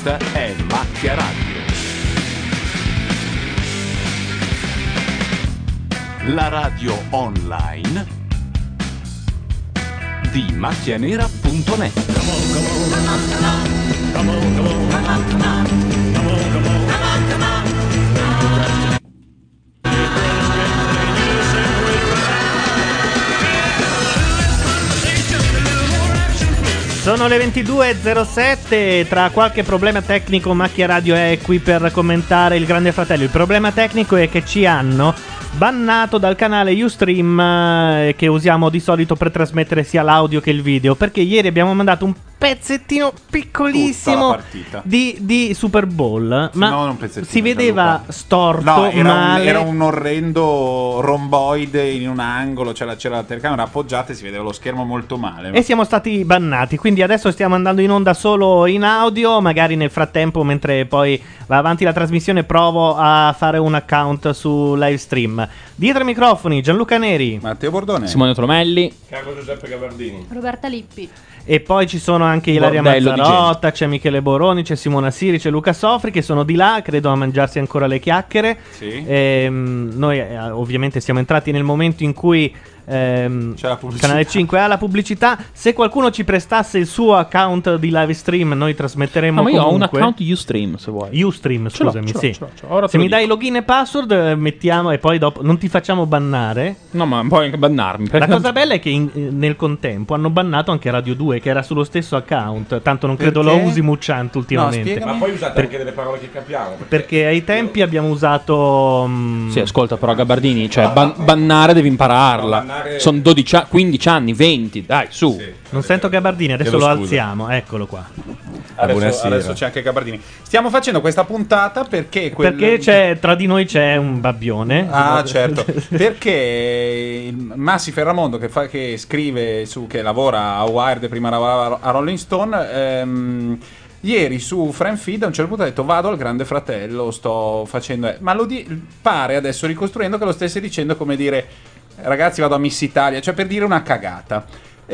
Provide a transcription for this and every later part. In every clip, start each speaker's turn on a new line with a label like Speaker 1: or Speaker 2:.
Speaker 1: Questa è Macchia Radio. La radio online di macchianera.net.
Speaker 2: Sono le 22.07, tra qualche problema tecnico Macchia Radio è qui per commentare il Grande Fratello. Il problema tecnico è che ci hanno bannato dal canale Ustream che usiamo di solito per trasmettere sia l'audio che il video, perché ieri abbiamo mandato un pezzettino piccolissimo di Super Bowl, ma
Speaker 3: no,
Speaker 2: si vedeva storto.
Speaker 3: No,
Speaker 2: male.
Speaker 3: era un orrendo romboide in un angolo, c'era la telecamera appoggiata e si vedeva lo schermo molto male.
Speaker 2: E siamo stati bannati, quindi adesso stiamo andando in onda solo in audio. Magari nel frattempo, mentre poi va avanti la trasmissione, provo a fare un account su Livestream. Dietro i microfoni Gianluca Neri,
Speaker 3: Matteo Bordone,
Speaker 4: Simone Tromelli,
Speaker 5: Carlo Giuseppe Gabardini,
Speaker 6: Roberta Lippi.
Speaker 2: e poi ci sono anche Ilaria
Speaker 4: Bordello
Speaker 2: Mazzarotta, c'è Michele Boroni, c'è Simona Siri, c'è Luca Sofri, che sono di là, credo a mangiarsi ancora le chiacchiere.
Speaker 3: Sì.
Speaker 2: Noi ovviamente siamo entrati nel momento in cui
Speaker 3: c'è la pubblicità.
Speaker 2: Canale 5 ha la pubblicità. Se qualcuno ci prestasse il suo account di live stream, noi trasmetteremo
Speaker 4: ma io ho un
Speaker 2: comunque.
Speaker 4: account Ustream, se vuoi.
Speaker 2: Ustream,
Speaker 4: Ce l'ho,
Speaker 2: scusami,
Speaker 4: ce l'ho,
Speaker 2: sì.
Speaker 4: ce l'ho, ce l'ho. Ora te
Speaker 2: Se
Speaker 4: lo
Speaker 2: mi dai
Speaker 4: dico.
Speaker 2: login e password, mettiamo, e poi dopo non ti facciamo bannare.
Speaker 4: No, ma puoi anche bannarmi.
Speaker 2: La cosa bella è che nel contempo hanno bannato anche Radio 2, che era sullo stesso account. Tanto non credo
Speaker 3: Perché?
Speaker 2: lo usi Mucciante ultimamente.
Speaker 3: spiegami.
Speaker 5: ma poi usate anche delle parole che capiamo.
Speaker 2: Perché ai tempi abbiamo usato
Speaker 4: Sì, ascolta però Gabardini, cioè bannare devi impararla.
Speaker 5: Bannare-
Speaker 4: Sono 15 anni, 20, dai, su.
Speaker 5: Sì.
Speaker 2: non sento Gabardini, adesso
Speaker 5: Chiedo
Speaker 2: lo
Speaker 5: scusa.
Speaker 2: alziamo, eccolo qua.
Speaker 3: Adesso c'è anche Gabardini. Stiamo facendo questa puntata perché
Speaker 2: Perché tra di noi c'è un babbione.
Speaker 3: Ah, certo. Perché Massi Ferramondo, che scrive che lavora a Wired e prima lavorava a Rolling Stone, ieri su Frame Feed a un certo punto ha detto: vado al Grande Fratello, sto facendo ma pare adesso, ricostruendo, che lo stesse dicendo come dire: ragazzi, vado a Miss Italia, cioè per dire una cagata.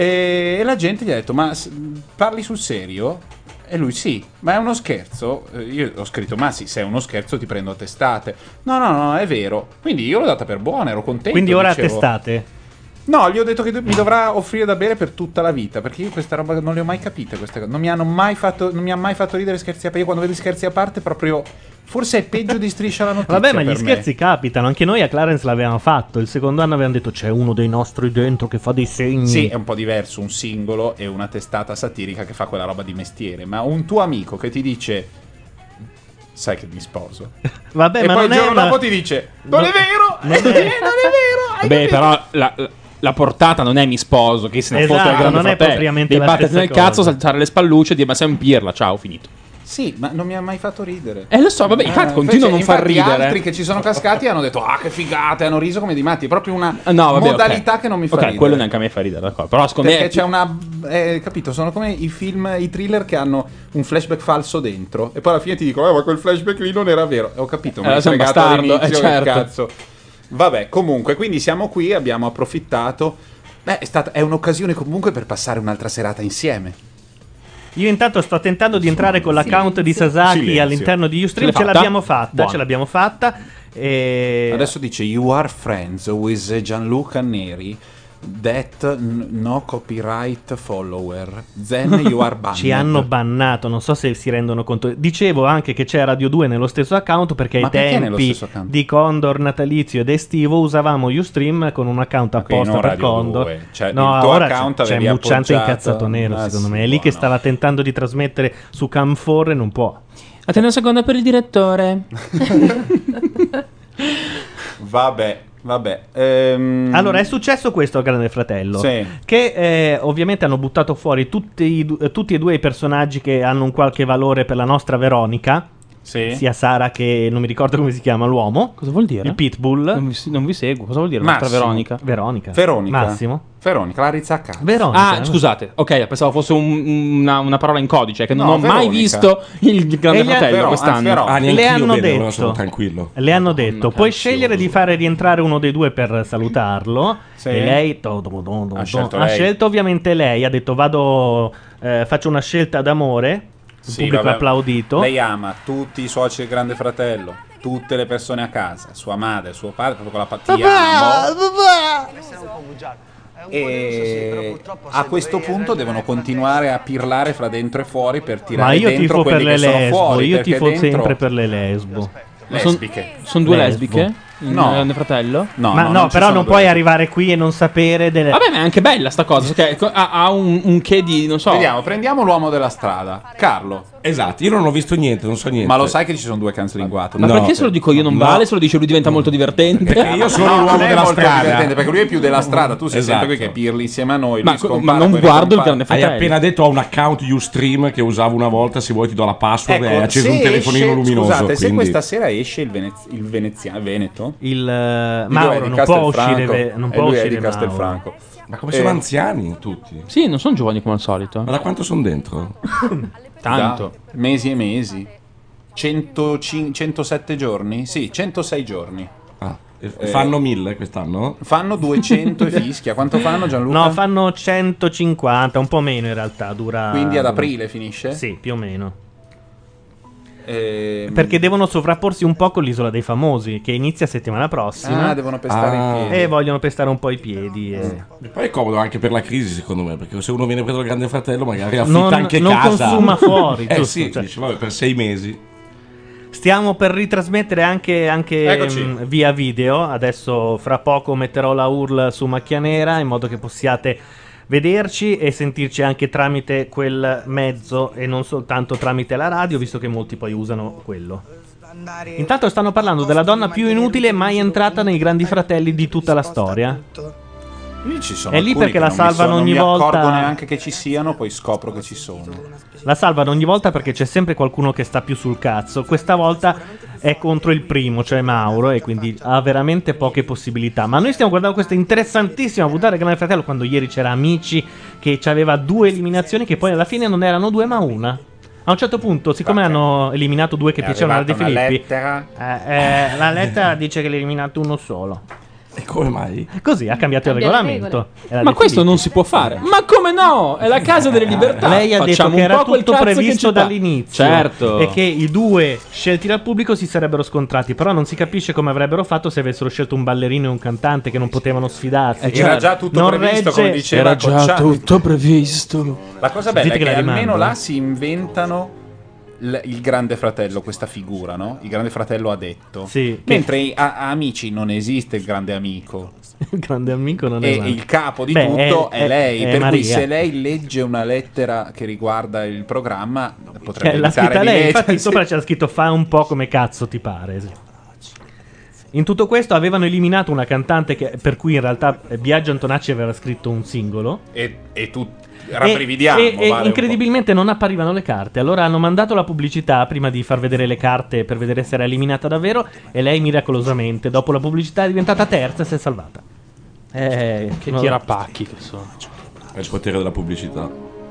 Speaker 3: E la gente gli ha detto: ma parli sul serio? E lui: sì, ma è uno scherzo? Io ho scritto: ma sì, se è uno scherzo ti prendo a testate. No, è vero. Quindi io l'ho data per buona, ero contento.
Speaker 2: Quindi ora a
Speaker 3: dicevo.
Speaker 2: testate.
Speaker 3: No, gli ho detto che mi dovrà offrire da bere per tutta la vita, perché io questa roba non le ho mai capite, queste cose. Non mi ha mai fatto ridere Scherzi a parte. Io quando vedo Scherzi a parte proprio forse è peggio di Striscia la notizia.
Speaker 2: Vabbè, ma gli
Speaker 3: per me.
Speaker 2: scherzi capitano. Anche noi a Clarence l'avevamo fatto. Il secondo anno avevamo detto: c'è uno dei nostri dentro che fa dei segni.
Speaker 3: Sì, è un po' diverso un singolo e una testata satirica che fa quella roba di mestiere, ma un tuo amico che ti dice: sai che mi sposo.
Speaker 2: Vabbè,
Speaker 3: E
Speaker 2: ma
Speaker 3: poi
Speaker 2: non
Speaker 3: il
Speaker 2: è
Speaker 3: giorno dopo ti dice: non è vero! Non è vero! hai
Speaker 4: Vabbè,
Speaker 3: capito?
Speaker 4: però la portata non è mi sposo, che se ne
Speaker 2: Esatto,
Speaker 4: fotte il Grande
Speaker 2: non è
Speaker 4: Fratello.
Speaker 2: propriamente
Speaker 4: Devi
Speaker 2: la
Speaker 4: batterti
Speaker 2: stessa
Speaker 4: nel cazzo,
Speaker 2: cosa.
Speaker 4: saltare le spallucce e dire: ma sei un pirla, ciao, finito.
Speaker 3: Sì, ma non mi ha mai fatto ridere.
Speaker 4: Lo so, vabbè, infatti continua a non far ridere.
Speaker 3: Altri che ci sono cascati hanno detto: ah, che figata, hanno riso come dei matti. È proprio una
Speaker 4: No, vabbè,
Speaker 3: modalità
Speaker 4: ok.
Speaker 3: che non mi fa
Speaker 4: Ok,
Speaker 3: ridere.
Speaker 4: quello neanche a me fa ridere, d'accordo. Però secondo
Speaker 3: Perché
Speaker 4: me
Speaker 3: c'è una. Capito? Sono come i film, i thriller che hanno un flashback falso dentro. E poi alla fine ti dicono: ma quel flashback lì non era vero. Ho capito, ma
Speaker 4: sei un
Speaker 3: fregato
Speaker 4: bastardo,
Speaker 3: all'inizio,
Speaker 4: certo.
Speaker 3: che cazzo. Vabbè, comunque, quindi siamo qui, abbiamo approfittato. È un'occasione comunque per passare un'altra serata insieme.
Speaker 2: Io intanto sto tentando di entrare con l'account di Sasaki
Speaker 3: Silenzio.
Speaker 2: all'interno di Ustream.
Speaker 4: Ce l'hai
Speaker 2: Ce l'abbiamo fatta. E
Speaker 3: Adesso dice: you are friends with Gianluca Neri. That no copyright follower. Then you are banned.
Speaker 2: ci hanno bannato, non so se si rendono conto. Dicevo anche che c'è Radio 2 nello stesso account, perché
Speaker 3: Ma
Speaker 2: ai
Speaker 3: perché nello
Speaker 2: tempi
Speaker 3: stesso account?
Speaker 2: di Condor natalizio ed estivo usavamo Ustream con un account apposta
Speaker 3: non
Speaker 2: per
Speaker 3: Radio
Speaker 2: Condor.
Speaker 3: 2. Cioè,
Speaker 2: No,
Speaker 3: il tuo
Speaker 2: ora
Speaker 3: account
Speaker 2: c'è
Speaker 3: avevi
Speaker 2: Mucciante
Speaker 3: appoggiato-
Speaker 2: incazzato nero,
Speaker 3: Ah,
Speaker 2: secondo
Speaker 3: sì,
Speaker 2: me. È lì che
Speaker 3: buono.
Speaker 2: stava tentando di trasmettere su Cam4 e non può.
Speaker 4: attendo un secondo per il direttore.
Speaker 3: Vabbè.
Speaker 2: Allora, è successo questo al Grande Fratello.
Speaker 3: Sì.
Speaker 2: Che ovviamente hanno buttato fuori tutti e due i personaggi che hanno un qualche valore per la nostra Veronica.
Speaker 3: Sì.
Speaker 2: Sia Sara che non mi ricordo come si chiama l'uomo.
Speaker 4: Cosa vuol dire?
Speaker 2: Il Pitbull.
Speaker 4: Non vi seguo. Cosa vuol dire la nostra
Speaker 3: Massimo.
Speaker 4: Veronica?
Speaker 2: Veronica. Massimo.
Speaker 3: Veronica, la rizzacca.
Speaker 2: Veronica.
Speaker 4: Ah, scusate, ok, pensavo fosse una parola in codice, che non
Speaker 3: No,
Speaker 4: ho mai
Speaker 3: Veronica.
Speaker 4: visto il Grande
Speaker 2: E gli ha-
Speaker 4: Fratello
Speaker 3: Vero-
Speaker 4: quest'anno.
Speaker 3: anzi, Veronica.
Speaker 2: Le hanno
Speaker 5: Ora
Speaker 2: detto,
Speaker 5: sono tranquillo.
Speaker 2: le hanno detto, puoi scegliere di fare rientrare uno dei due per salutarlo.
Speaker 3: Sì.
Speaker 2: E lei
Speaker 3: Ha scelto
Speaker 2: ha
Speaker 3: lei.
Speaker 2: scelto ovviamente lei. Ha detto: faccio una scelta d'amore. il pubblico ha applaudito.
Speaker 3: Lei ama tutti i soci del Grande Fratello, tutte le persone a casa, sua madre, suo padre, proprio con la ti amo. E a questo punto devono continuare a pirlare fra dentro e fuori per tirare
Speaker 2: Ma io
Speaker 3: dentro
Speaker 2: tifo per
Speaker 3: quelli
Speaker 2: le
Speaker 3: che sono
Speaker 2: lesbo,
Speaker 3: fuori.
Speaker 2: io
Speaker 3: perché
Speaker 2: tifo
Speaker 3: dentro...
Speaker 2: sempre per le lesbo.
Speaker 3: lesbiche.
Speaker 4: Sono due
Speaker 2: Lesbo.
Speaker 4: lesbiche? Il
Speaker 3: No.
Speaker 4: Grande Fratello?
Speaker 2: Ma no,
Speaker 3: non ci
Speaker 2: però
Speaker 3: sono
Speaker 2: non
Speaker 3: due.
Speaker 2: puoi arrivare qui e non sapere delle...
Speaker 4: Vabbè, ma è anche bella sta cosa, perché ha un che di, non so...
Speaker 3: Vediamo, prendiamo l'uomo della strada, Carlo.
Speaker 5: Esatto, io non ho visto niente, non so niente.
Speaker 3: Ma lo sai che ci sono due cancelinguato?
Speaker 4: Ma
Speaker 5: No.
Speaker 4: perché se lo dico io non
Speaker 5: No.
Speaker 4: vale, se lo dice lui diventa molto divertente?
Speaker 5: Perché io sono
Speaker 3: No,
Speaker 5: l'uomo
Speaker 3: non è
Speaker 5: della
Speaker 3: molto
Speaker 5: strada.
Speaker 3: divertente, perché lui è più della strada, tu sei
Speaker 5: Esatto.
Speaker 3: sempre qui che pirli insieme a noi.
Speaker 4: Ma
Speaker 3: lui scompare,
Speaker 4: non
Speaker 3: poi
Speaker 4: guardo il
Speaker 3: ricompare.
Speaker 4: Grande
Speaker 5: Hai
Speaker 4: Fratello.
Speaker 5: appena detto ho un account Ustream che usavo una volta, se vuoi ti do la password,
Speaker 3: Ecco,
Speaker 5: e hai acceso
Speaker 3: se
Speaker 5: un telefonino
Speaker 3: esce-
Speaker 5: luminoso.
Speaker 3: Scusate, se
Speaker 5: quindi...
Speaker 3: questa sera esce il veneziano, Veneto?
Speaker 2: Mauro non può uscire, non può
Speaker 3: lui è
Speaker 2: uscire
Speaker 3: di
Speaker 2: Mauro.
Speaker 3: Castelfranco.
Speaker 5: Ma come sono anziani tutti?
Speaker 4: Sì, non sono giovani come al solito.
Speaker 5: Ma da quanto sono dentro?
Speaker 4: Tanto.
Speaker 3: Da mesi e mesi. 107 giorni? Sì, 106 giorni.
Speaker 5: Ah, e fanno 1000 quest'anno?
Speaker 3: Fanno 200 e fischia. Quanto fanno, Gianluca?
Speaker 2: No, fanno 150, un po' meno in realtà, dura...
Speaker 3: Quindi ad aprile finisce?
Speaker 2: Sì, più o meno. Perché devono sovrapporsi un po' con l'Isola dei Famosi, che inizia settimana prossima.
Speaker 3: devono pestare i piedi.
Speaker 2: E vogliono pestare un po' i piedi.
Speaker 5: E poi è comodo anche per la crisi, secondo me, perché se uno viene preso dal Grande Fratello magari affitta
Speaker 2: Non-
Speaker 5: anche
Speaker 2: non
Speaker 5: casa.
Speaker 2: consuma fuori, giusto,
Speaker 5: sì,
Speaker 2: cioè.
Speaker 5: dice, vabbè, per 6 mesi.
Speaker 2: Stiamo per ritrasmettere anche
Speaker 3: Eccoci.
Speaker 2: via video. Adesso fra poco metterò la URL su Macchia Nera in modo che possiate vederci e sentirci anche tramite quel mezzo e non soltanto tramite la radio, visto che molti poi usano quello. Intanto stanno parlando della donna più inutile mai entrata nei Grandi Fratelli di tutta la storia.
Speaker 3: Lì ci sono
Speaker 2: È lì
Speaker 3: alcuni
Speaker 2: perché
Speaker 3: che
Speaker 2: la
Speaker 3: non mi
Speaker 2: salvano
Speaker 3: non
Speaker 2: ogni
Speaker 3: mi
Speaker 2: volta.
Speaker 3: accorgo neanche che ci siano, poi scopro che ci sono.
Speaker 2: La salvano ogni volta perché c'è sempre qualcuno che sta più sul cazzo. Questa volta è contro il primo, cioè Mauro, e quindi ha veramente poche possibilità. Ma noi stiamo guardando questa interessantissima puntata del Grande Fratello, quando ieri c'era Amici che aveva 2 eliminazioni che poi alla fine non erano 2 ma una. A un certo punto, siccome hanno eliminato 2 che
Speaker 3: È
Speaker 2: piacevano a De
Speaker 3: arrivata una
Speaker 2: Filippi,
Speaker 3: lettera.
Speaker 2: la lettera dice che l'ha eliminato uno solo.
Speaker 5: E come mai?
Speaker 2: Così ha cambiato il
Speaker 6: Cambia le
Speaker 2: regolamento. Era
Speaker 4: Ma
Speaker 2: De
Speaker 4: questo
Speaker 2: Filippi.
Speaker 4: non si può fare. Ma come no? È la casa delle libertà.
Speaker 2: Lei ha detto
Speaker 4: Facciamo
Speaker 2: che
Speaker 4: un
Speaker 2: era
Speaker 4: po' quel
Speaker 2: tutto
Speaker 4: cazzo che
Speaker 2: previsto
Speaker 4: ci dà.
Speaker 2: dall'inizio.
Speaker 4: Certo.
Speaker 2: E che i 2 scelti dal pubblico si sarebbero scontrati. Però non si capisce come avrebbero fatto se avessero scelto un ballerino e un cantante che non potevano sfidarsi.
Speaker 3: Era già tutto
Speaker 2: Non
Speaker 3: previsto, come
Speaker 2: regge-
Speaker 3: diceva Cocciante.
Speaker 4: previsto.
Speaker 3: La cosa bella
Speaker 2: Dite
Speaker 3: è
Speaker 2: che
Speaker 3: che
Speaker 2: la
Speaker 3: almeno
Speaker 2: rimando.
Speaker 3: là si inventano il Grande Fratello, questa figura, no? Il Grande Fratello ha detto.
Speaker 2: Sì, che-
Speaker 3: Mentre a Amici non esiste il grande amico.
Speaker 2: Il grande amico non è
Speaker 3: E
Speaker 2: male.
Speaker 3: il capo di
Speaker 2: Beh,
Speaker 3: tutto è lei.
Speaker 2: è
Speaker 3: Per
Speaker 2: Maria.
Speaker 3: cui se lei legge una lettera che riguarda il programma, potrebbe
Speaker 2: L'ha
Speaker 3: evitare
Speaker 2: scritta
Speaker 3: di
Speaker 2: lei,
Speaker 3: leggere.
Speaker 2: infatti sopra c'era scritto fa un po' come cazzo ti pare. Sì. In tutto questo avevano eliminato una cantante per cui in realtà Biagio Antonacci aveva scritto un singolo.
Speaker 3: E tu rabbrividiamo.
Speaker 2: E
Speaker 3: vale un po'.
Speaker 2: incredibilmente non apparivano le carte. Allora hanno mandato la pubblicità prima di far vedere le carte per vedere se era eliminata davvero. E lei miracolosamente, dopo la pubblicità, è diventata terza e si è salvata.
Speaker 4: Che
Speaker 2: non-
Speaker 4: tirapacchi che sono.
Speaker 5: È il potere della pubblicità.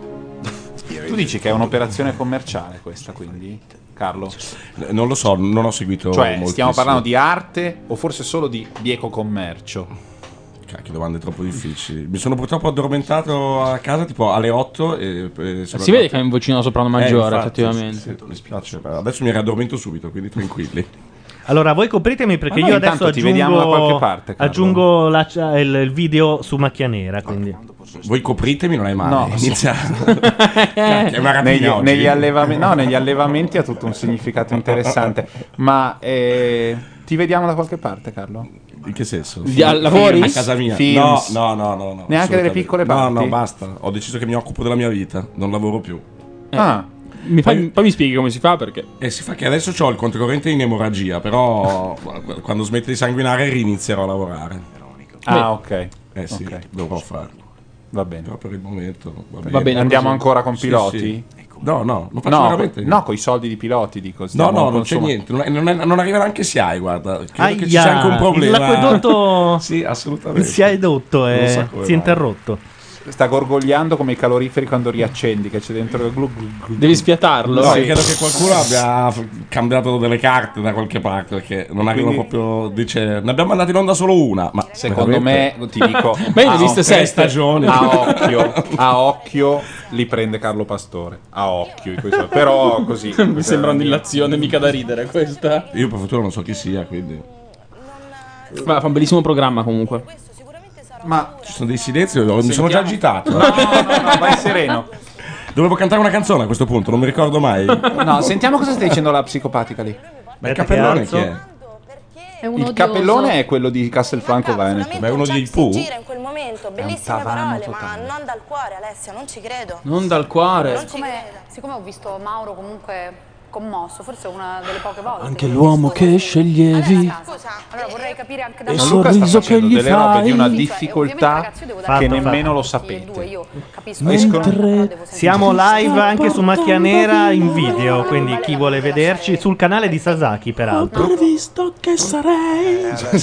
Speaker 3: Tu dici che è un'operazione commerciale questa, quindi, Carlo?
Speaker 5: Non lo so, non ho seguito
Speaker 3: Cioè,
Speaker 5: moltissimo.
Speaker 3: stiamo parlando di arte o forse solo di ecocommercio?
Speaker 5: Cacchio, domande troppo difficili. Mi sono purtroppo addormentato a casa tipo alle 8 e sono
Speaker 4: Si vede che hai un vocino soprano maggiore,
Speaker 5: infatti,
Speaker 4: effettivamente.
Speaker 5: sì, mi spiace. Adesso mi riaddormento subito, quindi tranquilli.
Speaker 2: Allora, voi copritemi perché
Speaker 3: Ma noi
Speaker 2: io adesso
Speaker 3: intanto ti vediamo da qualche parte, Carlo.
Speaker 2: aggiungo il video su Macchia Nera. Quindi.
Speaker 5: Voi copritemi, non è male.
Speaker 3: No,
Speaker 5: Inizia. Cacchio, è una rapina oggi.
Speaker 3: negli allevamenti ha tutto un significato interessante. Ma ti vediamo da qualche parte, Carlo?
Speaker 5: In che senso?
Speaker 4: lavori?
Speaker 5: A casa mia.
Speaker 3: Films.
Speaker 5: No.
Speaker 3: Neanche delle
Speaker 5: assolutamente.
Speaker 3: piccole parti?
Speaker 5: No, basta. Ho deciso che mi occupo della mia vita, non lavoro più.
Speaker 3: Ah,
Speaker 4: Poi mi spieghi come si fa perché.
Speaker 5: E si fa che adesso ho il controcorrente in emorragia, però quando smette di sanguinare rinizierò a lavorare.
Speaker 3: ok.
Speaker 5: Sì,
Speaker 3: Ok.
Speaker 5: dovrò farlo.
Speaker 3: Va bene.
Speaker 5: Però per il momento
Speaker 4: Va bene.
Speaker 3: Andiamo
Speaker 4: così.
Speaker 3: ancora con
Speaker 5: Sì,
Speaker 3: piloti?
Speaker 5: sì. No, lo faccio
Speaker 3: No,
Speaker 5: veramente.
Speaker 3: no, con i soldi di piloti dico.
Speaker 5: No,
Speaker 3: stiamo
Speaker 5: non c'è
Speaker 3: consumando.
Speaker 5: niente. Non arriva neanche SIAE, guarda. Credo che ci
Speaker 2: Aia,
Speaker 5: sia anche un problema.
Speaker 2: L'acquedotto
Speaker 5: Sì, assolutamente.
Speaker 2: si è edotto
Speaker 5: Non
Speaker 2: e
Speaker 5: so come
Speaker 2: si è
Speaker 5: mai.
Speaker 2: interrotto.
Speaker 3: sta gorgogliando come i caloriferi quando riaccendi, che c'è dentro il
Speaker 4: Devi sfiatarlo.
Speaker 5: No,
Speaker 4: Sì.
Speaker 5: credo che qualcuno abbia cambiato delle carte da qualche parte, perché non arrivano proprio. Dice, ne abbiamo mandato in onda solo una. Ma
Speaker 3: secondo me, ti dico,
Speaker 4: Ma io ne ho viste
Speaker 5: 6
Speaker 4: 7
Speaker 5: stagioni.
Speaker 3: a occhio li prende Carlo Pastore. A occhio, però così.
Speaker 4: Mi sembra un'illazione mica da ridere questa.
Speaker 5: Io per fortuna non so chi sia, quindi.
Speaker 4: Ma fa un bellissimo programma comunque.
Speaker 3: Ma
Speaker 5: ci sono dei silenzi, mi sono già agitato.
Speaker 3: No, vai sereno.
Speaker 5: Dovevo cantare una canzone a questo punto, non mi ricordo mai.
Speaker 3: No, sentiamo cosa sta dicendo la psicopatica lì.
Speaker 5: Ma il capellone chi è?
Speaker 3: Il capellone è quello di Castelfranco Veneto.
Speaker 5: Ma è uno di Pooh?
Speaker 6: Gira in quel momento, bellissime parole, ma non dal cuore, Alessia, non ci credo.
Speaker 4: Non dal cuore.
Speaker 7: Siccome ho visto Mauro comunque commosso, forse è una delle poche volte.
Speaker 4: Anche l'uomo che sceglievi.
Speaker 7: Scusa, allora vorrei capire anche da
Speaker 3: E
Speaker 7: voi.
Speaker 3: Luca sta facendo delle robe di una
Speaker 7: Cioè,
Speaker 3: difficoltà
Speaker 7: ovviamente, ragazzi, io devo dare
Speaker 3: che
Speaker 7: la
Speaker 3: nemmeno lo
Speaker 7: tutti e due,
Speaker 3: sapete.
Speaker 7: io capisco.
Speaker 2: Mentre siamo live anche su Macchia Nera in video, quindi chi vuole vederci sul canale di Sasaki, peraltro.
Speaker 8: Previsto che sarei.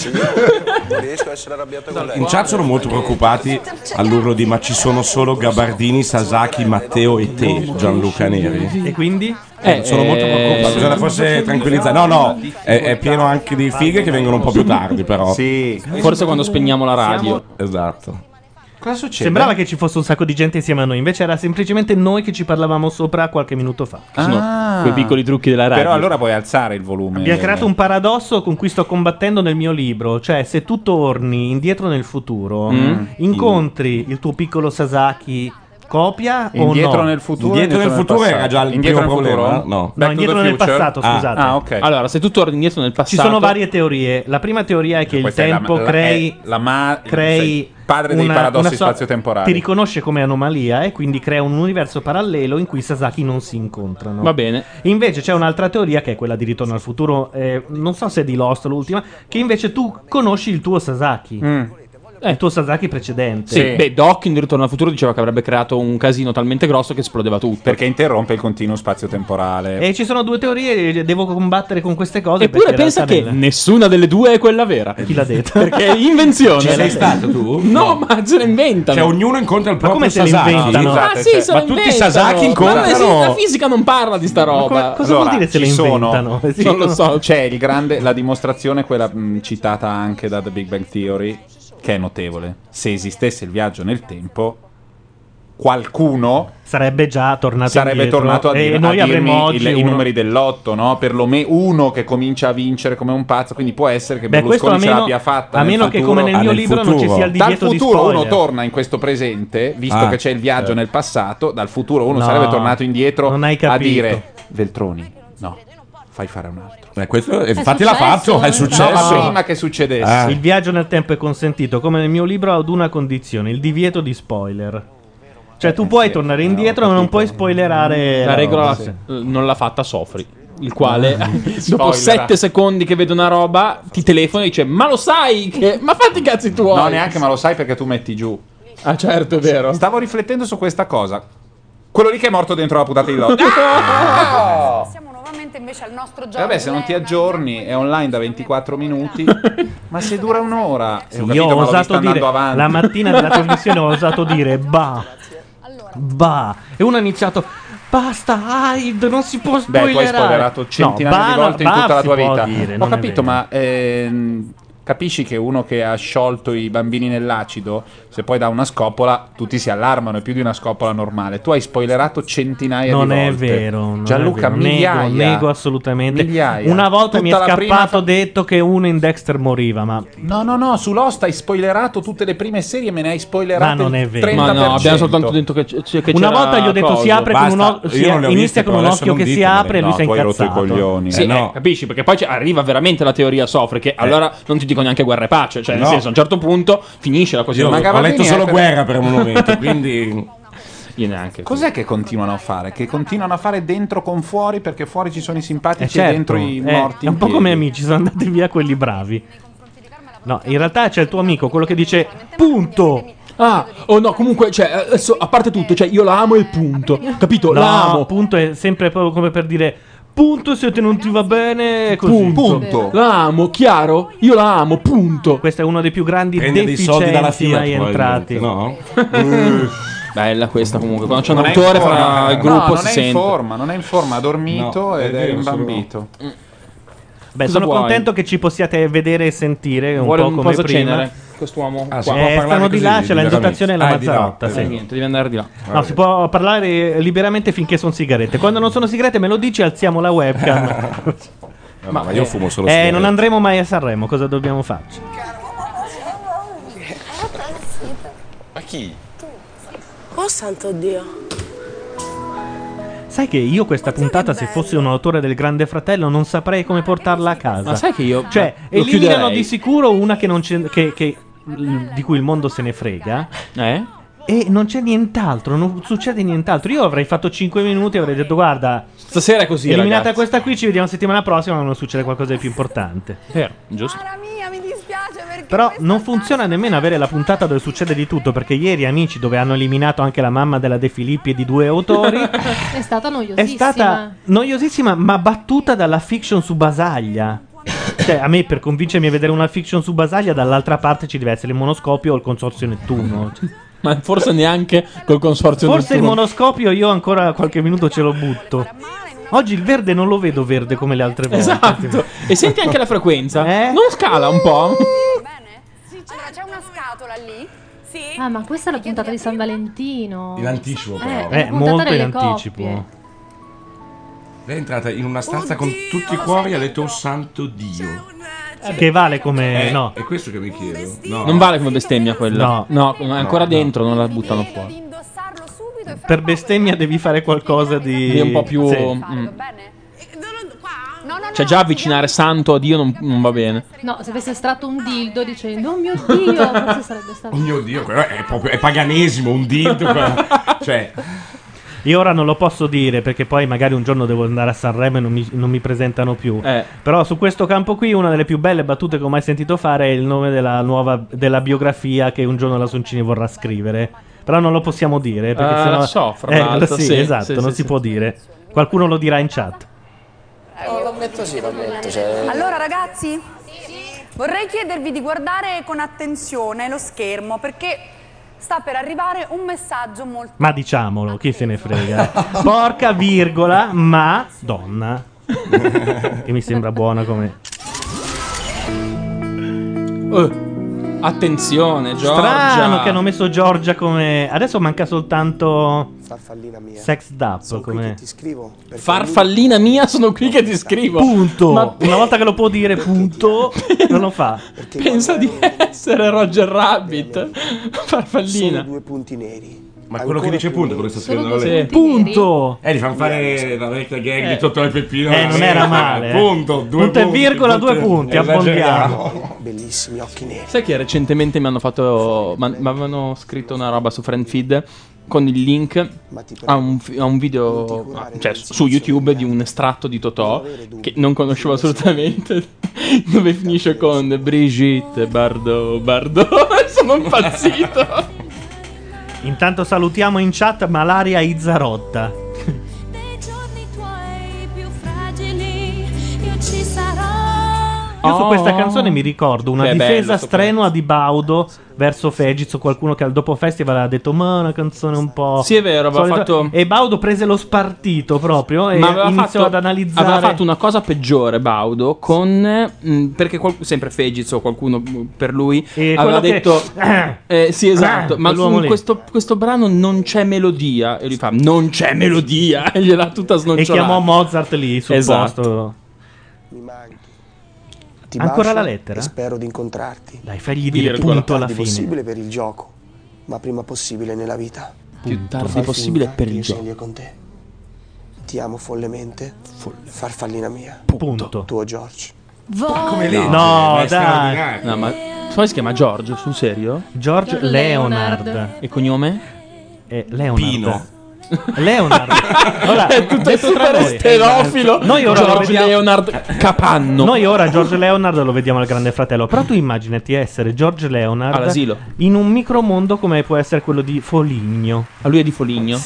Speaker 9: Non riesco a essere arrabbiato con lei.
Speaker 5: In chat sono molto preoccupati all'urlo di ma ci sono solo Gabardini, Sasaki, Matteo e te, Gianluca Neri.
Speaker 2: E quindi?
Speaker 5: Sono molto preoccupato, bisogna forse tranquillizzare. No, è pieno anche di fighe che vengono un po' più tardi, però.
Speaker 3: Sì.
Speaker 4: Forse quando spegniamo la radio.
Speaker 5: Esatto.
Speaker 3: Cosa succede?
Speaker 2: Sembrava che ci fosse un sacco di gente insieme a noi, invece era semplicemente noi che ci parlavamo sopra qualche minuto fa.
Speaker 4: Sono quei piccoli trucchi della radio.
Speaker 3: Però allora puoi alzare il volume.
Speaker 2: Abbiamo creato un paradosso con cui sto combattendo nel mio libro, cioè se tu torni indietro nel futuro, incontri il tuo piccolo Sasaki copia
Speaker 3: Indietro
Speaker 2: o no?
Speaker 3: nel futuro?
Speaker 5: Indietro nel futuro
Speaker 3: passato?
Speaker 5: era già il
Speaker 3: indietro
Speaker 5: primo
Speaker 3: nel futuro?
Speaker 5: problema? No.
Speaker 2: No, indietro nel passato, scusate.
Speaker 3: Ah, ok.
Speaker 4: Allora, se tu torni indietro nel
Speaker 2: Ci
Speaker 4: passato.
Speaker 2: sono varie teorie. La prima teoria è che il
Speaker 3: Questa è
Speaker 2: tempo crei
Speaker 3: sei padre dei paradossi spazio-temporali.
Speaker 2: ti riconosce come anomalia e quindi crea un universo parallelo in cui Sasaki non si incontrano.
Speaker 4: Va bene.
Speaker 2: Invece c'è un'altra teoria che è quella di Ritorno al futuro, non so se è di Lost l'ultima, che invece tu conosci il tuo Sasaki. Il tuo Sasaki precedente.
Speaker 4: Sì. Beh, Doc in Ritorno al futuro diceva che avrebbe creato un casino talmente grosso che esplodeva tutto.
Speaker 3: Perché interrompe il continuo spazio-temporale.
Speaker 2: E ci sono due teorie, devo combattere con queste cose.
Speaker 4: Eppure
Speaker 2: perché in
Speaker 4: pensa
Speaker 2: realtà
Speaker 4: che nessuna delle due è quella vera.
Speaker 2: Chi l'ha detto?
Speaker 4: Perché è invenzione.
Speaker 5: Ci sei stato tu?
Speaker 4: No, ma se ne inventano.
Speaker 5: Cioè ognuno incontra il proprio
Speaker 2: come se le
Speaker 5: Sasaki.
Speaker 2: inventano?
Speaker 3: Scusate,
Speaker 4: Ah sì,
Speaker 3: cioè,
Speaker 4: se lo
Speaker 5: ma tutti i
Speaker 4: inventano.
Speaker 5: Sasaki incontrano.
Speaker 4: Ma sì, la fisica non parla di sta roba.
Speaker 2: Cosa vuol dire se le
Speaker 3: ci sono-
Speaker 2: inventano?
Speaker 4: Non lo so.
Speaker 3: C'è il grande, la dimostrazione, quella citata anche da The Big Bang Theory, che è notevole. Se esistesse il viaggio nel tempo, qualcuno
Speaker 2: Sarebbe già tornato
Speaker 3: sarebbe
Speaker 2: indietro,
Speaker 3: tornato a,
Speaker 2: e noi
Speaker 3: dirmi
Speaker 2: avremmo oggi
Speaker 3: i
Speaker 2: uno-
Speaker 3: numeri dell'otto, no? Perlomeno uno che comincia a vincere come un pazzo, quindi può essere che
Speaker 2: Beh, questo
Speaker 3: Berlusconi ce
Speaker 2: almeno-
Speaker 3: l'abbia fatta
Speaker 2: a
Speaker 3: nel
Speaker 2: meno che
Speaker 3: futuro.
Speaker 2: come nel mio
Speaker 5: nel
Speaker 2: libro non ci
Speaker 5: futuro.
Speaker 2: sia il
Speaker 3: Dal
Speaker 2: divieto di
Speaker 3: futuro uno
Speaker 2: spoiler.
Speaker 3: torna in questo presente, visto
Speaker 5: Ah,
Speaker 3: che c'è il viaggio nel passato, dal futuro uno
Speaker 2: No,
Speaker 3: sarebbe tornato indietro
Speaker 2: non hai
Speaker 3: a
Speaker 2: capito.
Speaker 3: dire Veltroni, no, fai fare un altro.
Speaker 5: Questo, infatti l'ha
Speaker 10: successo,
Speaker 5: fatto, è
Speaker 10: eh?
Speaker 5: successo.
Speaker 3: No, ma prima che succedesse.
Speaker 5: Ah.
Speaker 2: Il viaggio nel tempo è consentito, come nel mio libro, ad una condizione, il divieto di spoiler. Cioè tu puoi tornare indietro, ma non puoi spoilerare
Speaker 4: La regola
Speaker 2: roba.
Speaker 4: non l'ha fatta Sofri. Il quale
Speaker 3: Spoilera.
Speaker 4: dopo 7 secondi che vede una roba ti telefona e dice: Ma lo sai che. Ma fatti i cazzi tuoi!
Speaker 3: No, neanche, ma lo sai perché tu metti giù.
Speaker 4: Ah, certo, è vero.
Speaker 3: Stavo riflettendo su questa cosa. Quello lì che è morto dentro la puntata di Lost.
Speaker 7: Siamo nuovamente invece al nostro gioco.
Speaker 3: Vabbè, se non ti aggiorni, è online da 24 minuti. Ma se dura un'ora.
Speaker 2: Sì, io ho osato dire, la mattina della trasmissione ho osato dire bah, e uno ha iniziato basta Hyde, non si può
Speaker 3: Beh,
Speaker 2: spoilerare.
Speaker 3: tu hai spoilerato centinaia di volte in tutta la tua vita.
Speaker 2: Dire,
Speaker 3: Ho capito, ma capisci che uno che ha sciolto i bambini nell'acido, se poi dà una scoppola, tutti si allarmano, è più di una scoppola normale. Tu hai spoilerato centinaia
Speaker 2: non
Speaker 3: di
Speaker 2: è
Speaker 3: volte.
Speaker 2: vero, non
Speaker 3: Gianluca,
Speaker 2: è vero.
Speaker 3: migliaia.
Speaker 2: Nego assolutamente.
Speaker 3: Migliaia.
Speaker 2: Una volta mi è
Speaker 3: Tutta la
Speaker 2: scappato
Speaker 3: prima
Speaker 2: detto che uno in Dexter moriva, ma
Speaker 3: No, su Lost hai spoilerato tutte le prime serie, me ne hai spoilerate
Speaker 2: Ma non è
Speaker 3: il
Speaker 2: vero.
Speaker 3: 30%.
Speaker 4: Ma no, abbiamo soltanto detto che
Speaker 2: una volta gli ho detto si apre con un
Speaker 5: Basta,
Speaker 2: occhio,
Speaker 5: io non le ho
Speaker 2: inizia
Speaker 5: viste,
Speaker 2: con
Speaker 5: però
Speaker 2: un
Speaker 5: adesso
Speaker 2: occhio
Speaker 5: non
Speaker 2: che si
Speaker 5: ditemele.
Speaker 2: apre e lui
Speaker 3: No,
Speaker 2: si è
Speaker 3: tu hai rotto i
Speaker 2: incazzato.
Speaker 3: coglioni.
Speaker 4: Sì,
Speaker 3: No.
Speaker 4: capisci? Perché poi arriva veramente la teoria Sofri, che allora non ti dico neanche guerra e pace. Cioè, nel
Speaker 5: No.
Speaker 4: senso, a un certo punto finisce la
Speaker 5: Io
Speaker 4: questione.
Speaker 3: Ma
Speaker 5: ho
Speaker 3: Gabardini
Speaker 5: letto solo
Speaker 3: è per-
Speaker 5: guerra per un momento, quindi
Speaker 4: Io neanche.
Speaker 3: Cos'è che continuano a fare? Che continuano a fare dentro con fuori, perché fuori ci sono i simpatici
Speaker 2: certo,
Speaker 3: e dentro i morti.
Speaker 2: è un
Speaker 3: in
Speaker 2: po' come
Speaker 3: piedi.
Speaker 2: amici, sono andati via quelli bravi. No, in realtà c'è il tuo amico, quello che dice punto.
Speaker 4: Ah, oh no, comunque, cioè, adesso, a parte tutto, cioè, io la amo e punto. Capito?
Speaker 2: No,
Speaker 4: La amo.
Speaker 2: punto è sempre proprio come per dire punto, se non ti va bene, così.
Speaker 4: Punto. La amo, chiaro? Io la amo, punto.
Speaker 2: Questo è uno dei più grandi
Speaker 5: Prende dei soldi dalla
Speaker 2: deficienti
Speaker 5: Fiat,
Speaker 2: mai entrati.
Speaker 5: probabilmente, no?
Speaker 4: Bella questa comunque. Quando c'è un
Speaker 3: Non è
Speaker 4: autore
Speaker 3: in forma.
Speaker 4: fra il gruppo
Speaker 3: No,
Speaker 4: si
Speaker 3: non è
Speaker 4: sente.
Speaker 3: non è in forma, ha dormito
Speaker 5: No,
Speaker 3: ed
Speaker 5: è
Speaker 3: è
Speaker 5: vero,
Speaker 3: imbambito.
Speaker 2: Beh,
Speaker 4: Cosa
Speaker 2: sono
Speaker 4: vuoi?
Speaker 2: contento che ci possiate vedere e sentire un
Speaker 4: Vuole
Speaker 2: po'
Speaker 4: un
Speaker 2: come
Speaker 4: posa
Speaker 2: prima.
Speaker 4: cenere quest'uomo
Speaker 5: Ah, si
Speaker 4: qua.
Speaker 5: può parlare
Speaker 2: Stanno di
Speaker 5: così,
Speaker 2: là, c'è la
Speaker 5: liberamente.
Speaker 2: indotazione e la
Speaker 5: Ah, di là.
Speaker 2: Mazzarotta. Sì.
Speaker 4: Niente, devi andare di là.
Speaker 2: No, si può parlare liberamente finché sono sigarette. Quando non sono sigarette me lo dici, alziamo la webcam.
Speaker 5: No, ma io fumo solo sigarette.
Speaker 2: Non andremo mai a Sanremo, cosa dobbiamo farci?
Speaker 9: Ma chi?
Speaker 8: Oh santo Dio.
Speaker 2: Sai che io questa puntata, se fossi un autore del Grande Fratello, non saprei come portarla a casa.
Speaker 4: Ma sai che io
Speaker 2: Cioè,
Speaker 4: lo
Speaker 2: eliminano
Speaker 4: chiuderei.
Speaker 2: di sicuro una che non c'è, di cui il mondo se ne frega. E non c'è nient'altro, non succede nient'altro. Io avrei fatto 5 minuti e avrei detto: guarda,
Speaker 4: stasera è così,
Speaker 2: eliminata
Speaker 4: ragazzi.
Speaker 2: questa qui, ci vediamo settimana prossima, ma non succede qualcosa di più importante.
Speaker 4: Vero, giusto.
Speaker 6: Cara mia, mi dispiace perché
Speaker 2: Però non funziona nemmeno avere la puntata dove succede di tutto, perché ieri, amici, dove hanno eliminato anche la mamma della De Filippi e di 2 autori,
Speaker 10: È stata noiosissima.
Speaker 2: è stata noiosissima, ma battuta dalla fiction su Basaglia. Cioè, a me, per convincermi a vedere una fiction su Basaglia, dall'altra parte ci deve essere il monoscopio o il consorzio Nettuno.
Speaker 4: Ma forse neanche col consorzio
Speaker 2: Forse il
Speaker 4: Nettuno.
Speaker 2: monoscopio io ancora qualche minuto ce lo butto. Oggi il verde non lo vedo verde come le altre volte.
Speaker 4: Esatto. E senti anche la frequenza.
Speaker 2: Eh?
Speaker 4: Non scala un po'?
Speaker 7: Allora, c'è una scatola lì. Sì.
Speaker 10: Ah, ma questa è la puntata di San Valentino.
Speaker 5: In anticipo, però.
Speaker 10: la puntata
Speaker 2: molto in
Speaker 10: delle
Speaker 2: anticipo.
Speaker 10: coppie.
Speaker 5: Lei è entrata in una stanza con tutti i cuori e ha detto: oh santo Dio.
Speaker 2: Che vale come... no.
Speaker 5: È questo che mi chiedo. No.
Speaker 4: Non vale come bestemmia quella.
Speaker 2: No.
Speaker 4: è ancora dentro, non la buttano fuori.
Speaker 2: Per bestemmia devi fare qualcosa di...
Speaker 4: È un po' più.
Speaker 2: Sì.
Speaker 4: Cioè, già avvicinare santo a Dio non va bene.
Speaker 10: No, se avesse estratto un dildo dicendo oh mio Dio, forse sarebbe stato.
Speaker 5: Oh mio Dio, quello è proprio è paganesimo, un dildo. Cioè,
Speaker 2: Io ora non lo posso dire perché poi magari un giorno devo andare a Sanremo e non mi presentano più. Però su questo campo qui una delle più belle battute che ho mai sentito fare è il nome della biografia che un giorno la Soncini vorrà scrivere. Però non lo possiamo dire perché sennò...
Speaker 4: so, fra l'altro,
Speaker 2: sì,
Speaker 4: sì,
Speaker 2: esatto,
Speaker 4: sì,
Speaker 2: non
Speaker 4: sì,
Speaker 2: si
Speaker 4: sì.
Speaker 2: può dire. Qualcuno lo dirà in chat.
Speaker 9: Lo ammetto, sì, lo ammetto. Cioè...
Speaker 7: Allora, ragazzi, vorrei chiedervi di guardare con attenzione lo schermo perché sta per arrivare un messaggio molto...
Speaker 2: Ma diciamolo, chi se ne frega. Porca virgola, ma donna. Che mi sembra buona come...
Speaker 4: Attenzione, Giorgia.
Speaker 2: Strano che hanno messo Giorgia come... Adesso manca soltanto...
Speaker 9: Farfallina mia.
Speaker 2: Sex Dap come...
Speaker 9: Ti scrivo. perché
Speaker 4: Farfallina mia, sono qui che ti scrivo.
Speaker 2: Punto.
Speaker 4: Ma
Speaker 2: Una volta che lo può dire punto, non lo fa.
Speaker 4: pensa di essere Roger Rabbit.
Speaker 9: Sono
Speaker 4: Farfallina.
Speaker 9: 2 punti neri.
Speaker 5: ma quello che dice punto, quello che sta
Speaker 10: Solo
Speaker 5: scrivendo
Speaker 10: due
Speaker 5: lei.
Speaker 10: punti neri.
Speaker 2: Punto.
Speaker 5: Gli fanno fare la vecchia gag di Totò e Peppino.
Speaker 2: Non era male.
Speaker 5: Punto, 2
Speaker 2: Punto e
Speaker 5: punti,
Speaker 2: virgola, 2 punti,
Speaker 5: esageriamo.
Speaker 2: abbondiamo.
Speaker 9: Bellissimi occhi neri.
Speaker 4: Sai che recentemente mi hanno fatto. Mi avevano scritto una roba su FriendFeed con il link a un video, cioè su YouTube, di un estratto di Totò che non conoscevo assolutamente, dove finisce con Brigitte Bardot. Sono impazzito.
Speaker 2: Intanto salutiamo in chat Malaria Izzarotta. Io su questa canzone mi ricordo una
Speaker 4: Che
Speaker 2: difesa
Speaker 4: bello sto
Speaker 2: strenua di Baudo verso Fegiz, o qualcuno che al dopo festival ha detto ma è una canzone un po'...
Speaker 4: Sì, è vero, aveva
Speaker 2: solita".
Speaker 4: fatto.
Speaker 2: E Baudo prese lo spartito proprio e
Speaker 4: Ma aveva
Speaker 2: iniziò
Speaker 4: fatto,
Speaker 2: ad analizzare...
Speaker 4: aveva fatto una cosa peggiore Baudo con perché sempre Fegiz o qualcuno per lui
Speaker 2: E
Speaker 4: aveva
Speaker 2: quello che-
Speaker 4: detto sì, esatto, ma
Speaker 2: quell'uomo
Speaker 4: in
Speaker 2: lì.
Speaker 4: questo brano non c'è melodia e lui fa non c'è melodia e gliel'ha tutta
Speaker 2: E
Speaker 4: snocciolata.
Speaker 2: chiamò Mozart lì sul
Speaker 4: Esatto.
Speaker 2: posto.
Speaker 9: Mi manchi. Ti
Speaker 2: Ancora
Speaker 9: bacio
Speaker 2: la lettera?
Speaker 9: E spero di incontrarti.
Speaker 2: Dai, fagli dire
Speaker 4: Virgola.
Speaker 2: punto alla
Speaker 9: Tardi
Speaker 2: fine.
Speaker 9: possibile per il gioco, ma prima possibile nella vita.
Speaker 4: Più tardi
Speaker 9: Fai
Speaker 4: possibile
Speaker 9: finta
Speaker 4: per
Speaker 9: che
Speaker 4: il
Speaker 9: io sia
Speaker 4: gioco.
Speaker 9: lì con te. Ti amo follemente. Farfallina mia.
Speaker 2: Punto.
Speaker 9: Tuo George.
Speaker 5: Come legge,
Speaker 2: No,
Speaker 5: ma è
Speaker 2: dai.
Speaker 5: straordinario.
Speaker 4: No, ma poi si chiama George, sul serio?
Speaker 2: George Leonard.
Speaker 4: E cognome?
Speaker 2: Leonard.
Speaker 5: Pino.
Speaker 2: Leonard. Ora,
Speaker 4: È tutto
Speaker 2: detto tra
Speaker 4: super
Speaker 2: noi.
Speaker 4: esterofilo.
Speaker 2: Noi ora lo
Speaker 4: George
Speaker 2: vediamo-
Speaker 4: Leonard Capanno.
Speaker 2: Noi ora George Leonard lo vediamo al Grande Fratello. Però tu immaginati essere George Leonard
Speaker 4: All'asilo.
Speaker 2: in un micromondo come può essere quello di Foligno.
Speaker 4: A lui è di Foligno?
Speaker 2: Sì.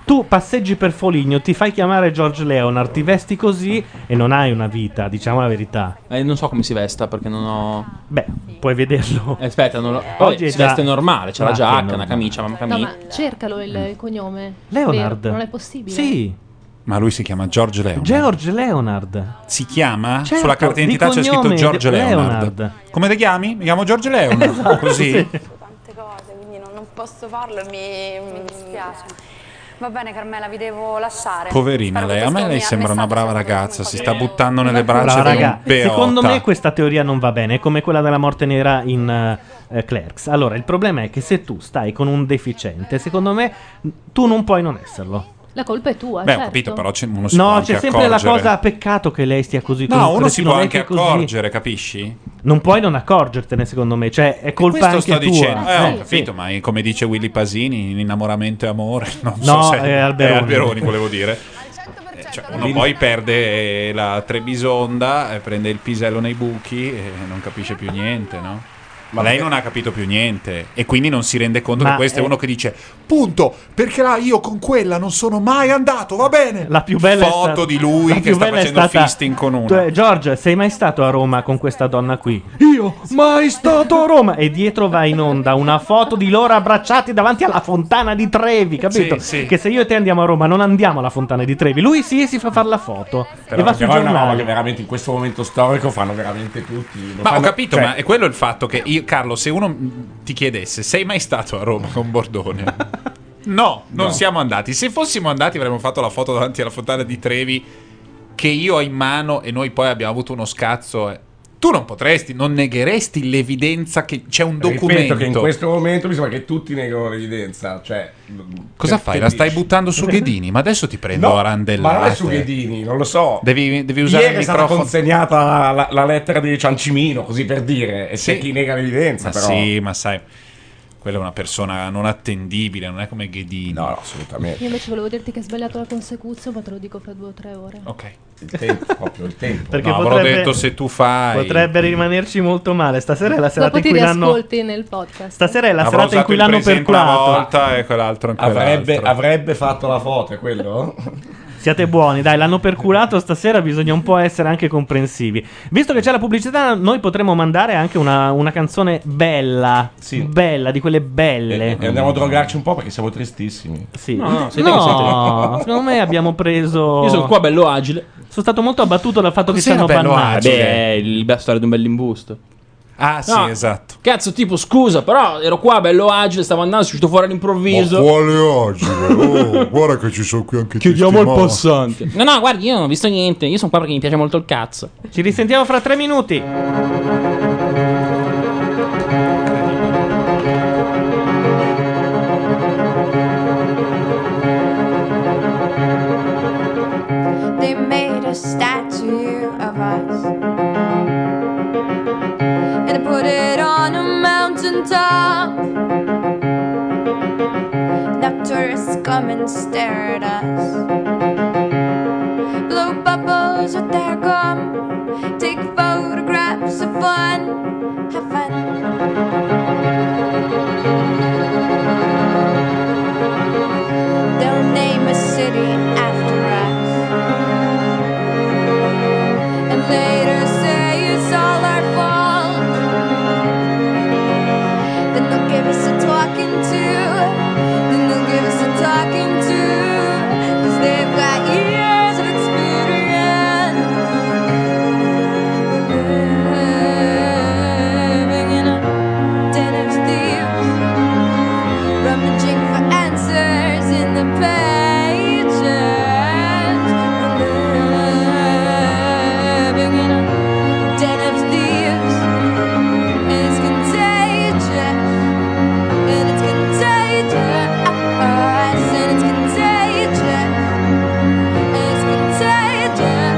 Speaker 2: Tu passeggi per Foligno, ti fai chiamare George Leonard, ti vesti così e non hai una vita, diciamo la verità.
Speaker 4: Non so come si vesta perché non ho.
Speaker 2: Beh, puoi vederlo.
Speaker 4: Aspetta, non lo.
Speaker 2: Oggi è
Speaker 4: si
Speaker 2: già-
Speaker 4: veste normale, c'è la
Speaker 2: Ma che
Speaker 4: giacca,
Speaker 2: normale.
Speaker 4: una camicia, una
Speaker 10: No,
Speaker 4: camicia.
Speaker 10: ma cercalo il cognome.
Speaker 2: Leonard.
Speaker 10: Vero, non è possibile.
Speaker 2: Sì,
Speaker 3: Ma lui si chiama George Leonard.
Speaker 2: George Leonard.
Speaker 3: Si chiama?
Speaker 2: Certo,
Speaker 3: Sulla carta
Speaker 2: di
Speaker 3: d'identità c'è scritto
Speaker 2: cognome
Speaker 3: George
Speaker 2: Leonard.
Speaker 3: Leonard. Come ti chiami? Mi chiamo George Leonard.
Speaker 2: Esatto,
Speaker 3: Così?
Speaker 2: sì.
Speaker 6: Tante cose, quindi non posso farlo e mi
Speaker 7: dispiace. Va bene Carmela, vi devo lasciare.
Speaker 3: Poverina
Speaker 7: Spero che
Speaker 3: lei, a me
Speaker 7: questo
Speaker 3: lei sembra una
Speaker 7: messaggio
Speaker 3: brava
Speaker 7: sia
Speaker 3: ragazza, si sta buttando nelle
Speaker 2: Brava,
Speaker 3: braccia di un
Speaker 2: raga,
Speaker 3: peota.
Speaker 2: secondo me questa teoria non va bene, è come quella della morte nera in Clerks. Allora, il problema è che se tu stai con un deficiente, secondo me tu non puoi non esserlo.
Speaker 10: La colpa è tua,
Speaker 3: Beh, ho
Speaker 10: certo.
Speaker 3: capito, però uno si può
Speaker 2: No,
Speaker 3: anche
Speaker 2: c'è sempre la
Speaker 3: accorgere.
Speaker 2: cosa, peccato che lei stia così. con
Speaker 3: No,
Speaker 2: un
Speaker 3: uno si
Speaker 2: cretino
Speaker 3: può anche
Speaker 2: vecchio così.
Speaker 3: accorgere, capisci?
Speaker 2: Non puoi non accorgertene, secondo me. Cioè, è colpa
Speaker 3: Questo
Speaker 2: anche
Speaker 3: sto
Speaker 2: tua.
Speaker 3: dicendo, ho
Speaker 2: Sì.
Speaker 3: capito, ma come dice Willy Pasini, l'innamoramento è amore. Non
Speaker 2: No,
Speaker 3: so se
Speaker 2: è Alberoni.
Speaker 3: Alberoni, volevo dire. Cioè, uno poi perde la Trebisonda, prende il pisello nei buchi e non capisce più niente, no? Ma lei non ha capito più niente e quindi non si rende conto
Speaker 2: Ma
Speaker 3: che questo è
Speaker 2: è-
Speaker 3: uno che dice punto, perché là io con quella non sono mai andato, va bene.
Speaker 2: La più bella è
Speaker 3: foto
Speaker 2: stata-
Speaker 3: di lui
Speaker 2: la
Speaker 3: che
Speaker 2: più
Speaker 3: sta
Speaker 2: bella è
Speaker 3: facendo
Speaker 2: stata-
Speaker 3: fisting con una.
Speaker 2: Tu, George, sei mai stato a Roma con questa donna qui? Io mai stato a Roma. E dietro va in onda una foto di loro abbracciati davanti alla Fontana di Trevi, capito?
Speaker 5: Sì, sì.
Speaker 2: Che se io e te andiamo a Roma non andiamo alla Fontana di Trevi. Lui sì, si fa fare la foto
Speaker 5: Però,
Speaker 2: e va sui
Speaker 5: però è una roba
Speaker 2: giornali.
Speaker 5: che veramente in questo momento storico fanno veramente tutti. Lo
Speaker 3: Ma ho
Speaker 5: fanno-
Speaker 3: capito,
Speaker 5: cioè,
Speaker 3: ma è quello il fatto che io, Carlo, se uno ti chiedesse sei mai stato a Roma con Bordone? No, non siamo andati. Se fossimo andati avremmo fatto la foto davanti alla Fontana di Trevi che io ho in mano e noi poi abbiamo avuto uno scazzo. Tu non potresti, non negheresti l'evidenza che c'è un documento.
Speaker 5: Ripeto che in questo momento mi sembra che tutti negano l'evidenza. Cioè,
Speaker 3: Cosa
Speaker 5: che-
Speaker 3: fai?
Speaker 5: che
Speaker 3: La stai
Speaker 5: dici?
Speaker 3: buttando su Ghedini? Ma adesso ti prendo
Speaker 5: No,
Speaker 3: a randellate.
Speaker 5: ma non è su Ghedini, non lo so.
Speaker 3: Devi usare
Speaker 5: Ieri
Speaker 3: il
Speaker 5: è stata
Speaker 3: microfono.
Speaker 5: consegnata la lettera di Ciancimino, così per dire, e c'è chi nega l'evidenza,
Speaker 3: Ma
Speaker 5: però.
Speaker 3: sì, ma sai, quella è una persona non attendibile, non è come Ghedini.
Speaker 5: No, assolutamente.
Speaker 10: Io invece volevo dirti che hai sbagliato la consecuzione, ma te lo dico fra 2 o 3 ore.
Speaker 3: Ok.
Speaker 5: Il tempo, proprio il tempo.
Speaker 2: Perché
Speaker 3: No, avrò detto se tu fai.
Speaker 2: Potrebbe rimanerci molto male. Stasera è la serata
Speaker 10: Dopo
Speaker 2: in
Speaker 10: ti
Speaker 2: cui l'hanno.
Speaker 10: riascolti nel podcast.
Speaker 2: Stasera è la
Speaker 3: Avrò
Speaker 2: serata in
Speaker 3: usato
Speaker 2: cui
Speaker 3: il
Speaker 2: l'hanno
Speaker 3: presente una
Speaker 2: perculato.
Speaker 3: volta e quell'altro in quell'altro.
Speaker 5: Avrebbe fatto la foto, è quello?
Speaker 2: Siate buoni, dai, l'hanno perculato stasera, bisogna un po' essere anche comprensivi. Visto che c'è la pubblicità, noi potremmo mandare anche una canzone bella, bella, di quelle belle.
Speaker 5: E andiamo a drogarci un po' perché siamo tristissimi.
Speaker 2: Sì.
Speaker 4: No, siete che siete.
Speaker 2: Secondo me abbiamo preso...
Speaker 4: Io sono qua bello agile.
Speaker 2: Sono stato molto abbattuto dal fatto che ci
Speaker 3: Cos'era
Speaker 2: hanno
Speaker 3: bello
Speaker 2: bannato.
Speaker 3: agile?
Speaker 4: Beh, la storia di un bell'imbusto.
Speaker 3: Ah, sì,
Speaker 4: No.
Speaker 3: esatto.
Speaker 4: Cazzo, tipo, scusa, però ero qua bello agile, stavo andando, sono uscito fuori all'improvviso.
Speaker 11: Quale agile? Oh, guarda che ci sono qui anche
Speaker 4: Chiediamo al
Speaker 11: testimoni.
Speaker 4: passante. No, no, guardi, io non ho visto niente. Io sono qua perché mi piace molto il cazzo.
Speaker 2: Ci risentiamo fra 3 minuti.
Speaker 12: They made a statue of us and they put it on a mountain top. Now tourists come and stare at us, blow bubbles with their gum, take photographs of fun, have fun. They'll name a city after us and later say it's all our fault. Then they'll give us a talking to, then they'll give us a talking to, 'cause they've got years of experience living in a den of thieves, rummaging for answers in the pages, living in a den of thieves, and it's contagious, and it's contagious, and it's contagious, and it's contagious.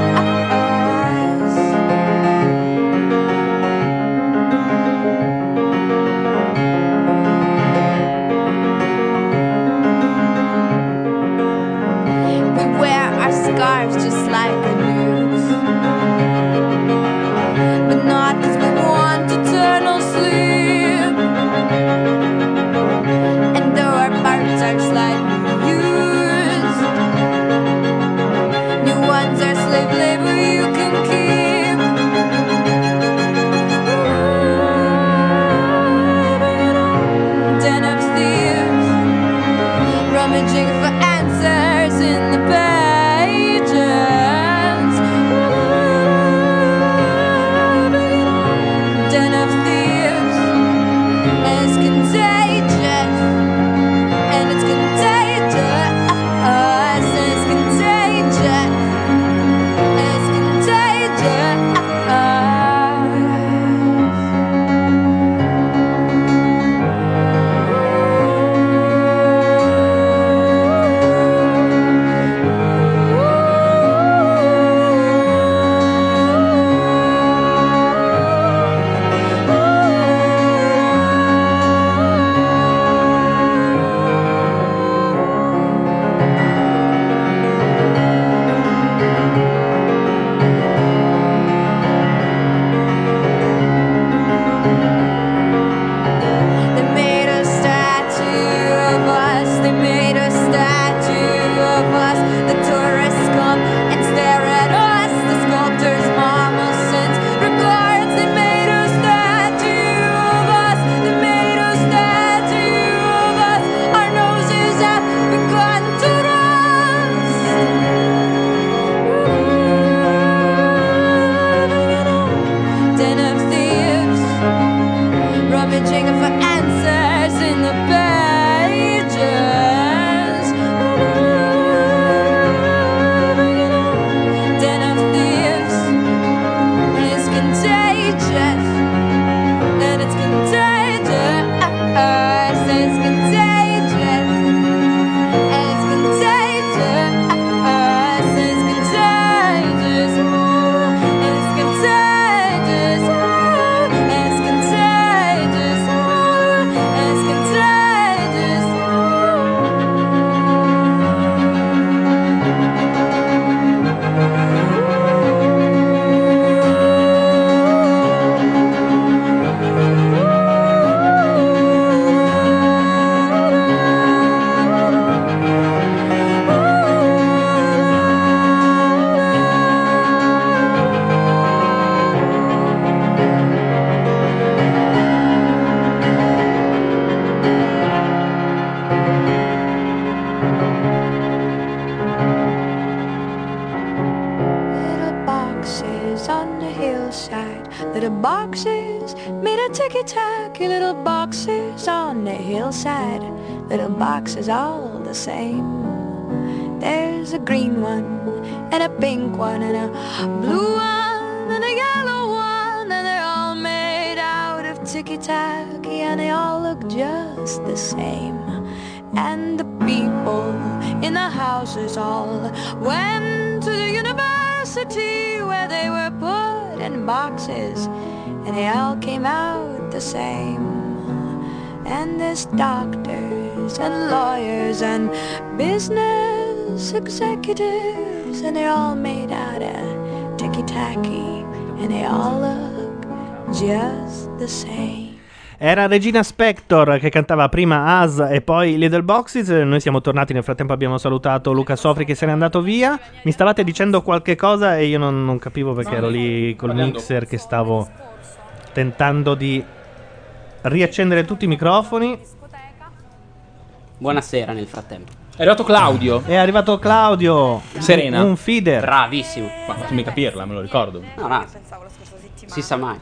Speaker 12: ticky-tacky little boxes on the hillside, little boxes all the same. There's a green one, and a pink one, and a blue one, and a yellow one, and they're all made out of ticky-tacky, and they all look just the same. And the people in the houses all went to the university where they were put in boxes, and they all came out the same. And there's doctors and lawyers and business executives, and they're all made out of ticky-tacky, and they all look just the same.
Speaker 2: Era Regina Spektor che cantava prima Us e poi Little Boxes. Noi siamo tornati, nel frattempo abbiamo salutato Luca Sofri che se n'è andato via. Mi stavate dicendo qualche cosa e io non capivo perché ero lì col mixer che stavo tentando di riaccendere tutti i microfoni.
Speaker 13: Buonasera nel frattempo.
Speaker 4: È arrivato Claudio.
Speaker 2: È arrivato Claudio.
Speaker 4: Serena.
Speaker 2: Un feeder.
Speaker 13: Bravissimo.
Speaker 4: Ma fammi capirla, me lo ricordo.
Speaker 13: No. Si sa mai.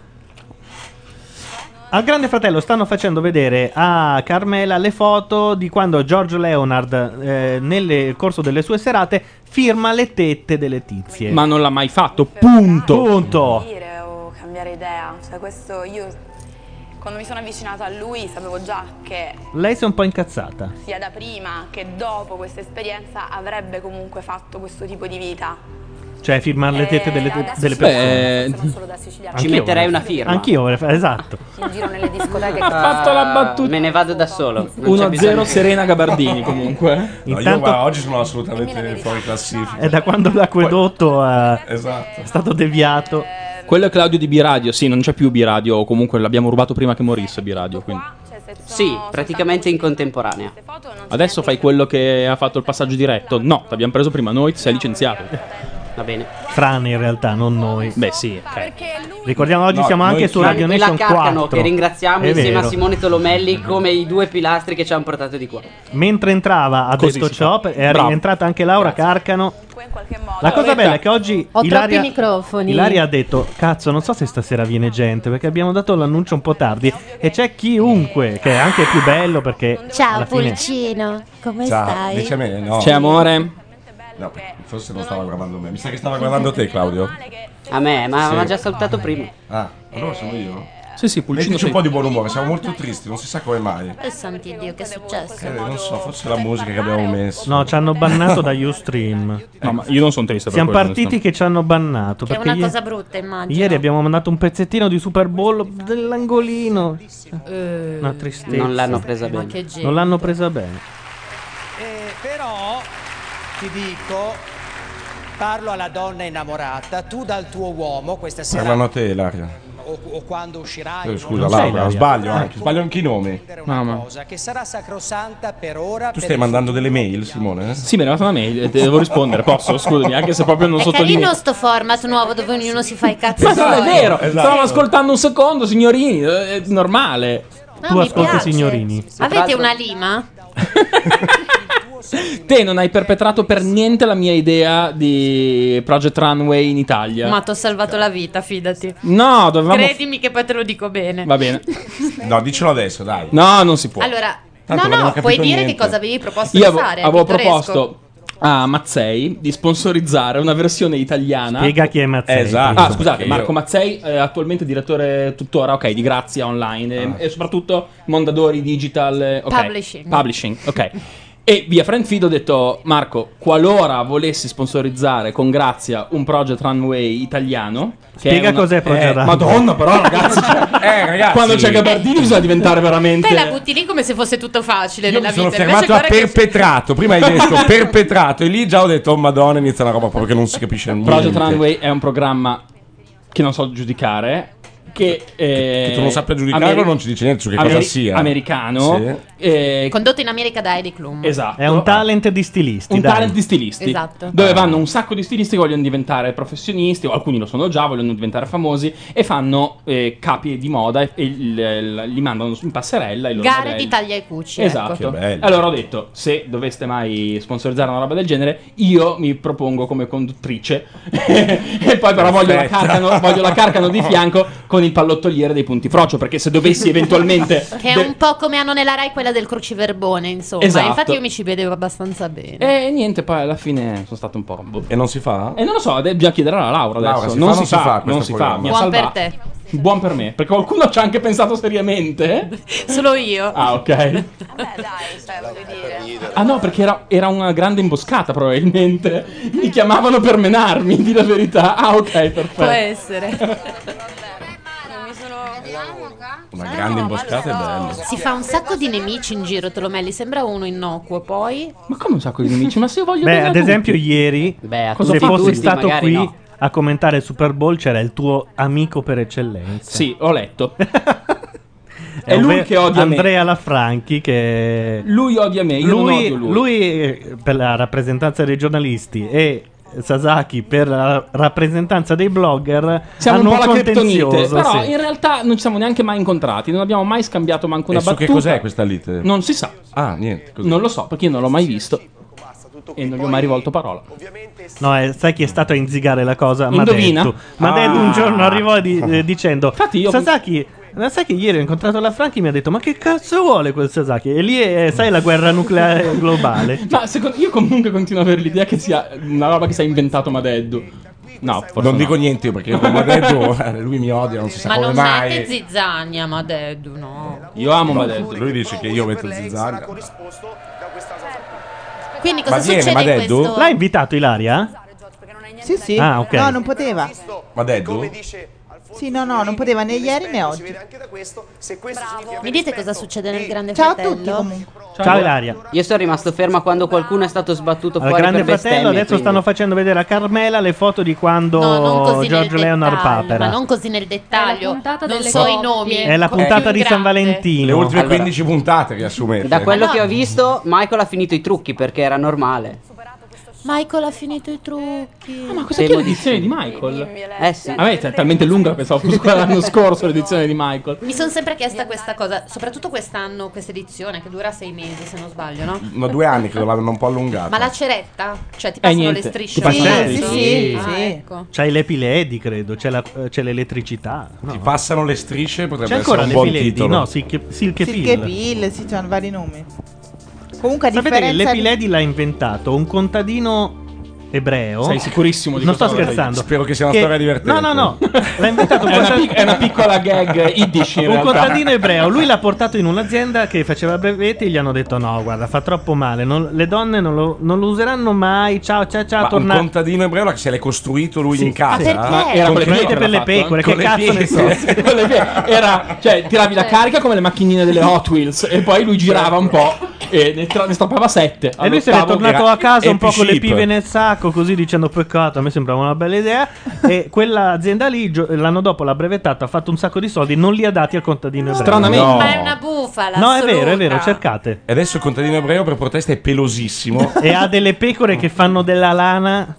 Speaker 2: Al Grande Fratello stanno facendo vedere a Carmela le foto di quando George Leonard nel corso delle sue serate firma le tette delle tizie.
Speaker 4: Ma non l'ha mai fatto, punto.
Speaker 7: Dire o cambiare idea, cioè questo io quando mi sono avvicinata a lui sapevo già che
Speaker 2: Lei si è un po' incazzata.
Speaker 7: sia da prima che dopo questa esperienza avrebbe comunque fatto questo tipo di vita.
Speaker 2: Cioè firmare le tette delle persone.
Speaker 7: Non solo da siciliano.
Speaker 13: Ci metterei una firma.
Speaker 2: Anch'io vorrei fare, esatto.
Speaker 7: In giro nelle discoteche.
Speaker 13: Ha fatto la battuta. Me ne vado da solo.
Speaker 4: 1-0 Serena Gabardini comunque.
Speaker 5: No, io
Speaker 2: Intanto-
Speaker 5: guarda, oggi sono assolutamente fuori classifica.
Speaker 2: È da quando l'acquedotto
Speaker 5: Esatto.
Speaker 2: è stato deviato.
Speaker 4: Quello è Claudio di B-Radio. Sì, non c'è più B-Radio. O comunque l'abbiamo rubato prima che morisse B-Radio. Quindi.
Speaker 13: Sì, praticamente in contemporanea.
Speaker 4: Adesso fai quello che ha fatto il passaggio diretto. No, t'abbiamo preso prima noi, ti sei licenziato.
Speaker 13: Va bene.
Speaker 2: Frane in realtà, non noi.
Speaker 4: Beh sì, ok.
Speaker 2: Ricordiamo oggi
Speaker 5: No,
Speaker 2: siamo
Speaker 5: noi
Speaker 2: anche su
Speaker 5: sì.
Speaker 2: Radio
Speaker 13: E
Speaker 2: Nation
Speaker 13: la Carcano
Speaker 2: 4.
Speaker 13: che ringraziamo
Speaker 2: È
Speaker 13: insieme
Speaker 2: vero.
Speaker 13: a Simone Tolomelli come i due pilastri che ci hanno portato di qua.
Speaker 2: Mentre entrava ha
Speaker 4: Così
Speaker 2: detto
Speaker 4: si
Speaker 2: ciò,
Speaker 4: fa.
Speaker 2: è
Speaker 4: Bravo.
Speaker 2: rientrata anche Laura Carcano. La cosa bella è che oggi
Speaker 10: Ho
Speaker 2: Ilaria,
Speaker 10: troppi microfoni.
Speaker 2: Ilaria ha detto cazzo non so se stasera viene gente perché abbiamo dato l'annuncio un po' tardi e c'è chiunque che è anche più bello perché
Speaker 14: Ciao
Speaker 2: alla fine
Speaker 14: Pulcino, come
Speaker 5: Ciao,
Speaker 14: stai?
Speaker 5: dice a me, no.
Speaker 4: C'è amore?
Speaker 5: No, forse non stava guardando me. Mi sa che stava guardando te, Claudio.
Speaker 13: A me, ma
Speaker 5: Sì.
Speaker 13: mi ha già salutato prima.
Speaker 5: Ah, allora sono io?
Speaker 4: Sì, Pulcino
Speaker 5: Mettici un
Speaker 4: sei.
Speaker 5: po' di buon umore, siamo molto tristi, non si sa come mai.
Speaker 14: Santi Dio, che è successo?
Speaker 5: Non so, forse la musica che abbiamo messo.
Speaker 2: no ci hanno bannato da Ustream.
Speaker 4: No, ma io non sono triste per
Speaker 2: Siamo
Speaker 4: quello,
Speaker 2: partiti che ci hanno bannato
Speaker 14: Che è
Speaker 2: perché
Speaker 14: una cosa brutta, immagino.
Speaker 2: ieri abbiamo mandato un pezzettino di Super Bowl dell'angolino. Una tristezza.
Speaker 13: Non l'hanno presa
Speaker 14: Ma
Speaker 13: bene.
Speaker 14: che gente.
Speaker 2: Non l'hanno presa bene.
Speaker 15: Però ti dico, parlo alla donna innamorata, tu dal tuo uomo questa sera
Speaker 5: Parlano a te, Ilaria.
Speaker 15: o quando uscirai
Speaker 5: Scusa,
Speaker 2: Non sei
Speaker 5: Laura,
Speaker 2: Ilaria.
Speaker 5: sbaglio anche i nomi.
Speaker 15: una cosa che sarà sacrosanta per ora.
Speaker 5: Tu
Speaker 15: per
Speaker 5: stai
Speaker 15: il
Speaker 5: mandando delle mail, Simone?
Speaker 4: Sì, mi è arrivata una mail e devo rispondere. Posso? Scusami, anche se proprio non
Speaker 14: È
Speaker 4: sottolineo.
Speaker 14: carino sto format nuovo dove ognuno si fa i cazzi
Speaker 4: Ma non è
Speaker 14: suoi.
Speaker 4: vero!
Speaker 5: Esatto.
Speaker 4: Stavamo ascoltando un secondo, signorini. È normale.
Speaker 14: No,
Speaker 2: Tu
Speaker 14: mi
Speaker 2: ascolti
Speaker 14: piace.
Speaker 2: signorini.
Speaker 14: Avete una lima?
Speaker 4: Te non hai perpetrato per niente la mia idea di Project Runway in Italia.
Speaker 14: Ma ti ho salvato la vita, fidati.
Speaker 4: No, dovevamo.
Speaker 14: Credimi che poi te lo dico bene.
Speaker 4: Va bene.
Speaker 5: No, dicelo adesso, dai.
Speaker 4: No, non si può.
Speaker 14: Allora,
Speaker 5: Tanto non
Speaker 14: no,
Speaker 5: abbiamo
Speaker 14: puoi
Speaker 5: capito
Speaker 14: dire
Speaker 5: niente.
Speaker 14: che cosa avevi proposto
Speaker 4: Io
Speaker 14: di
Speaker 4: avevo,
Speaker 14: fare.
Speaker 4: avevo
Speaker 14: pittoresco.
Speaker 4: proposto a Mazzei di sponsorizzare una versione italiana.
Speaker 2: Spiega chi è Mazzei.
Speaker 5: Esatto.
Speaker 4: Ah, scusate,
Speaker 5: perché
Speaker 4: Marco
Speaker 5: io-
Speaker 4: Mazzei, attualmente direttore tuttora, ok, di Grazia Online e soprattutto Mondadori Digital ok.
Speaker 14: Publishing.
Speaker 4: ok. E via Friendfeed ho detto, Marco, qualora volessi sponsorizzare con Grazia un Project Runway italiano, che
Speaker 2: Spiega
Speaker 4: è una-
Speaker 2: cos'è Project Runway.
Speaker 4: Madonna, però ragazzi,
Speaker 5: ragazzi.
Speaker 4: quando c'è Gabardini bisogna diventare veramente...
Speaker 14: Te la butti lì come se fosse tutto facile
Speaker 5: Io
Speaker 14: nella
Speaker 5: mi sono
Speaker 14: vita.
Speaker 5: fermato a
Speaker 14: Invece guarda che-
Speaker 5: perpetrato. Prima hai detto perpetrato e lì già ho detto, oh madonna, inizia una roba proprio che non si capisce niente.
Speaker 4: Project Runway è un programma che non so giudicare. Che
Speaker 5: tu non sappia giudicarlo non ci dice niente su che cosa sia.
Speaker 4: Americano.
Speaker 14: Condotto in America da Heidi Klum.
Speaker 4: Esatto.
Speaker 2: È un talent di stilisti.
Speaker 4: Un
Speaker 2: dai.
Speaker 4: talent di stilisti.
Speaker 14: Esatto.
Speaker 4: Dove vanno un sacco di stilisti che vogliono diventare professionisti, o alcuni lo sono già, vogliono diventare famosi, e fanno capi di moda e li mandano in passerella. i loro
Speaker 14: Gare
Speaker 4: modelli.
Speaker 14: di taglia e cuci.
Speaker 4: Esatto.
Speaker 14: Ecco.
Speaker 5: Che bello.
Speaker 4: Allora ho detto, se doveste mai sponsorizzare una roba del genere, io mi propongo come conduttrice e poi però voglio la Carcano di fianco con il pallottoliere dei punti frocio, perché se dovessi eventualmente
Speaker 14: Che è un po' come hanno nella Rai quella del cruciverbone, insomma.
Speaker 4: Esatto.
Speaker 14: Infatti io mi ci vedevo abbastanza bene.
Speaker 4: E niente, poi alla fine sono stato un po'.
Speaker 5: E non si fa?
Speaker 4: E non lo so, bisogna chiedere alla Laura adesso.
Speaker 5: Laura,
Speaker 4: non si fa,
Speaker 5: questo
Speaker 4: non si fa.
Speaker 5: programma.
Speaker 4: Mi ha
Speaker 14: Buon per
Speaker 4: salvato.
Speaker 14: te.
Speaker 4: Buon per me, perché qualcuno ci ha anche pensato seriamente.
Speaker 14: Solo io.
Speaker 4: Ah, ok.
Speaker 6: Vabbè, dai, cioè, voglio dire.
Speaker 4: Ah no, perché era una grande imboscata probabilmente. Mi chiamavano per menarmi, di la verità. Ah, ok, perfetto.
Speaker 14: Può essere.
Speaker 5: Una grande imboscata è bella.
Speaker 14: Si fa un sacco di nemici in giro, te lo Melli. Sembra uno innocuo, poi.
Speaker 4: Ma come un sacco di nemici? Ma se io voglio
Speaker 2: Beh,
Speaker 4: bene a
Speaker 2: ad
Speaker 4: tutti.
Speaker 2: esempio ieri,
Speaker 4: cosa
Speaker 2: se
Speaker 4: fa
Speaker 2: fossi
Speaker 4: tutti,
Speaker 2: stato
Speaker 4: magari
Speaker 2: qui
Speaker 4: no.
Speaker 2: a commentare il Super Bowl, c'era il tuo amico per eccellenza.
Speaker 4: Sì, ho letto.
Speaker 2: È
Speaker 4: È lui che odia me.
Speaker 2: Andrea Lafranchi, che
Speaker 4: Lui odia me, io non odio lui.
Speaker 2: per la rappresentanza dei giornalisti e Sasaki per la rappresentanza dei blogger
Speaker 4: Siamo
Speaker 2: hanno
Speaker 4: un po' la
Speaker 2: contenzioso,
Speaker 4: criptonite. Però
Speaker 2: sì.
Speaker 4: in realtà non ci siamo neanche mai incontrati. Non abbiamo mai scambiato manco una
Speaker 5: E su
Speaker 4: battuta.
Speaker 5: che cos'è questa lite?
Speaker 4: Non si sa.
Speaker 5: Ah, niente. Così.
Speaker 4: Non lo so, perché io non l'ho mai visto. E non gli ho mai rivolto parola.
Speaker 2: No, sai chi è stato a inzigare la cosa?
Speaker 4: Indovina?
Speaker 2: Madeddu un giorno arrivò dicendo
Speaker 4: Infatti io-
Speaker 2: Sasaki, ma sai che ieri ho incontrato la Franchi e mi ha detto ma che cazzo vuole quel Sasaki? E lì è, sai, la guerra nucleare globale.
Speaker 4: Ma io comunque continuo ad avere l'idea che sia una roba che si è inventato Madeddu. No, forse
Speaker 5: Non
Speaker 4: no.
Speaker 5: dico niente io perché io con Madeddu lui mi odia, non si sa
Speaker 14: Ma
Speaker 5: come
Speaker 14: non
Speaker 5: mai.
Speaker 14: mette zizzania, Madeddu, no.
Speaker 4: Io amo Madeddu.
Speaker 5: Lui dice che io metto zizzania.
Speaker 14: Quindi cosa
Speaker 5: Ma viene
Speaker 14: succede in
Speaker 5: Madeddu?
Speaker 14: questo?
Speaker 2: L'ha invitato Ilaria?
Speaker 16: Sì, sì.
Speaker 2: Ah, ok.
Speaker 16: No, non poteva.
Speaker 5: Madeddu?
Speaker 16: Sì, no, non poteva né ieri né oggi.
Speaker 14: Mi dite cosa succede nel Grande
Speaker 16: Ciao a
Speaker 14: Fratello?
Speaker 16: tutti comunque.
Speaker 2: Ciao Ilaria.
Speaker 13: Io sono rimasto ferma quando qualcuno è stato sbattuto
Speaker 2: Al
Speaker 13: fuori
Speaker 2: Grande
Speaker 13: per
Speaker 2: Fratello
Speaker 13: bestemmie,
Speaker 2: adesso stanno facendo vedere a Carmela le foto di quando
Speaker 14: No, non così
Speaker 2: George
Speaker 14: nel
Speaker 2: Leonard
Speaker 14: dettaglio,
Speaker 2: Papera.
Speaker 14: ma non così nel dettaglio.
Speaker 10: puntata
Speaker 14: Non
Speaker 10: delle
Speaker 14: so i
Speaker 10: coppie.
Speaker 14: nomi.
Speaker 2: È la
Speaker 14: Più
Speaker 2: puntata di San
Speaker 14: grande.
Speaker 2: Valentino.
Speaker 5: Le ultime
Speaker 13: Allora.
Speaker 5: 15 puntate riassumete.
Speaker 13: Da quello
Speaker 14: Ma no.
Speaker 13: che ho visto, Michael ha finito i trucchi perché era normale.
Speaker 14: Michael ha finito i trucchi.
Speaker 4: Ma cos'è che è l'edizione di Michael?
Speaker 13: Sì.
Speaker 4: A me è talmente lunga, pensavo fosse quella dell'anno scorso l'edizione di Michael.
Speaker 14: Mi sono sempre chiesta questa cosa, soprattutto quest'anno, questa edizione che dura 6 mesi se non sbaglio, no?
Speaker 5: No, 2 anni che l'hanno un po' allungata.
Speaker 14: Ma la ceretta? Cioè ti passano
Speaker 2: niente.
Speaker 14: le strisce?
Speaker 2: Ti passano le
Speaker 14: Sì,
Speaker 2: strisce.
Speaker 14: sì,
Speaker 2: Sì.
Speaker 14: ecco.
Speaker 2: C'hai l'epiledi, credo, c'è l'elettricità. No.
Speaker 5: Ti passano le strisce, potrebbe
Speaker 2: C'è ancora
Speaker 5: essere un buon
Speaker 2: l'epiledi?
Speaker 5: titolo.
Speaker 2: No, Silke
Speaker 16: Silke
Speaker 2: Pill.
Speaker 16: Pill, sì, c'hanno vari nomi. Comunque a
Speaker 2: Sapete che
Speaker 16: differenza
Speaker 2: l'epiledi l'ha inventato un contadino ebreo.
Speaker 4: Sei sicurissimo di
Speaker 2: Non sto
Speaker 4: cosa vorrei?
Speaker 2: scherzando.
Speaker 5: Spero che sia una storia divertente.
Speaker 2: No. L'ha inventato un
Speaker 4: È una piccola gag yiddish in
Speaker 2: un
Speaker 4: realtà.
Speaker 2: contadino ebreo. Lui l'ha portato in un'azienda che faceva brevetti e gli hanno detto no, guarda, fa troppo male, le donne non lo useranno mai. Ciao,
Speaker 5: Ma un
Speaker 2: torna.
Speaker 5: contadino ebreo che se l'è costruito lui
Speaker 2: Sì.
Speaker 5: in casa.
Speaker 14: Ma perché?
Speaker 4: Ma era con le
Speaker 2: Completamente
Speaker 4: pecore
Speaker 2: per le
Speaker 4: l'ha fatto,
Speaker 2: pecore,
Speaker 5: Con
Speaker 2: che
Speaker 5: le
Speaker 2: cazzo ne so.
Speaker 5: pecore.
Speaker 4: Era, cioè, tiravi la carica come le macchinine delle Hot Wheels e poi lui girava un po' e ne strappava 7.
Speaker 2: E lui se n'è tornato a casa un po' con le
Speaker 5: Epi
Speaker 2: pive
Speaker 5: Ship.
Speaker 2: nel sacco, così dicendo peccato, a me sembrava una bella idea. E quell'azienda lì, l'anno dopo l'ha brevettato, ha fatto un sacco di soldi, non li ha dati al contadino ebreo.
Speaker 4: Stranamente.
Speaker 5: No.
Speaker 14: Ma è una bufala.
Speaker 2: No, è
Speaker 14: assoluta.
Speaker 2: vero, cercate.
Speaker 5: E adesso il contadino ebreo per protesta è pelosissimo.
Speaker 2: E ha delle pecore che fanno della lana.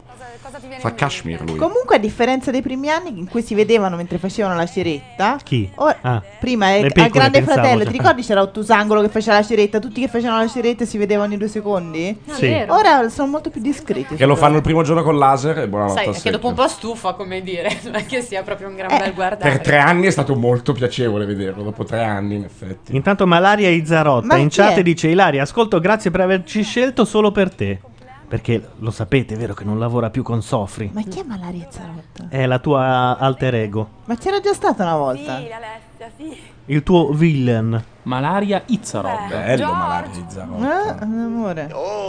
Speaker 5: Fa cashmere lui.
Speaker 16: Comunque, a differenza dei primi anni in cui si vedevano mentre facevano la ceretta,
Speaker 2: Chi?
Speaker 16: ora- prima
Speaker 2: le
Speaker 16: al
Speaker 2: pecore,
Speaker 16: Grande
Speaker 2: pensavo,
Speaker 16: Fratello,
Speaker 2: cioè.
Speaker 16: ti ricordi c'era Ottusangolo che faceva la ceretta? Tutti che facevano la ceretta si vedevano in 2 secondi?
Speaker 2: Sì.
Speaker 10: vero.
Speaker 16: Ora sono molto più discreti.
Speaker 5: Che lo fanno il primo giorno col laser e buonanotte
Speaker 14: Sai,
Speaker 5: a
Speaker 14: è che
Speaker 5: secchio.
Speaker 14: dopo un po' stufa, come dire, non è che sia proprio un gran bel guardare.
Speaker 5: Per 3 anni è stato molto piacevole vederlo. Dopo 3 anni, in effetti.
Speaker 2: Intanto Malaria Izzarotta
Speaker 16: Ma
Speaker 2: in
Speaker 16: chi
Speaker 2: chat
Speaker 16: è?
Speaker 2: dice: Ilaria, ascolto, grazie per averci scelto solo per te. Perché lo sapete, vero che non lavora più con Sofri?
Speaker 16: Ma chi è Malaria Zarotta?
Speaker 2: È la tua alter ego.
Speaker 16: Ma c'era già stata una volta.
Speaker 6: Sì, l'Alessia, sì.
Speaker 2: Il tuo villain.
Speaker 4: Malaria Izzarod.
Speaker 5: Bello Malaria Izzarod.
Speaker 16: Amore.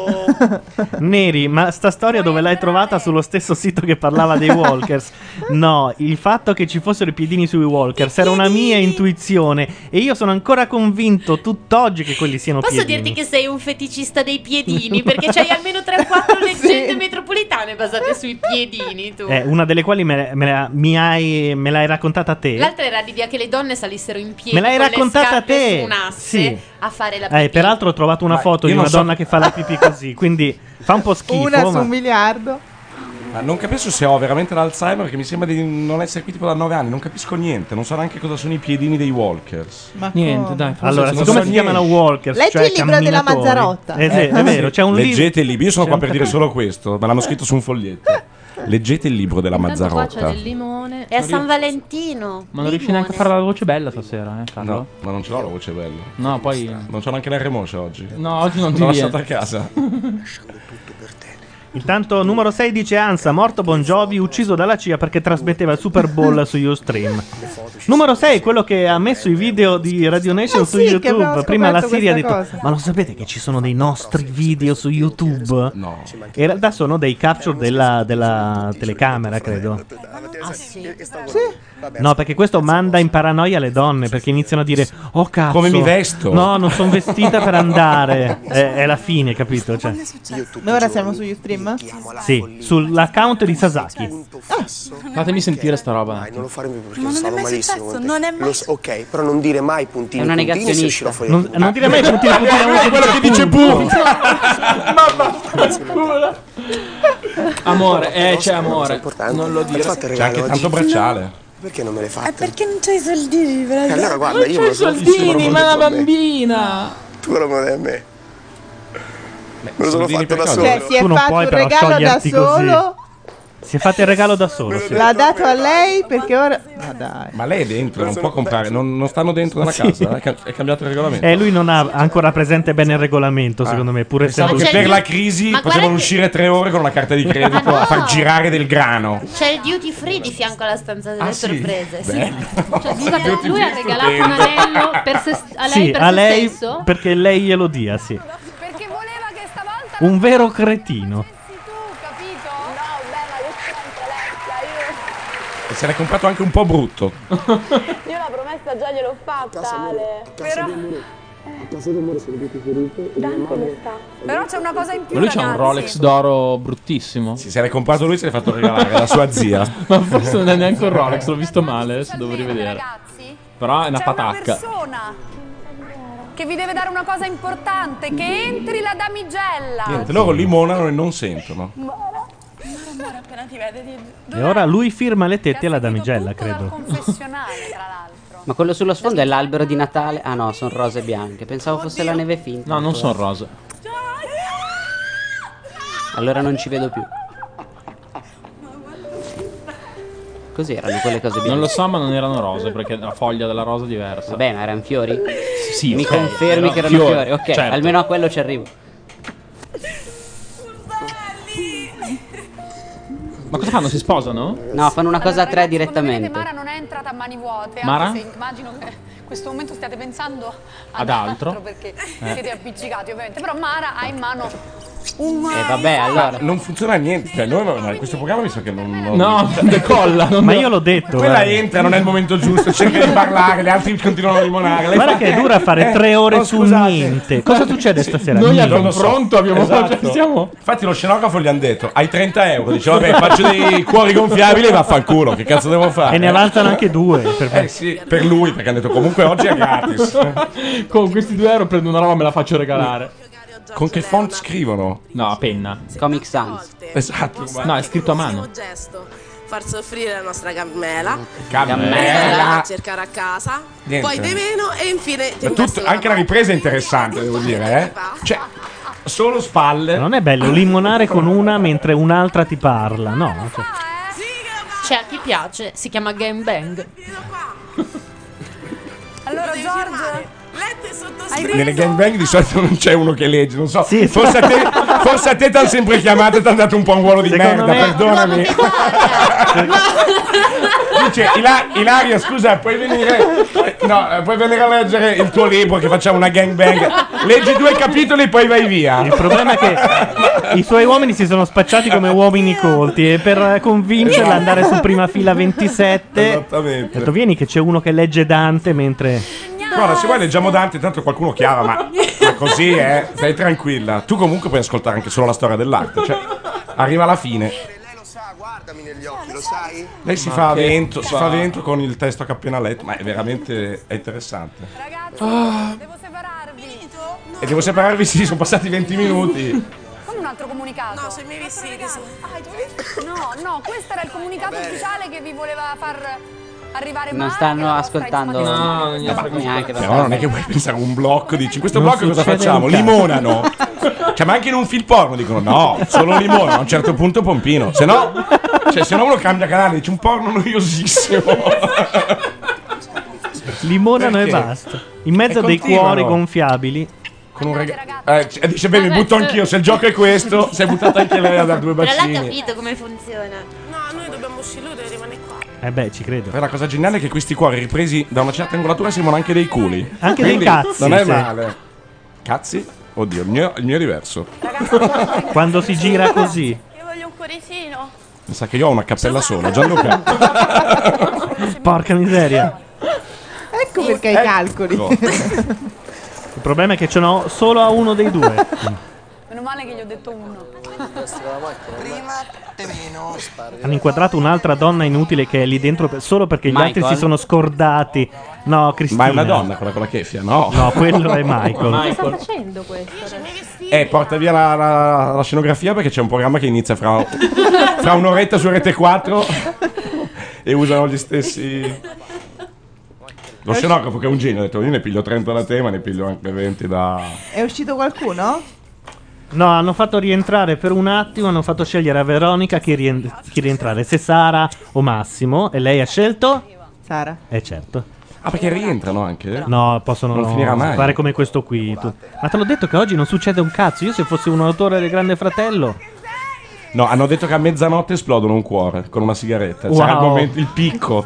Speaker 2: Neri, ma sta storia dove l'hai trovata sullo stesso sito che parlava dei Walkers? No, il fatto che ci fossero i piedini sui Walkers era una mia intuizione e io sono ancora convinto tutt'oggi che quelli siano
Speaker 14: Posso
Speaker 2: piedini.
Speaker 14: dirti che sei un feticista dei piedini? Perché c'hai almeno 3 o 4 leggende metropolitane basate sui piedini, tu.
Speaker 2: Una delle quali me l'hai raccontata te.
Speaker 14: L'altra era l'idea che le donne salissero in piedi
Speaker 2: Me l'hai
Speaker 14: con
Speaker 2: raccontata
Speaker 14: le scarpe
Speaker 2: te.
Speaker 14: su un asse
Speaker 2: Sì.
Speaker 14: a fare la pipì.
Speaker 2: Peraltro ho trovato una
Speaker 5: Ma
Speaker 2: foto
Speaker 5: io
Speaker 2: di
Speaker 5: non
Speaker 2: una
Speaker 5: so-
Speaker 2: donna che fa la pipì così, quindi fa un po' schifo.
Speaker 16: Una su
Speaker 2: ma-
Speaker 16: 1 miliardo.
Speaker 5: Ma non capisco se ho veramente l'Alzheimer, che mi sembra di non essere qui tipo da 9 anni. Non capisco niente. Non so neanche cosa sono i piedini dei Walkers.
Speaker 16: Ma
Speaker 4: Niente,
Speaker 16: come?
Speaker 4: dai. forse
Speaker 2: Allora,
Speaker 4: non
Speaker 2: siccome
Speaker 4: so
Speaker 2: si
Speaker 5: niente.
Speaker 2: chiamano Walkers,
Speaker 16: Leggi
Speaker 2: cioè
Speaker 16: il libro della
Speaker 2: camminatori.
Speaker 16: Mazzarotta.
Speaker 2: È vero, c'è un libro.
Speaker 5: Leggete il libro. Io sono
Speaker 2: c'è
Speaker 5: qua
Speaker 2: un
Speaker 5: per dire
Speaker 2: capitolo.
Speaker 5: solo questo. Me l'hanno scritto su un foglietto. Leggete il libro della
Speaker 10: Intanto qua c'è
Speaker 5: Mazzarotta.
Speaker 10: del limone.
Speaker 14: È a San Valentino.
Speaker 4: Ma non riesci neanche a fare la voce bella stasera, Carlo?
Speaker 5: No, ma non ce l'ho la voce bella.
Speaker 4: No, poi...
Speaker 5: Non c'ho neanche la remoscia oggi.
Speaker 4: No, oggi non ti
Speaker 5: l'ho
Speaker 4: viene.
Speaker 5: lasciata a casa.
Speaker 2: Intanto numero 6 dice Ansa, morto Bon Jovi, ucciso dalla CIA perché trasmetteva il Super Bowl su Ustream. Numero 6, quello che ha messo i video di Radio Nation su
Speaker 16: sì, che abbiamo
Speaker 2: YouTube. Prima la
Speaker 16: scoperto
Speaker 2: Siria ha detto:
Speaker 16: questa cosa.
Speaker 2: ma lo sapete che ci sono dei nostri video su YouTube?
Speaker 5: No.
Speaker 2: In realtà sono dei capture della telecamera, credo.
Speaker 14: Ah sì.
Speaker 2: No, perché questo manda in paranoia le donne, perché iniziano a dire: oh cazzo,
Speaker 5: Come mi vesto?
Speaker 2: No, non sono vestita per andare. È la fine, capito? Cioè,
Speaker 16: Noi ora siamo su Ustream?
Speaker 2: sì, sull'account di Sasaki.
Speaker 4: Fatemi sentire sta roba.
Speaker 9: Dai, non lo faremo più perché
Speaker 6: Ma non è
Speaker 9: stavo
Speaker 6: mai
Speaker 9: malissimo.
Speaker 6: successo,
Speaker 9: con te.
Speaker 6: non è mai
Speaker 9: Ok, però non dire mai puntini
Speaker 13: È una
Speaker 9: puntini se
Speaker 13: negazionista.
Speaker 9: uscirò fuori.
Speaker 2: Non dire mai puntini puntini,
Speaker 5: quello che dice Pooh.
Speaker 4: Amore, c'è amore.
Speaker 9: Non lo dire.
Speaker 5: C'è anche tanto bracciale.
Speaker 9: Perché non me l'hai fatta?
Speaker 6: perché non c'hai i soldini,
Speaker 9: E allora guarda, io me
Speaker 4: C'hai
Speaker 9: lo
Speaker 4: i
Speaker 9: sono
Speaker 4: soldini, ma la bambina.
Speaker 9: Tu lo vuoi a me. Me lo sono
Speaker 5: soldini
Speaker 9: fatto da
Speaker 5: per
Speaker 9: solo.
Speaker 16: Cioè, si è
Speaker 2: Tu non
Speaker 16: fatto
Speaker 2: puoi
Speaker 16: un
Speaker 2: però
Speaker 16: regalo da
Speaker 2: scioglierti così.
Speaker 16: solo.
Speaker 2: Si è fatto il regalo da solo. Sì.
Speaker 16: L'ha dato a lei perché ora. Ma dai.
Speaker 5: Ma lei è dentro, non può comprare. Non stanno dentro nella
Speaker 2: Sì.
Speaker 5: casa. È cambiato il regolamento.
Speaker 2: Lui non ha ancora presente bene il regolamento, secondo me. Pure
Speaker 5: Pensavo
Speaker 2: essendo
Speaker 5: che
Speaker 14: c'è
Speaker 5: per
Speaker 14: il-
Speaker 5: la crisi
Speaker 14: Ma
Speaker 5: potevano
Speaker 14: guarda che-
Speaker 5: uscire 3 ore con una carta di credito
Speaker 14: Ma no.
Speaker 5: a far girare del grano.
Speaker 14: C'è il duty free di fianco alla stanza delle
Speaker 5: Ah, sì?
Speaker 14: sorprese. Sì.
Speaker 5: Bello.
Speaker 10: Cioè, scusate, lui ha regalato un anello a lei
Speaker 2: sì,
Speaker 10: per
Speaker 2: a
Speaker 10: se
Speaker 2: lei
Speaker 10: stesso?
Speaker 2: perché lei glielo dia, sì.
Speaker 7: Perché voleva che stavolta
Speaker 2: Un vero cretino.
Speaker 7: tu, capito? No, beh, ma io sempre Alessia,
Speaker 5: E se l'è comprato anche un po' brutto.
Speaker 6: Io la promessa già gliel'ho fatta, Ale.
Speaker 7: Però
Speaker 9: A casa d'amore sono tutti feriti.
Speaker 6: Dai, come sta?
Speaker 7: Però c'è una cosa in più,
Speaker 4: Ma lui c'ha un
Speaker 7: ragazzi.
Speaker 4: Rolex d'oro bruttissimo.
Speaker 5: Sì, se l'è comprato lui se l'è fatto regalare la sua zia.
Speaker 4: Ma forse non è neanche un Rolex, l'ho visto male, adesso devo rivedere.
Speaker 7: Ragazzi,
Speaker 4: Però è una
Speaker 7: c'è una
Speaker 4: patacca.
Speaker 7: persona che vi deve dare una cosa importante, che entri la damigella.
Speaker 5: Niente, loro limonano e non sentono.
Speaker 6: Mara appena ti vede di...
Speaker 2: E ora lui firma le tette alla damigella, credo.
Speaker 7: Confessionale, tra l'altro.
Speaker 13: Ma quello sullo sfondo è l'albero di Natale? Ah no, sono rose bianche. Pensavo fosse la neve finta.
Speaker 4: No, non sono rose.
Speaker 13: Allora non ci vedo più. Cos'erano quelle cose bianche?
Speaker 4: Non lo so, ma non erano rose, perché la foglia della rosa è diversa.
Speaker 13: Vabbè, ma erano fiori?
Speaker 4: Sì,
Speaker 13: Mi
Speaker 4: ok,
Speaker 13: confermi che erano fiori? Ok,
Speaker 4: certo.
Speaker 13: almeno a quello ci arrivo.
Speaker 4: Ma cosa fanno? Si sposano?
Speaker 13: No, fanno una cosa a tre
Speaker 7: Vedete,
Speaker 13: direttamente.
Speaker 7: Mara non è entrata a mani vuote,
Speaker 4: Mara?
Speaker 7: anche se immagino che in questo momento stiate pensando
Speaker 4: Ad altro?
Speaker 7: perché siete appiccicati ovviamente, però Mara ha in mano un
Speaker 13: Vabbè, allora.
Speaker 5: Non funziona niente. Cioè, noi questo programma mi sa che non.
Speaker 4: No, decolla.
Speaker 2: Ma io l'ho detto.
Speaker 5: Quella
Speaker 2: guarda.
Speaker 5: entra, non è il momento giusto, cerca di parlare, gli altri continuano a limonare. Lei
Speaker 2: Guarda
Speaker 5: fa-
Speaker 2: che è dura fare 3 ore
Speaker 5: no,
Speaker 2: su
Speaker 5: scusate.
Speaker 2: niente. Cosa succede stasera?
Speaker 4: Noi
Speaker 2: Niente.
Speaker 4: al
Speaker 5: Non lo so.
Speaker 4: confronto abbiamo
Speaker 5: Esatto.
Speaker 4: cioè, siamo...
Speaker 5: Infatti lo scenografo gli hanno detto hai 30 euro. Dice vabbè faccio dei cuori gonfiabili e vaffanculo. Che cazzo devo fare?
Speaker 2: E ne avanzano anche 2.
Speaker 5: Sì, per lui perché hanno detto comunque oggi è gratis.
Speaker 4: Con questi 2 euro prendo una roba e me la faccio regalare.
Speaker 5: Con che font scrivono?
Speaker 4: No, a penna.
Speaker 13: Comic Sans.
Speaker 5: Esatto.
Speaker 4: No, è scritto a mano.
Speaker 8: Gesto. Far soffrire la nostra Gammela.
Speaker 5: Gammela.
Speaker 8: A cercare a casa.
Speaker 5: Niente.
Speaker 8: Poi De Meno e infine ti
Speaker 5: Ma
Speaker 8: investo
Speaker 5: tutto, anche la ripresa è interessante, devo dire, Cioè, solo spalle.
Speaker 2: Non è bello limonare con una mentre un'altra ti parla, no? Cioè,
Speaker 14: Cioè, a chi piace? Si chiama Game Bang.
Speaker 7: Allora Giorgio,
Speaker 5: Nelle gangbang di solito non c'è uno che legge, non so.
Speaker 2: Sì,
Speaker 5: forse a te ti hanno sempre chiamato e ti hanno dato un po' un ruolo di
Speaker 2: Secondo
Speaker 5: merda,
Speaker 2: me-
Speaker 5: perdonami. Dice Ilaria, scusa, puoi venire a leggere il tuo libro che facciamo una gangbang. Leggi 2 capitoli e poi vai via.
Speaker 2: il problema è che i suoi uomini si sono spacciati come uomini colti e per convincerla ad andare su prima fila 27
Speaker 5: Esattamente.
Speaker 2: ha detto vieni che c'è uno che legge Dante mentre...
Speaker 5: Guarda, se vuoi leggiamo Dante, tanto qualcuno chiama, ma così stai tranquilla. Tu comunque puoi ascoltare anche solo la storia dell'arte, cioè arriva alla fine.
Speaker 9: Lei lo sa, guardami negli occhi, lo sai?
Speaker 5: Lei si fa vento con il testo che ha appena letto, ma è veramente interessante.
Speaker 7: ragazzi, devo separarvi.
Speaker 5: E devo separarvi, sì, sono passati 20 minuti.
Speaker 7: Come un altro comunicato?
Speaker 8: No, se mi vestiti.
Speaker 7: No, questo era il comunicato ufficiale che vi voleva far arrivare
Speaker 13: Non
Speaker 7: Mara,
Speaker 13: stanno
Speaker 7: che la vostra
Speaker 13: ascoltando.
Speaker 7: ex
Speaker 4: No, non
Speaker 13: Non
Speaker 4: gli
Speaker 13: frega neanche.
Speaker 5: Però non è che puoi pensare a un blocco, dici, in questo
Speaker 2: Non
Speaker 5: blocco cosa
Speaker 2: succede
Speaker 5: facciamo?
Speaker 2: un cazzo.
Speaker 5: Limonano. Cioè, ma anche in un film porno dicono no, solo limonano, a un certo punto pompino, se no Cioè, se no uno cambia canale, dice un porno noiosissimo.
Speaker 2: Limonano
Speaker 5: Perché?
Speaker 2: e basta. In mezzo
Speaker 5: E
Speaker 2: a dei
Speaker 5: continuano.
Speaker 2: cuori gonfiabili.
Speaker 5: Con un dice, beh, mi butto anch'io. Se il gioco è questo, si è buttata anche lei a dare due
Speaker 14: Però l'ha
Speaker 5: bacini.
Speaker 14: capito come funziona.
Speaker 8: No, noi dobbiamo uscire, lui deve rimanere qua.
Speaker 2: Ci credo.
Speaker 5: Poi la cosa geniale è che questi cuori ripresi da una certa angolatura sembrano anche dei culi.
Speaker 2: Anche
Speaker 5: Quindi
Speaker 2: dei cazzi,
Speaker 5: Non è
Speaker 2: sì.
Speaker 5: male. Cazzi? Oddio, il mio è diverso.
Speaker 2: Quando si gira così.
Speaker 6: Io voglio un cuoricino.
Speaker 5: Mi sa che io ho una cappella sola, Gianluca.
Speaker 2: Porca miseria.
Speaker 16: Ecco perché hai i calcoli.
Speaker 2: Il problema è che ce n'ho solo a uno dei due.
Speaker 7: Meno male che gli ho detto uno.
Speaker 9: Prima te meno.
Speaker 2: Hanno inquadrato un'altra donna inutile che è lì dentro solo perché gli altri
Speaker 5: Michael?
Speaker 2: si sono scordati. No, Cristina.
Speaker 5: Ma è una donna quella con la cheffia, no?
Speaker 2: No, quello è Michael.
Speaker 10: Cosa sta facendo questo?
Speaker 5: Porta via la scenografia perché c'è un programma che inizia fra un'oretta su Rete 4 e usano gli stessi. Lo scenografo che è un genio ha detto io ne piglio 30 da te ma ne piglio anche 20 da...
Speaker 16: È uscito qualcuno?
Speaker 2: No, hanno fatto rientrare per un attimo, hanno fatto scegliere a Veronica chi rientrare, se Sara o Massimo, e lei ha scelto?
Speaker 16: Sara.
Speaker 2: Certo.
Speaker 5: Ah, perché rientrano anche?
Speaker 2: No, possono
Speaker 5: Non finirà mai.
Speaker 2: fare come questo qui. Ma te l'ho detto che oggi non succede un cazzo. Io se fossi un autore del Grande Fratello...
Speaker 5: No, hanno detto che a mezzanotte esplodono un cuore con una sigaretta.
Speaker 2: Wow.
Speaker 5: Sarà il momento, il picco.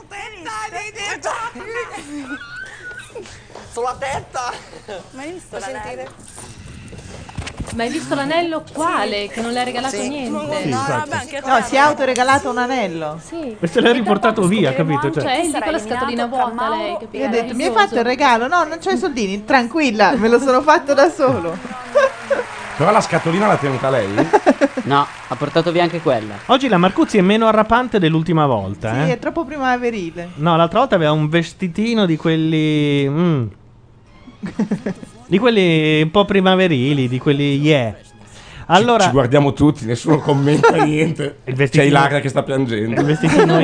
Speaker 9: Sulla testa.
Speaker 7: Ma hai visto l'anello?
Speaker 10: Ma hai visto l'anello quale? Che non le ha regalato niente.
Speaker 2: Sì, infatti.
Speaker 16: No, si è autoregalato un anello.
Speaker 10: Sì.
Speaker 2: E se l'ha riportato via, capito?
Speaker 10: Cioè, lì
Speaker 7: sarà
Speaker 10: con la scatolina
Speaker 7: eliminato
Speaker 10: vuota
Speaker 7: tra
Speaker 10: lei,
Speaker 7: Mauro
Speaker 10: capito?
Speaker 16: Io ho detto, mi hai fatto il regalo? No, non c'ho i soldini. Tranquilla, me lo sono fatto da solo.
Speaker 5: Però la scatolina l'ha tenuta lei?
Speaker 13: No, ha portato via anche quella.
Speaker 2: Oggi la Marcuzzi è meno arrapante dell'ultima volta.
Speaker 16: Sì, è troppo primaverile.
Speaker 2: No, l'altra volta aveva un vestitino di quelli... di quelli un po' primaverili, di quelli Allora,
Speaker 5: Ci guardiamo tutti, nessuno commenta niente. C'è Ilaria che sta piangendo.
Speaker 2: Il vestitino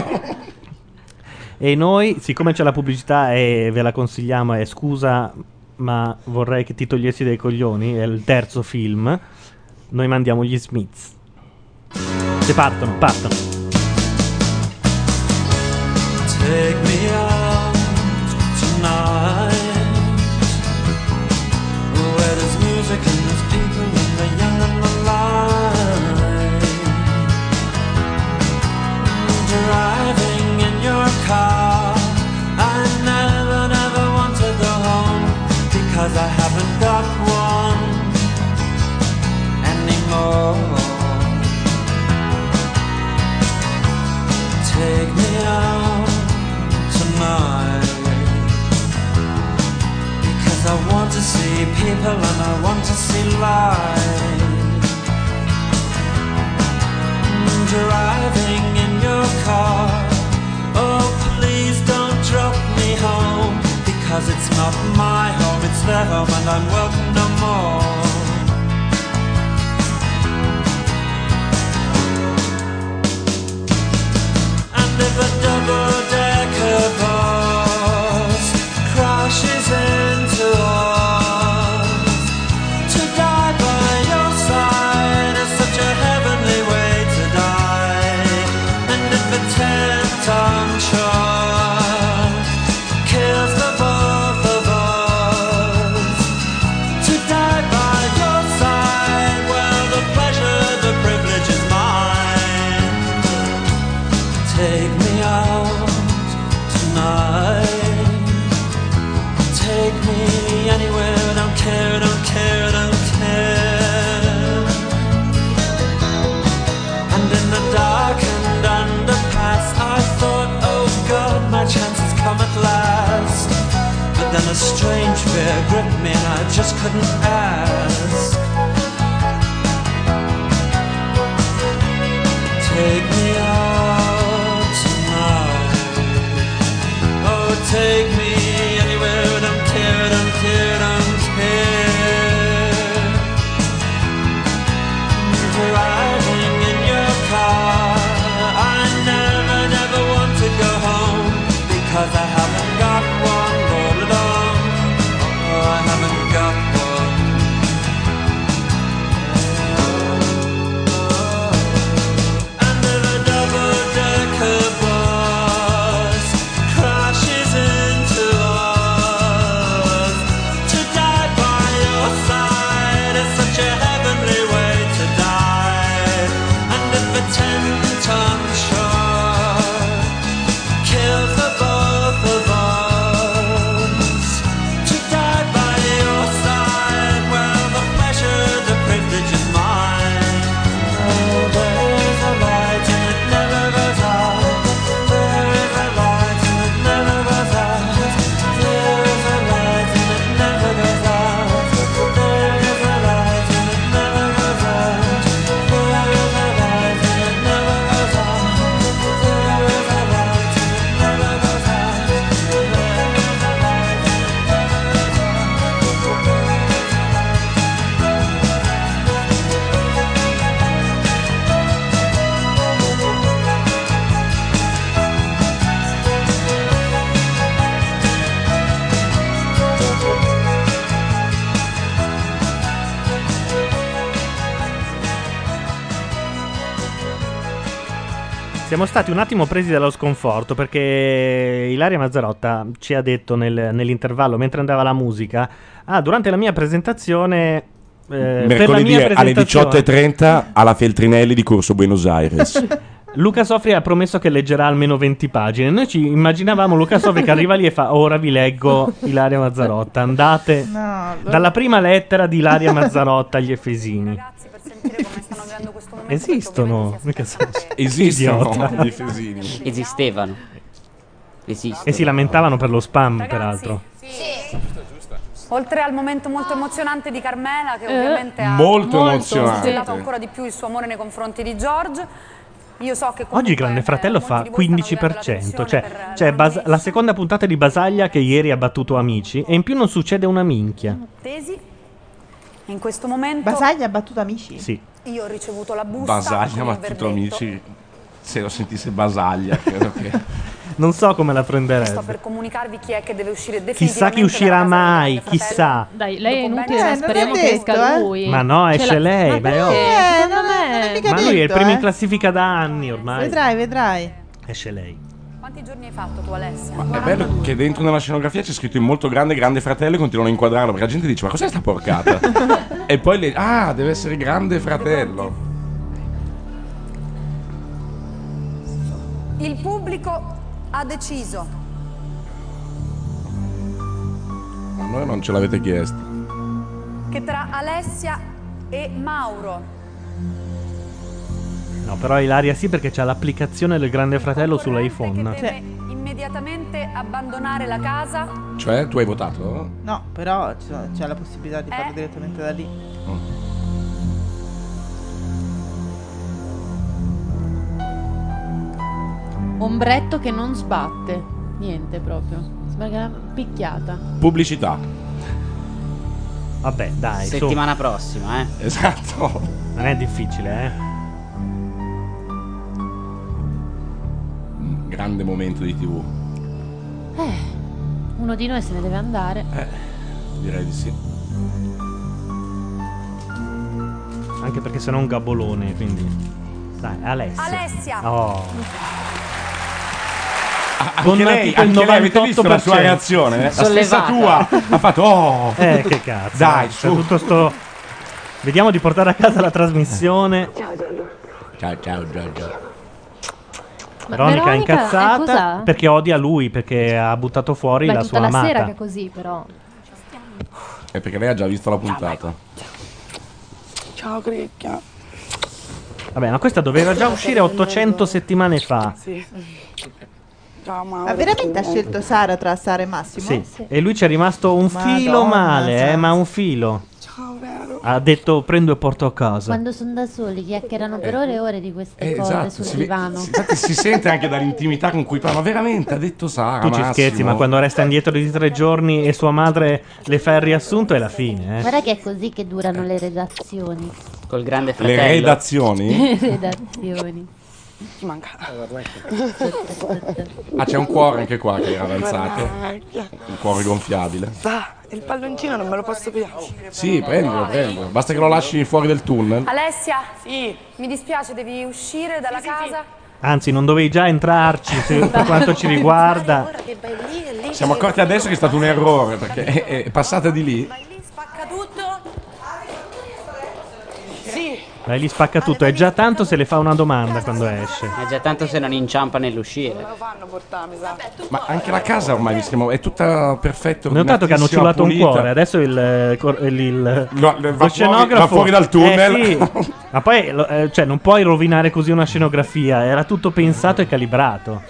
Speaker 2: E noi, siccome c'è la pubblicità e ve la consigliamo, è scusa, ma vorrei che ti togliessi dai coglioni, è il terzo film, noi mandiamo gli Smiths. Se partono.
Speaker 17: Take me out tonight, where there's music and there's people and the young and the light. Driving in your car, I never want to go home, because I haven't got one anymore. Take me out tonight, because I want to see people and I want to see light. Driving in your car, oh please don't drop me home, because it's not my home, it's their home and I'm welcome no more. And if a double-decker bus crashes into us, to die by your side is such a heavenly way to die. And if a 10-ton truck kills the both of us, to die by your side, well, the pleasure, the privilege is mine. Take me out tonight, take me anywhere, don't care, don't care, don't care. And in the darkened underpass I thought, oh God, my chance has come at last. But then a strange fear gripped me and I just couldn't ask. Take me out tonight, oh take me anywhere, don't care, don't care, don't care. Driving in your car, I never want to go home, because I haven't got one all along. Oh, I haven't got one. And if a
Speaker 2: Siamo stati un attimo presi dallo sconforto perché Ilaria Mazzarotta ci ha detto nell'intervallo, mentre andava la musica, durante la mia presentazione... per la
Speaker 5: Mercoledì
Speaker 2: mia
Speaker 5: alle
Speaker 2: presentazione
Speaker 5: 18:30 alla Feltrinelli di Corso Buenos Aires.
Speaker 2: Luca Sofri ha promesso che leggerà almeno 20 pagine. Noi ci immaginavamo Luca Sofri che arriva lì e fa: ora vi leggo Ilaria Mazzarotta. Andate dalla prima lettera di Ilaria Mazzarotta agli Efesini. Esistono, mica sono
Speaker 5: Esistono
Speaker 2: idiota.
Speaker 5: gli Efesini.
Speaker 13: Esistevano. Esistono.
Speaker 2: E si lamentavano per lo spam, peraltro.
Speaker 7: Oltre al momento molto emozionante di Carmela, che ovviamente ha
Speaker 5: Molto emozionante.
Speaker 7: stimolato ancora di più il suo amore nei confronti di George. Io so che
Speaker 2: Oggi il Grande Fratello fa 15%, cioè c'è la seconda puntata di Basaglia che ieri ha battuto Amici e in più non succede una minchia.
Speaker 7: tesi. In questo momento
Speaker 16: Basaglia ha battuto Amici?
Speaker 2: Sì.
Speaker 7: io ho ricevuto la busta.
Speaker 5: Basaglia,
Speaker 7: con
Speaker 5: ma
Speaker 7: il
Speaker 5: tutto
Speaker 7: verdetto.
Speaker 5: Amici. Se lo sentisse Basaglia, credo che.
Speaker 2: Non so come la
Speaker 7: Sto
Speaker 2: prenderebbe.
Speaker 7: per comunicarvi chi è che deve uscire definitivamente.
Speaker 2: Chissà chi uscirà mai, chissà.
Speaker 10: Dai, lei è inutile,
Speaker 16: non è
Speaker 10: speriamo che
Speaker 16: detto,
Speaker 10: esca lui.
Speaker 2: Ma no, esce lei. Ma,
Speaker 10: Secondo me...
Speaker 2: ma lui è il primo in classifica da anni ormai.
Speaker 16: Vedrai.
Speaker 2: Esce lei.
Speaker 7: Quanti giorni hai fatto tu, Alessia?
Speaker 5: È bello che dentro nella scenografia c'è scritto in molto Grande Fratello e continuano a inquadrarlo perché la gente dice: ma cos'è sta porcata? E poi deve essere Grande Fratello.
Speaker 7: Il pubblico ha deciso.
Speaker 5: Ma noi non ce l'avete chiesto.
Speaker 7: Che tra Alessia e Mauro
Speaker 2: No, però Ilaria sì, perché c'ha l'applicazione del Grande Fratello sull'iPhone.
Speaker 7: deve immediatamente abbandonare la casa.
Speaker 5: Cioè, tu hai votato?
Speaker 16: No, però c'è la possibilità di farlo direttamente da lì.
Speaker 10: Ombretto che non sbatte. Niente proprio. Sembra che l'ha picchiata.
Speaker 5: Pubblicità.
Speaker 2: Vabbè, dai.
Speaker 13: Settimana prossima,
Speaker 5: Esatto.
Speaker 2: Non è difficile,
Speaker 5: Grande momento di TV.
Speaker 10: Uno di noi se ne deve andare.
Speaker 5: Direi di sì.
Speaker 2: Anche perché sennò è un gabolone, quindi. Dai, Alessia. Oh.
Speaker 5: Anche lei,
Speaker 2: tipo il
Speaker 5: avete visto la sua
Speaker 2: 98%.
Speaker 5: reazione? La stessa tua. Ha fatto oh.
Speaker 2: Che cazzo.
Speaker 5: Dai,
Speaker 2: c'è
Speaker 5: su.
Speaker 2: tutto sto. Vediamo di portare a casa la trasmissione.
Speaker 5: Ciao.
Speaker 2: Veronica è incazzata
Speaker 10: cos'ha?
Speaker 2: perché odia lui, perché ha buttato fuori
Speaker 10: Beh,
Speaker 2: la
Speaker 10: tutta
Speaker 2: sua
Speaker 10: la
Speaker 2: amata.
Speaker 10: sera che è così, però.
Speaker 5: È perché lei ha già visto la puntata.
Speaker 8: Ciao, Cricchia.
Speaker 2: Vabbè, ma questa doveva già uscire 800 settimane fa.
Speaker 8: Sì. Ciao, Mauro.
Speaker 16: Ma veramente ha scelto Sara tra Sara e Massimo?
Speaker 2: Sì. E lui ci è rimasto un filo
Speaker 16: Madonna
Speaker 2: male,
Speaker 16: santa.
Speaker 2: ma un filo.
Speaker 8: Ciao, vero.
Speaker 2: Ha detto prendo e porto a casa.
Speaker 10: Quando sono da soli chiacchierano per ore e ore di queste cose
Speaker 5: Esatto,
Speaker 10: sul
Speaker 5: si,
Speaker 10: divano.
Speaker 5: infatti si sente anche dall'intimità con cui parla. Veramente ha detto Sara.
Speaker 2: Tu ci
Speaker 5: Massimo.
Speaker 2: scherzi, ma quando resta indietro di 3 giorni e sua madre le fa il riassunto è la fine,
Speaker 10: Guarda che è così che durano le redazioni.
Speaker 13: Col Grande
Speaker 5: Le
Speaker 13: Fratello.
Speaker 5: redazioni?
Speaker 10: Le redazioni.
Speaker 8: Ti manca.
Speaker 5: C'è un cuore anche qua che era avanzato. Un cuore gonfiabile.
Speaker 8: Il palloncino non me lo posso pigliare.
Speaker 5: Sì, prendilo. Basta che lo lasci fuori del tunnel.
Speaker 7: Alessia? Sì. Mi dispiace, devi uscire dalla casa.
Speaker 2: Anzi, non dovevi già entrarci per quanto ci riguarda.
Speaker 8: Che vai lì e lì.
Speaker 5: Siamo accorti adesso che è stato un errore perché è passata di lì.
Speaker 8: Spacca tutto. Sì.
Speaker 2: Lei gli spacca tutto. È già tanto se le fa una domanda quando esce.
Speaker 13: È già tanto se non inciampa nell'uscire.
Speaker 8: Lo fanno portarmi, sa.
Speaker 5: Ma anche la casa ormai mi sembra è tutta perfetta.
Speaker 2: Ho notato che hanno
Speaker 5: ordinatissima,
Speaker 2: ciulato un
Speaker 5: pulita.
Speaker 2: cuore. Adesso
Speaker 5: va
Speaker 2: scenografo
Speaker 5: va fuori dal tunnel.
Speaker 2: sì. Ma poi cioè, non puoi rovinare così una scenografia. Era tutto pensato e calibrato.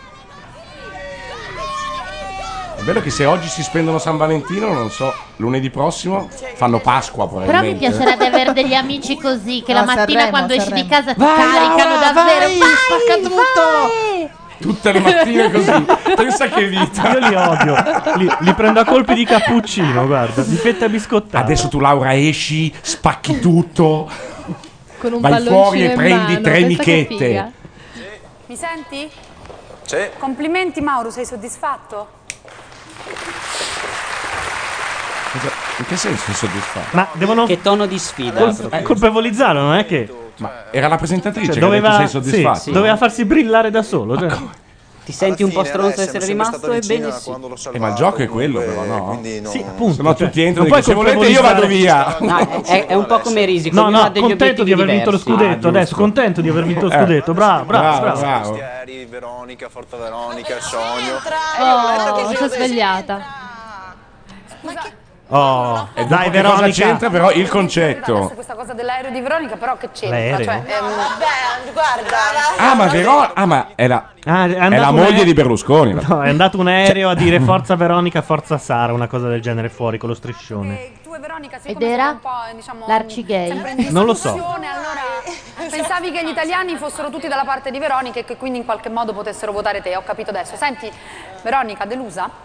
Speaker 5: È bello che se oggi si spendono San Valentino, non so, lunedì prossimo fanno Pasqua
Speaker 10: Però mi
Speaker 5: probabilmente.
Speaker 10: piacerebbe avere degli amici così che
Speaker 16: No,
Speaker 10: la mattina
Speaker 16: Sanremo,
Speaker 10: quando esci di
Speaker 16: Sanremo.
Speaker 10: casa ti
Speaker 16: Vai,
Speaker 10: caricano
Speaker 16: Laura,
Speaker 10: davvero.
Speaker 16: vai, spacca tutto!
Speaker 5: Tutte le mattine così. Pensa che vita.
Speaker 2: Io li odio. Li prendo a colpi di cappuccino, guarda. Di fetta biscottata.
Speaker 5: Adesso tu Laura esci, spacchi tutto.
Speaker 10: Con un
Speaker 5: Vai
Speaker 10: palloncino
Speaker 5: fuori e
Speaker 10: in
Speaker 5: prendi
Speaker 10: mano,
Speaker 5: 3
Speaker 10: pensa che
Speaker 5: michette.
Speaker 10: figa.
Speaker 7: Mi senti?
Speaker 3: Sì.
Speaker 7: Complimenti, Mauro, sei soddisfatto?
Speaker 5: In che senso sei soddisfatto?
Speaker 2: Ma devono
Speaker 13: Che tono di sfida.
Speaker 2: colpevolizzarlo, non è che
Speaker 5: Ma era la presentatrice
Speaker 2: Cioè,
Speaker 5: che
Speaker 2: doveva,
Speaker 5: ha detto sei soddisfatto?
Speaker 2: sì, doveva farsi brillare da solo. Cioè.
Speaker 13: Ti senti un po' stronzo di essere rimasto? Ebbene sì.
Speaker 5: Ma il gioco è quello, però, no?
Speaker 2: Sì, appunto.
Speaker 5: Se no
Speaker 2: cioè,
Speaker 5: tutti entrano e
Speaker 2: non
Speaker 5: dicono,
Speaker 2: puoi
Speaker 5: se volete io vado via.
Speaker 13: No, è un po' come Risi.
Speaker 2: No,
Speaker 13: ognuno
Speaker 2: no,
Speaker 13: ha degli
Speaker 2: contento di
Speaker 13: obiettivi
Speaker 2: aver vinto lo
Speaker 13: diversi.
Speaker 2: scudetto. Adesso contento di aver vinto lo scudetto. Bravo.
Speaker 18: Veronica, Forza Veronica, Sogno.
Speaker 10: Oh, si è svegliata.
Speaker 2: Oh,
Speaker 5: E
Speaker 2: dai,
Speaker 5: dopo che cosa
Speaker 2: Veronica.
Speaker 5: c'entra però il
Speaker 7: Adesso
Speaker 5: concetto?
Speaker 7: questa cosa dell'aereo di Veronica, però che c'entra?
Speaker 2: L'aereo?
Speaker 7: Cioè,
Speaker 6: Beh, guarda.
Speaker 5: Ma è la
Speaker 2: è
Speaker 5: è
Speaker 2: andato
Speaker 5: la
Speaker 2: un
Speaker 5: moglie
Speaker 2: aereo-
Speaker 5: di Berlusconi.
Speaker 2: No, è andato un aereo a dire forza Veronica, forza Sara, una cosa del genere fuori con lo striscione.
Speaker 7: tu e Veronica,
Speaker 10: Ed era
Speaker 7: un po', diciamo,
Speaker 10: l'arcigay.
Speaker 7: sempre in
Speaker 2: Non lo so.
Speaker 7: discussione, allora pensavi che gli italiani fossero tutti dalla parte di Veronica e che quindi in qualche modo potessero votare te, ho capito adesso. Senti, Veronica, delusa?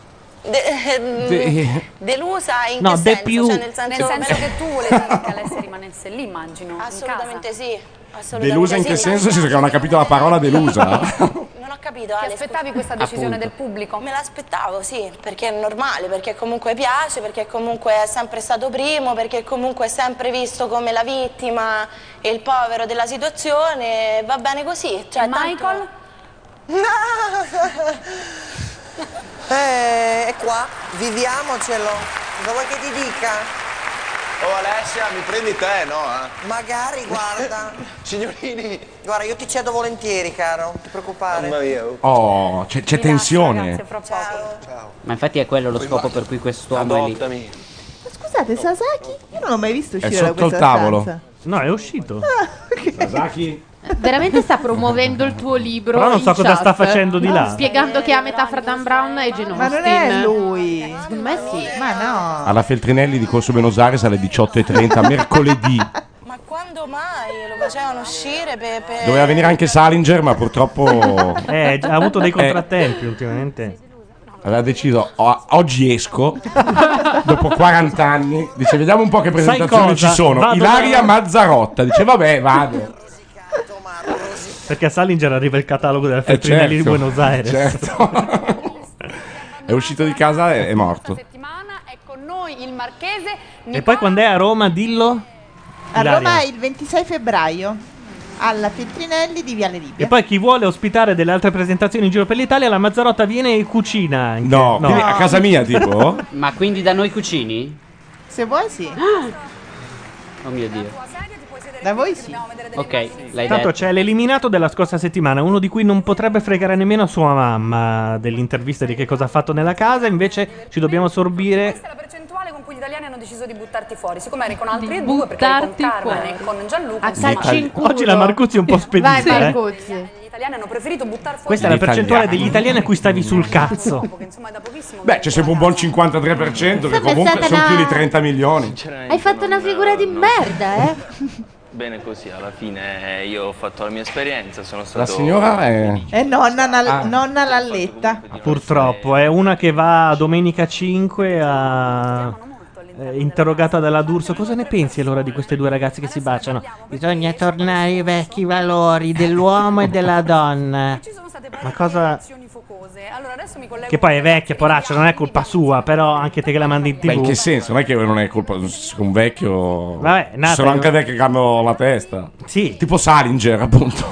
Speaker 6: Delusa in
Speaker 2: No,
Speaker 6: che
Speaker 2: de
Speaker 6: senso?
Speaker 2: più.
Speaker 6: Cioè, nel senso
Speaker 7: che tu volevi che Alessia rimanesse lì, immagino.
Speaker 6: Assolutamente sì. Assolutamente
Speaker 5: Delusa in che
Speaker 6: sì.
Speaker 5: senso? Nel senso che non ha capito la parola delusa.
Speaker 6: Non ho capito.
Speaker 7: Ti aspettavi questa decisione
Speaker 5: Appunto.
Speaker 7: del pubblico?
Speaker 6: Me l'aspettavo, sì, perché è normale, perché comunque piace, perché comunque è sempre stato primo, perché comunque è sempre visto come la vittima e il povero della situazione, va bene così. Cioè,
Speaker 7: Michael?
Speaker 9: È qua, viviamocelo. Cosa vuoi che ti dica?
Speaker 18: Oh Alessia, mi prendi te, no?
Speaker 9: Magari, guarda.
Speaker 18: Signorini.
Speaker 9: Guarda, io ti cedo volentieri, caro, non ti preoccupare.
Speaker 18: Mamma mia.
Speaker 5: Oh, c'è tensione.
Speaker 13: Ma infatti è quello lo scopo per cui quest'uomo è lì.
Speaker 18: Adottami.
Speaker 16: Scusate, Sasaki? Io non l'ho mai visto uscire da
Speaker 5: sotto il
Speaker 16: questa
Speaker 5: tavolo.
Speaker 16: stanza.
Speaker 2: No, è uscito.
Speaker 5: Sasaki?
Speaker 10: Veramente sta promuovendo il tuo libro.
Speaker 2: Però non so
Speaker 10: in
Speaker 2: cosa
Speaker 10: chat,
Speaker 2: sta facendo di là.
Speaker 10: Spiegando che ha metà fra Dan Brown e Jane
Speaker 16: Ma non
Speaker 10: Austen.
Speaker 16: è lui.
Speaker 10: Secondo me sì.
Speaker 16: Ma no.
Speaker 5: Alla Feltrinelli di Corso Benosares alle 18:30 mercoledì.
Speaker 6: Ma quando mai lo facevano uscire per...
Speaker 5: Doveva venire anche Salinger, ma purtroppo
Speaker 2: Ha avuto dei contrattempi ultimamente.
Speaker 5: aveva deciso oggi esco dopo 40 anni. Dice vediamo un po' che presentazioni
Speaker 2: cosa?
Speaker 5: ci sono.
Speaker 2: Vado
Speaker 5: Ilaria
Speaker 2: da-
Speaker 5: Mazzarotta dice vabbè vado.
Speaker 2: Perché a Salinger arriva il catalogo della Feltrinelli di
Speaker 5: certo,
Speaker 2: Buenos Aires.
Speaker 5: certo. È uscito di casa e è morto.
Speaker 7: È con noi il marchese
Speaker 2: E poi quando è a Roma, dillo.
Speaker 16: A
Speaker 2: Ilaria.
Speaker 16: Roma il 26 febbraio alla Feltrinelli di Viale Libia.
Speaker 2: E poi chi vuole ospitare delle altre presentazioni in giro per l'Italia, la Mazzarotta viene e cucina anche.
Speaker 5: No, quindi a casa mia tipo?
Speaker 13: Ma quindi da noi cucini?
Speaker 16: Se vuoi sì.
Speaker 13: Oh mio Dio.
Speaker 16: Da voi sì.
Speaker 13: Ok, l'hai
Speaker 2: Tanto
Speaker 13: detto.
Speaker 2: c'è l'eliminato della scorsa settimana, uno di cui non potrebbe fregare nemmeno sua mamma dell'intervista di che cosa ha fatto nella casa, invece ci dobbiamo sorbire.
Speaker 7: Questa è la percentuale con cui gli italiani hanno deciso di buttarti fuori. Siccome eri con altri due, perché eri con
Speaker 10: buttarti
Speaker 7: Carmen
Speaker 10: fuori.
Speaker 7: e con Gianluca,
Speaker 10: A
Speaker 7: insomma,
Speaker 10: calci in culo.
Speaker 2: Oggi la Marcuzzi è un po' spedita.
Speaker 10: Vai Marcuzzi.
Speaker 7: gli italiani hanno preferito buttare fuori.
Speaker 2: Questa è la percentuale degli italiani a cui stavi sul cazzo.
Speaker 5: Beh, c'è sempre un buon 53% che
Speaker 10: Insomma, è
Speaker 5: comunque
Speaker 10: stata
Speaker 5: sono
Speaker 10: una-
Speaker 5: più di 30 milioni.
Speaker 10: Hai fatto una figura di merda, eh?
Speaker 19: Bene così, alla fine io ho fatto la mia esperienza, sono stato...
Speaker 5: La signora è...
Speaker 16: È nonna Lalletta.
Speaker 2: Purtroppo, è una che va a domenica 5 a... interrogata dalla D'Urso. Cosa ne pensi allora di queste due ragazze che si baciano? Bisogna tornare ai vecchi valori dell'uomo e della donna. Ma cosa...
Speaker 7: Allora adesso mi collego
Speaker 2: Che poi è vecchia, poraccia, non è colpa sua, però anche te che la mandi in TV.
Speaker 5: Beh, in che senso? Non è che non è colpa un vecchio.
Speaker 2: Vabbè,
Speaker 5: Ci sono anche vecchi che hanno la testa.
Speaker 2: Sì.
Speaker 5: Tipo Salinger, appunto.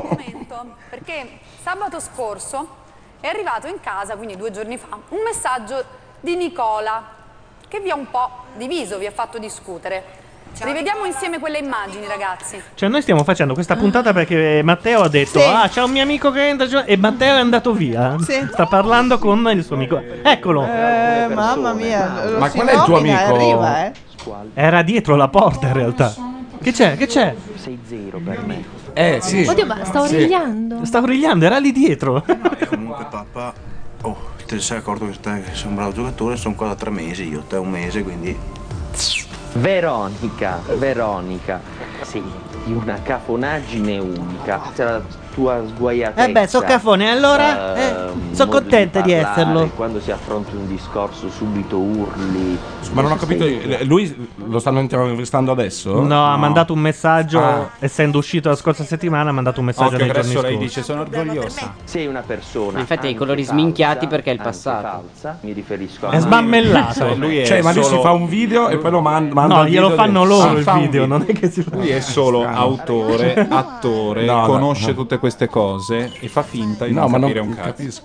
Speaker 7: perché sabato scorso è arrivato in casa, quindi 2 giorni fa, un messaggio di Nicola che vi ha un po' diviso, vi ha fatto discutere. Rivediamo insieme quelle immagini, ragazzi.
Speaker 2: Cioè noi stiamo facendo questa puntata perché Matteo ha detto
Speaker 7: Sì.
Speaker 2: ah c'è un mio amico che entra e Matteo è andato via. Sta parlando con il suo amico. Eccolo.
Speaker 16: Mamma mia. lo
Speaker 2: Ma
Speaker 16: si
Speaker 2: qual è il tuo
Speaker 16: nomina e
Speaker 2: amico?
Speaker 16: Arriva, eh.
Speaker 2: Era dietro la porta in realtà. Che c'è? Che c'è?
Speaker 19: 6-0 per me.
Speaker 5: Sì.
Speaker 10: Oddio, ma sta origliando.
Speaker 2: Sta origliando, era lì dietro.
Speaker 20: E comunque papà, te sei accorto che te sei un bravo giocatore, sono qua da 3 mesi, io te 1 mese, quindi...
Speaker 19: Veronica, sì, di una cafonaggine unica. C'era
Speaker 21: sua sguaiatezza.
Speaker 2: So cafone, allora sono
Speaker 21: modo
Speaker 2: contenta di
Speaker 21: parlare,
Speaker 2: esserlo.
Speaker 21: Quando si affronta un discorso subito urli.
Speaker 5: Ma non ho capito, lui lo stanno intervistando adesso?
Speaker 2: No, ha mandato un messaggio, essendo uscito la scorsa settimana, ha mandato un messaggio nei giorni
Speaker 3: adesso lei
Speaker 2: scorsi.
Speaker 3: dice sono orgogliosa.
Speaker 21: Sei una persona.
Speaker 13: Infatti hai i colori
Speaker 21: anche
Speaker 13: sminchiati
Speaker 21: falsa,
Speaker 13: perché è il
Speaker 21: anche
Speaker 13: passato.
Speaker 21: falsa, mi riferisco a
Speaker 2: È sbammellato.
Speaker 5: Ma lui si fa un video e poi lo manda.
Speaker 2: No,
Speaker 5: il
Speaker 2: glielo
Speaker 5: video
Speaker 2: fanno
Speaker 5: dentro.
Speaker 2: loro il
Speaker 3: fa un
Speaker 2: video,
Speaker 3: video.
Speaker 2: non è che si fa.
Speaker 3: Lui è solo autore, attore,
Speaker 5: No,
Speaker 3: conosce
Speaker 5: no.
Speaker 3: tutte queste cose e fa finta di
Speaker 5: No,
Speaker 3: non
Speaker 5: ma
Speaker 3: capire
Speaker 5: non
Speaker 3: un cazzo.
Speaker 5: capisco.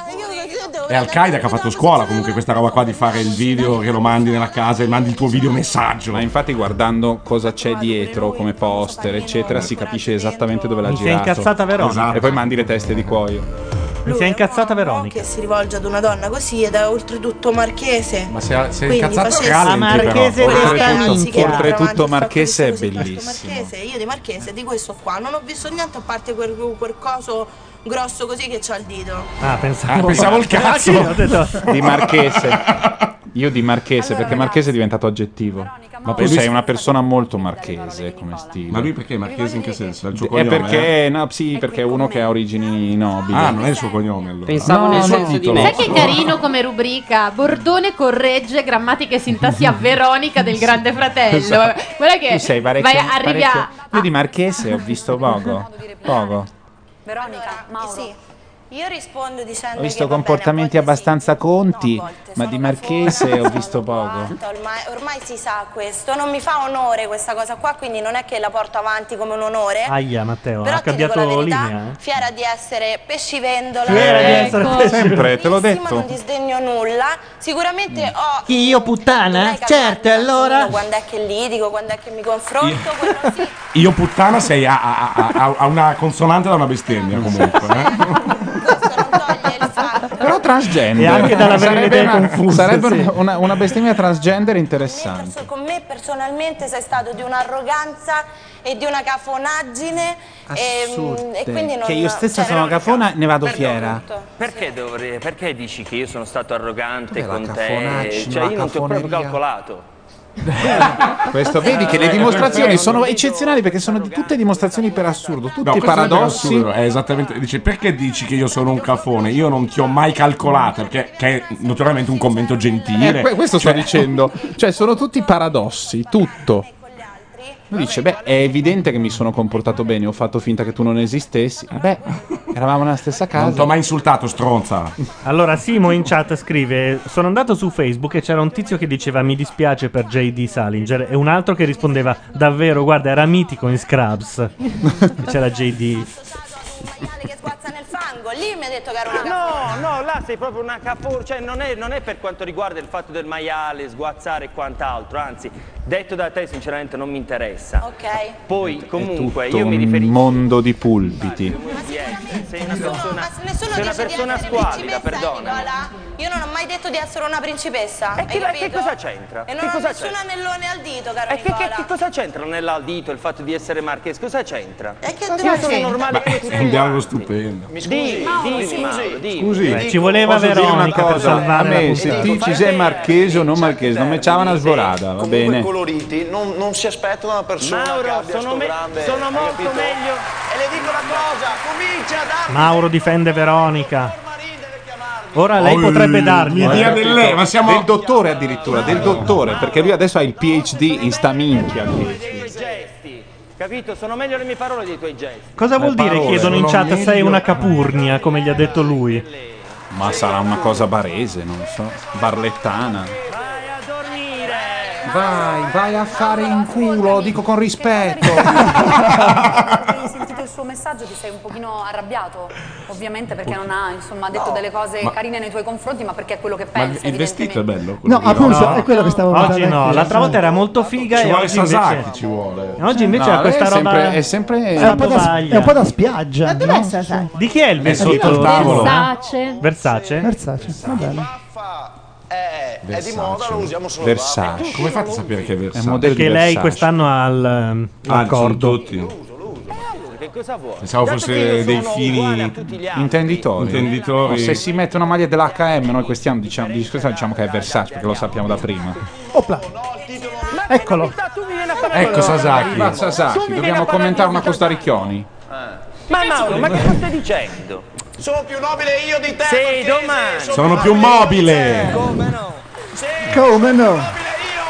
Speaker 5: È Al-Qaeda che ha fatto scuola comunque questa roba qua di fare il video che lo mandi nella casa e mandi il tuo video messaggio.
Speaker 3: Ma infatti guardando cosa c'è dietro come poster eccetera si capisce esattamente dove l'ha
Speaker 2: Mi si è
Speaker 3: girato.
Speaker 2: incazzata Veronica.
Speaker 3: E poi mandi le teste di cuoio.
Speaker 2: Mi si è incazzata Veronica.
Speaker 6: Che si rivolge ad una donna così ed è oltretutto marchese.
Speaker 5: Ma si è
Speaker 6: Quindi
Speaker 5: incazzato
Speaker 6: facesse-
Speaker 5: Rallenti,
Speaker 2: La Marchese
Speaker 5: però.
Speaker 2: della minchia.
Speaker 3: Oltretutto Marchese è bellissimo.
Speaker 6: Marchese, io di Marchese di questo qua non ho visto niente a parte quel coso grosso così che c'ha il dito.
Speaker 5: Pensavo il cazzo.
Speaker 2: Ho detto-
Speaker 3: Di Marchese. Io di Marchese, perché Marchese è diventato aggettivo. Ma tu
Speaker 5: lui
Speaker 3: sei
Speaker 5: si-
Speaker 3: una persona molto marchese come stile.
Speaker 5: Ma lui perché Marchese in che senso? È il suo
Speaker 3: È
Speaker 5: cognome?
Speaker 3: perché, no, sì, perché è uno che ha origini nobili.
Speaker 5: Ah, non è il suo cognome allora.
Speaker 13: Pensavo
Speaker 3: No,
Speaker 13: nel
Speaker 3: no,
Speaker 13: senso di me.
Speaker 14: Sai che è carino come rubrica? Bordone corregge grammatica e sintassi a Veronica del Grande Fratello.
Speaker 3: Esatto.
Speaker 14: Guarda che
Speaker 3: Tu sei
Speaker 14: vai, arrivi a...
Speaker 3: Io di Marchese ho visto poco. Poco.
Speaker 7: Veronica, Mauro.
Speaker 6: Sì. Io rispondo dicendo
Speaker 3: Ho visto
Speaker 6: che va bene,
Speaker 3: comportamenti abbastanza conti, ma di Marchese ho visto poco.
Speaker 6: ormai si sa questo, non mi fa onore questa cosa qua, quindi non è che la porto avanti come un onore.
Speaker 2: Aia Matteo,
Speaker 6: Però
Speaker 2: ha
Speaker 6: ti dico la
Speaker 2: cambiato
Speaker 6: verità,
Speaker 2: linea.
Speaker 6: fiera di essere pescivendola.
Speaker 2: Fiera di essere pescivendola.
Speaker 3: Sempre, te l'ho
Speaker 6: Benissimo,
Speaker 3: detto.
Speaker 6: non disdegno nulla. Sicuramente ho
Speaker 2: Chi io puttana? Certo, allora.
Speaker 6: quando è che litigo, quando è che mi confronto, quello sì.
Speaker 5: Io puttana sei a una consonante da una bestemmia comunque.
Speaker 3: Però transgender.
Speaker 2: E anche dall'avere le idee
Speaker 3: Sarebbe
Speaker 2: confuse,
Speaker 3: Sarebbe
Speaker 2: sì.
Speaker 3: una bestemmia transgender interessante.
Speaker 6: Con me personalmente sei stato di un'arroganza e di una cafonaggine e quindi non,
Speaker 22: Che io stessa
Speaker 6: cioè,
Speaker 22: sono cafona, ne vado fiera.
Speaker 19: Perché dici che io sono stato arrogante
Speaker 22: Vabbè,
Speaker 19: con
Speaker 22: la
Speaker 19: te?
Speaker 22: cafonaccia,
Speaker 19: Cioè
Speaker 22: la
Speaker 19: io non ti ho proprio
Speaker 22: cafoneria.
Speaker 19: calcolato.
Speaker 3: Questo, vedi che le dimostrazioni sono eccezionali perché sono tutte dimostrazioni per assurdo, tutti
Speaker 5: No, questo
Speaker 3: paradossi.
Speaker 5: è assurdo, è esattamente. Dice perché dici che io sono un cafone? Io non ti ho mai calcolato, perché che è naturalmente un commento gentile.
Speaker 3: Questo sto dicendo, cioè sono tutti paradossi, tutto. Lui dice, beh, è evidente che mi sono comportato bene, ho fatto finta che tu non esistessi. Beh, eravamo nella stessa casa.
Speaker 5: Non ti ho mai insultato, stronza.
Speaker 2: Allora Simo in chat scrive: sono andato su Facebook e c'era un tizio che diceva mi dispiace per J.D. Salinger e un altro che rispondeva davvero, guarda, era mitico in Scrubs. E c'era J.D.
Speaker 6: lì mi ha detto che ero una cafona.
Speaker 19: No, là sei proprio una cafona, cioè non è per quanto riguarda il fatto del maiale, sguazzare e quant'altro, anzi, detto da te sinceramente non mi interessa.
Speaker 6: Ok.
Speaker 19: Poi comunque
Speaker 3: Tutto
Speaker 19: io mi
Speaker 3: un
Speaker 19: riferisco
Speaker 3: mondo di pulpiti.
Speaker 19: sei una persona,
Speaker 6: Nessuno
Speaker 19: sei una
Speaker 6: dice
Speaker 19: persona
Speaker 6: di essere
Speaker 19: squallida,
Speaker 6: principessa,
Speaker 19: perdona.
Speaker 6: Nicola. Io non ho mai detto di essere una principessa.
Speaker 19: E
Speaker 6: hai capito?
Speaker 19: che cosa c'entra?
Speaker 6: E
Speaker 19: Che
Speaker 6: non ho
Speaker 19: cosa
Speaker 6: nessun
Speaker 19: c'entra?
Speaker 6: anellone al dito, caro
Speaker 19: E
Speaker 6: Nicola.
Speaker 19: che cosa c'entra nell'aldito il fatto di essere marchese? Cosa c'entra?
Speaker 6: E che
Speaker 19: Io
Speaker 6: dove
Speaker 19: sono
Speaker 6: c'entra?
Speaker 19: normale come
Speaker 5: È
Speaker 19: tutti
Speaker 5: un dialogo
Speaker 19: quanti.
Speaker 5: stupendo.
Speaker 19: Dimmi, Mauro, dimmi.
Speaker 3: Scusi,
Speaker 2: Beh, ci voleva
Speaker 3: posso dire
Speaker 2: Veronica
Speaker 3: una
Speaker 2: per
Speaker 3: cosa?
Speaker 2: salvare
Speaker 3: A
Speaker 2: la
Speaker 3: me se
Speaker 2: puntata.
Speaker 3: ti ci sei marchese o non marchese, non mi c'ava una svorada, va
Speaker 18: Comunque
Speaker 3: bene?
Speaker 18: coloriti, non si aspetta una persona che
Speaker 19: Mauro,
Speaker 18: abbia
Speaker 19: sono
Speaker 18: sto grande...
Speaker 19: sono
Speaker 18: hai
Speaker 19: molto
Speaker 18: capito?
Speaker 19: meglio.
Speaker 18: E le dico una cosa, comincia a darmi...
Speaker 2: Mauro difende Veronica. Ora lei potrebbe dargli
Speaker 5: L'idea del lei, ma siamo...
Speaker 3: Del dottore addirittura, del dottore, perché lui adesso ha il PhD in sta minchia.
Speaker 19: Gesti, capito? Sono meglio le mie parole dei tuoi gesti.
Speaker 2: Cosa vuol dire?
Speaker 3: parole,
Speaker 2: Chiedono in
Speaker 3: sono
Speaker 2: chat, sei
Speaker 3: meglio.
Speaker 2: una capurnia, come gli ha detto lui.
Speaker 3: Ma sarà una cosa barese, non so, barlettana. Vai a fare in culo, lo dico con rispetto.
Speaker 7: Hai sentito il suo messaggio, ti sei un pochino arrabbiato, ovviamente perché non ha insomma detto delle cose
Speaker 5: ma-
Speaker 7: carine nei tuoi confronti, ma perché è quello che
Speaker 5: Ma
Speaker 7: pensa.
Speaker 5: il vestito è bello?
Speaker 16: No, appunto, è quello che stavo
Speaker 2: Oggi
Speaker 16: notando
Speaker 2: no,
Speaker 16: anch'io.
Speaker 2: l'altra volta era molto figa
Speaker 5: Ci
Speaker 2: e
Speaker 5: vuole
Speaker 2: oggi
Speaker 5: Sasaki,
Speaker 2: invece...
Speaker 5: ci vuole.
Speaker 2: Oggi invece
Speaker 3: No,
Speaker 2: ha questa
Speaker 3: lei è
Speaker 2: roba...
Speaker 3: sempre- è sempre-
Speaker 16: È un po' da,
Speaker 2: tovaglia.
Speaker 16: è un po' da spiaggia.
Speaker 10: Ma dov'è
Speaker 16: no?
Speaker 10: Sasaki?
Speaker 2: Di chi è il
Speaker 5: È sotto
Speaker 2: vestito?
Speaker 5: il tavolo.
Speaker 14: Versace.
Speaker 2: Versace?
Speaker 16: Versace, va bene.
Speaker 18: È di moda, lo usiamo solo
Speaker 3: Versace.
Speaker 5: Come fate a sapere che è
Speaker 3: È un
Speaker 5: Versace?
Speaker 3: modello
Speaker 2: Perché
Speaker 3: di
Speaker 2: lei
Speaker 3: Versace.
Speaker 2: quest'anno ha l'accordo.
Speaker 5: Sono tutti.
Speaker 19: Che cosa vuoi?
Speaker 5: Pensavo
Speaker 19: Dato
Speaker 5: fosse
Speaker 19: che io
Speaker 5: dei
Speaker 19: sono
Speaker 5: fini
Speaker 19: uguale a tutti gli altri.
Speaker 3: Intenditori.
Speaker 5: intenditori.
Speaker 3: Se si mette una maglia dell'H&M, noi quest'anno diciamo che è Versace perché lo sappiamo da prima.
Speaker 16: Opla. Eccolo.
Speaker 19: Tu mi vieni a fare
Speaker 5: Ecco Sasaki.
Speaker 3: Va Sasaki, dobbiamo commentare una Costa Ricchioni.
Speaker 19: Ma Mauro, ma che stai dicendo?
Speaker 18: Sono più nobile io di te.
Speaker 19: Sì, domani.
Speaker 5: Sono più mobile.
Speaker 19: Come no?
Speaker 1: Come no?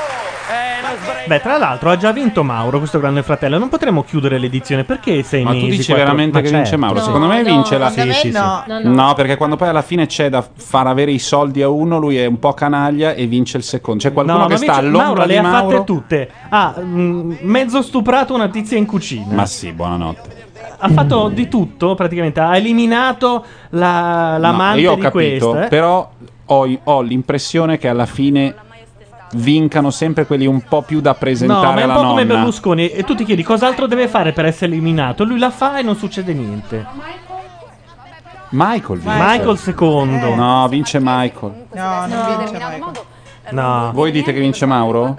Speaker 2: Beh, tra l'altro ha già vinto Mauro, questo Grande Fratello. Non potremmo chiudere l'edizione. Perché 6
Speaker 3: Ma
Speaker 2: mesi?
Speaker 3: tu dici
Speaker 2: 4?
Speaker 3: veramente che vince Mauro?
Speaker 2: No,
Speaker 3: Secondo me vince la
Speaker 16: secondo me no.
Speaker 3: No, perché quando poi alla fine c'è da far avere i soldi a uno, lui è un po' canaglia e vince il secondo. C'è qualcuno
Speaker 2: No,
Speaker 3: che
Speaker 2: ma
Speaker 3: sta
Speaker 2: vince-
Speaker 3: all'ombra
Speaker 2: Mauro
Speaker 3: di
Speaker 2: le ha
Speaker 3: Mauro.
Speaker 2: fatte tutte. Ha mezzo stuprato una tizia in cucina.
Speaker 3: Ma sì, buonanotte.
Speaker 2: Ha fatto di tutto praticamente. Ha eliminato l'amante
Speaker 3: No, io ho
Speaker 2: di
Speaker 3: capito,
Speaker 2: questa.
Speaker 3: però ho l'impressione che alla fine vincano sempre quelli un po' più da
Speaker 2: No,
Speaker 3: presentare
Speaker 2: ma è un
Speaker 3: alla
Speaker 2: po' come
Speaker 3: nonna.
Speaker 2: Berlusconi. E tu ti chiedi cos'altro deve fare per essere eliminato. Lui la fa e non succede niente.
Speaker 3: Michael vince.
Speaker 2: Michael secondo.
Speaker 3: No, vince Michael.
Speaker 16: No, non vince Michael.
Speaker 2: No.
Speaker 3: Voi dite che vince Mauro?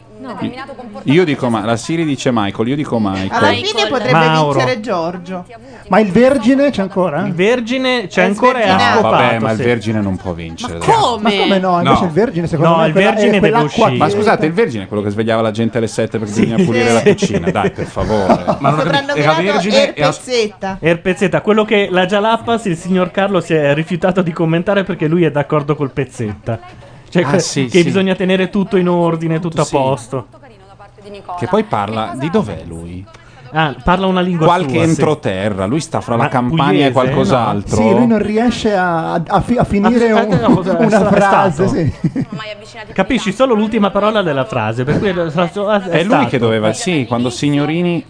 Speaker 3: Io dico la Siri dice Michael, io dico
Speaker 16: Alla
Speaker 3: Michael.
Speaker 16: fine potrebbe
Speaker 2: Mauro.
Speaker 16: vincere Giorgio.
Speaker 1: Ma il Vergine c'è ancora?
Speaker 2: Il Vergine c'è
Speaker 16: È
Speaker 2: ancora e ha
Speaker 16: sverginato.
Speaker 2: scopato.
Speaker 3: Vabbè, ma il
Speaker 2: sì.
Speaker 3: Vergine non può vincere. dai.
Speaker 1: Ma come no? Invece il Vergine secondo
Speaker 2: No,
Speaker 1: me
Speaker 2: il
Speaker 1: è quella-
Speaker 2: Vergine
Speaker 1: è
Speaker 2: deve
Speaker 1: quell'acqua
Speaker 2: uscire.
Speaker 3: Ma scusate, il Vergine è quello che svegliava la gente alle 7 perché bisogna pulire la cucina. Dai, per favore.
Speaker 5: Ma non ho capito, era vergine e ha...
Speaker 16: Pezzetta.
Speaker 2: Pezzetta, quello che la Jalappas, il signor Carlo si è rifiutato di commentare perché lui è d'accordo col Pezzetta. Cioè
Speaker 3: Ah, sì,
Speaker 2: che
Speaker 3: sì.
Speaker 2: bisogna tenere tutto in ordine, tutto
Speaker 3: Sì.
Speaker 2: a posto.
Speaker 3: Che poi parla di dov'è lui?
Speaker 2: Ah, parla una lingua
Speaker 3: Qualche
Speaker 2: sua, sì.
Speaker 3: entroterra, lui sta fra la
Speaker 2: Ma
Speaker 3: Campania
Speaker 2: pugliese,
Speaker 3: e qualcos'altro.
Speaker 1: Sì, lui non riesce a finire
Speaker 2: Aspetta, no,
Speaker 1: una
Speaker 2: è
Speaker 1: frase.
Speaker 2: stato.
Speaker 1: Sì.
Speaker 2: Capisci solo l'ultima parola della frase, per cui
Speaker 3: È lui che doveva, sì, quando signorini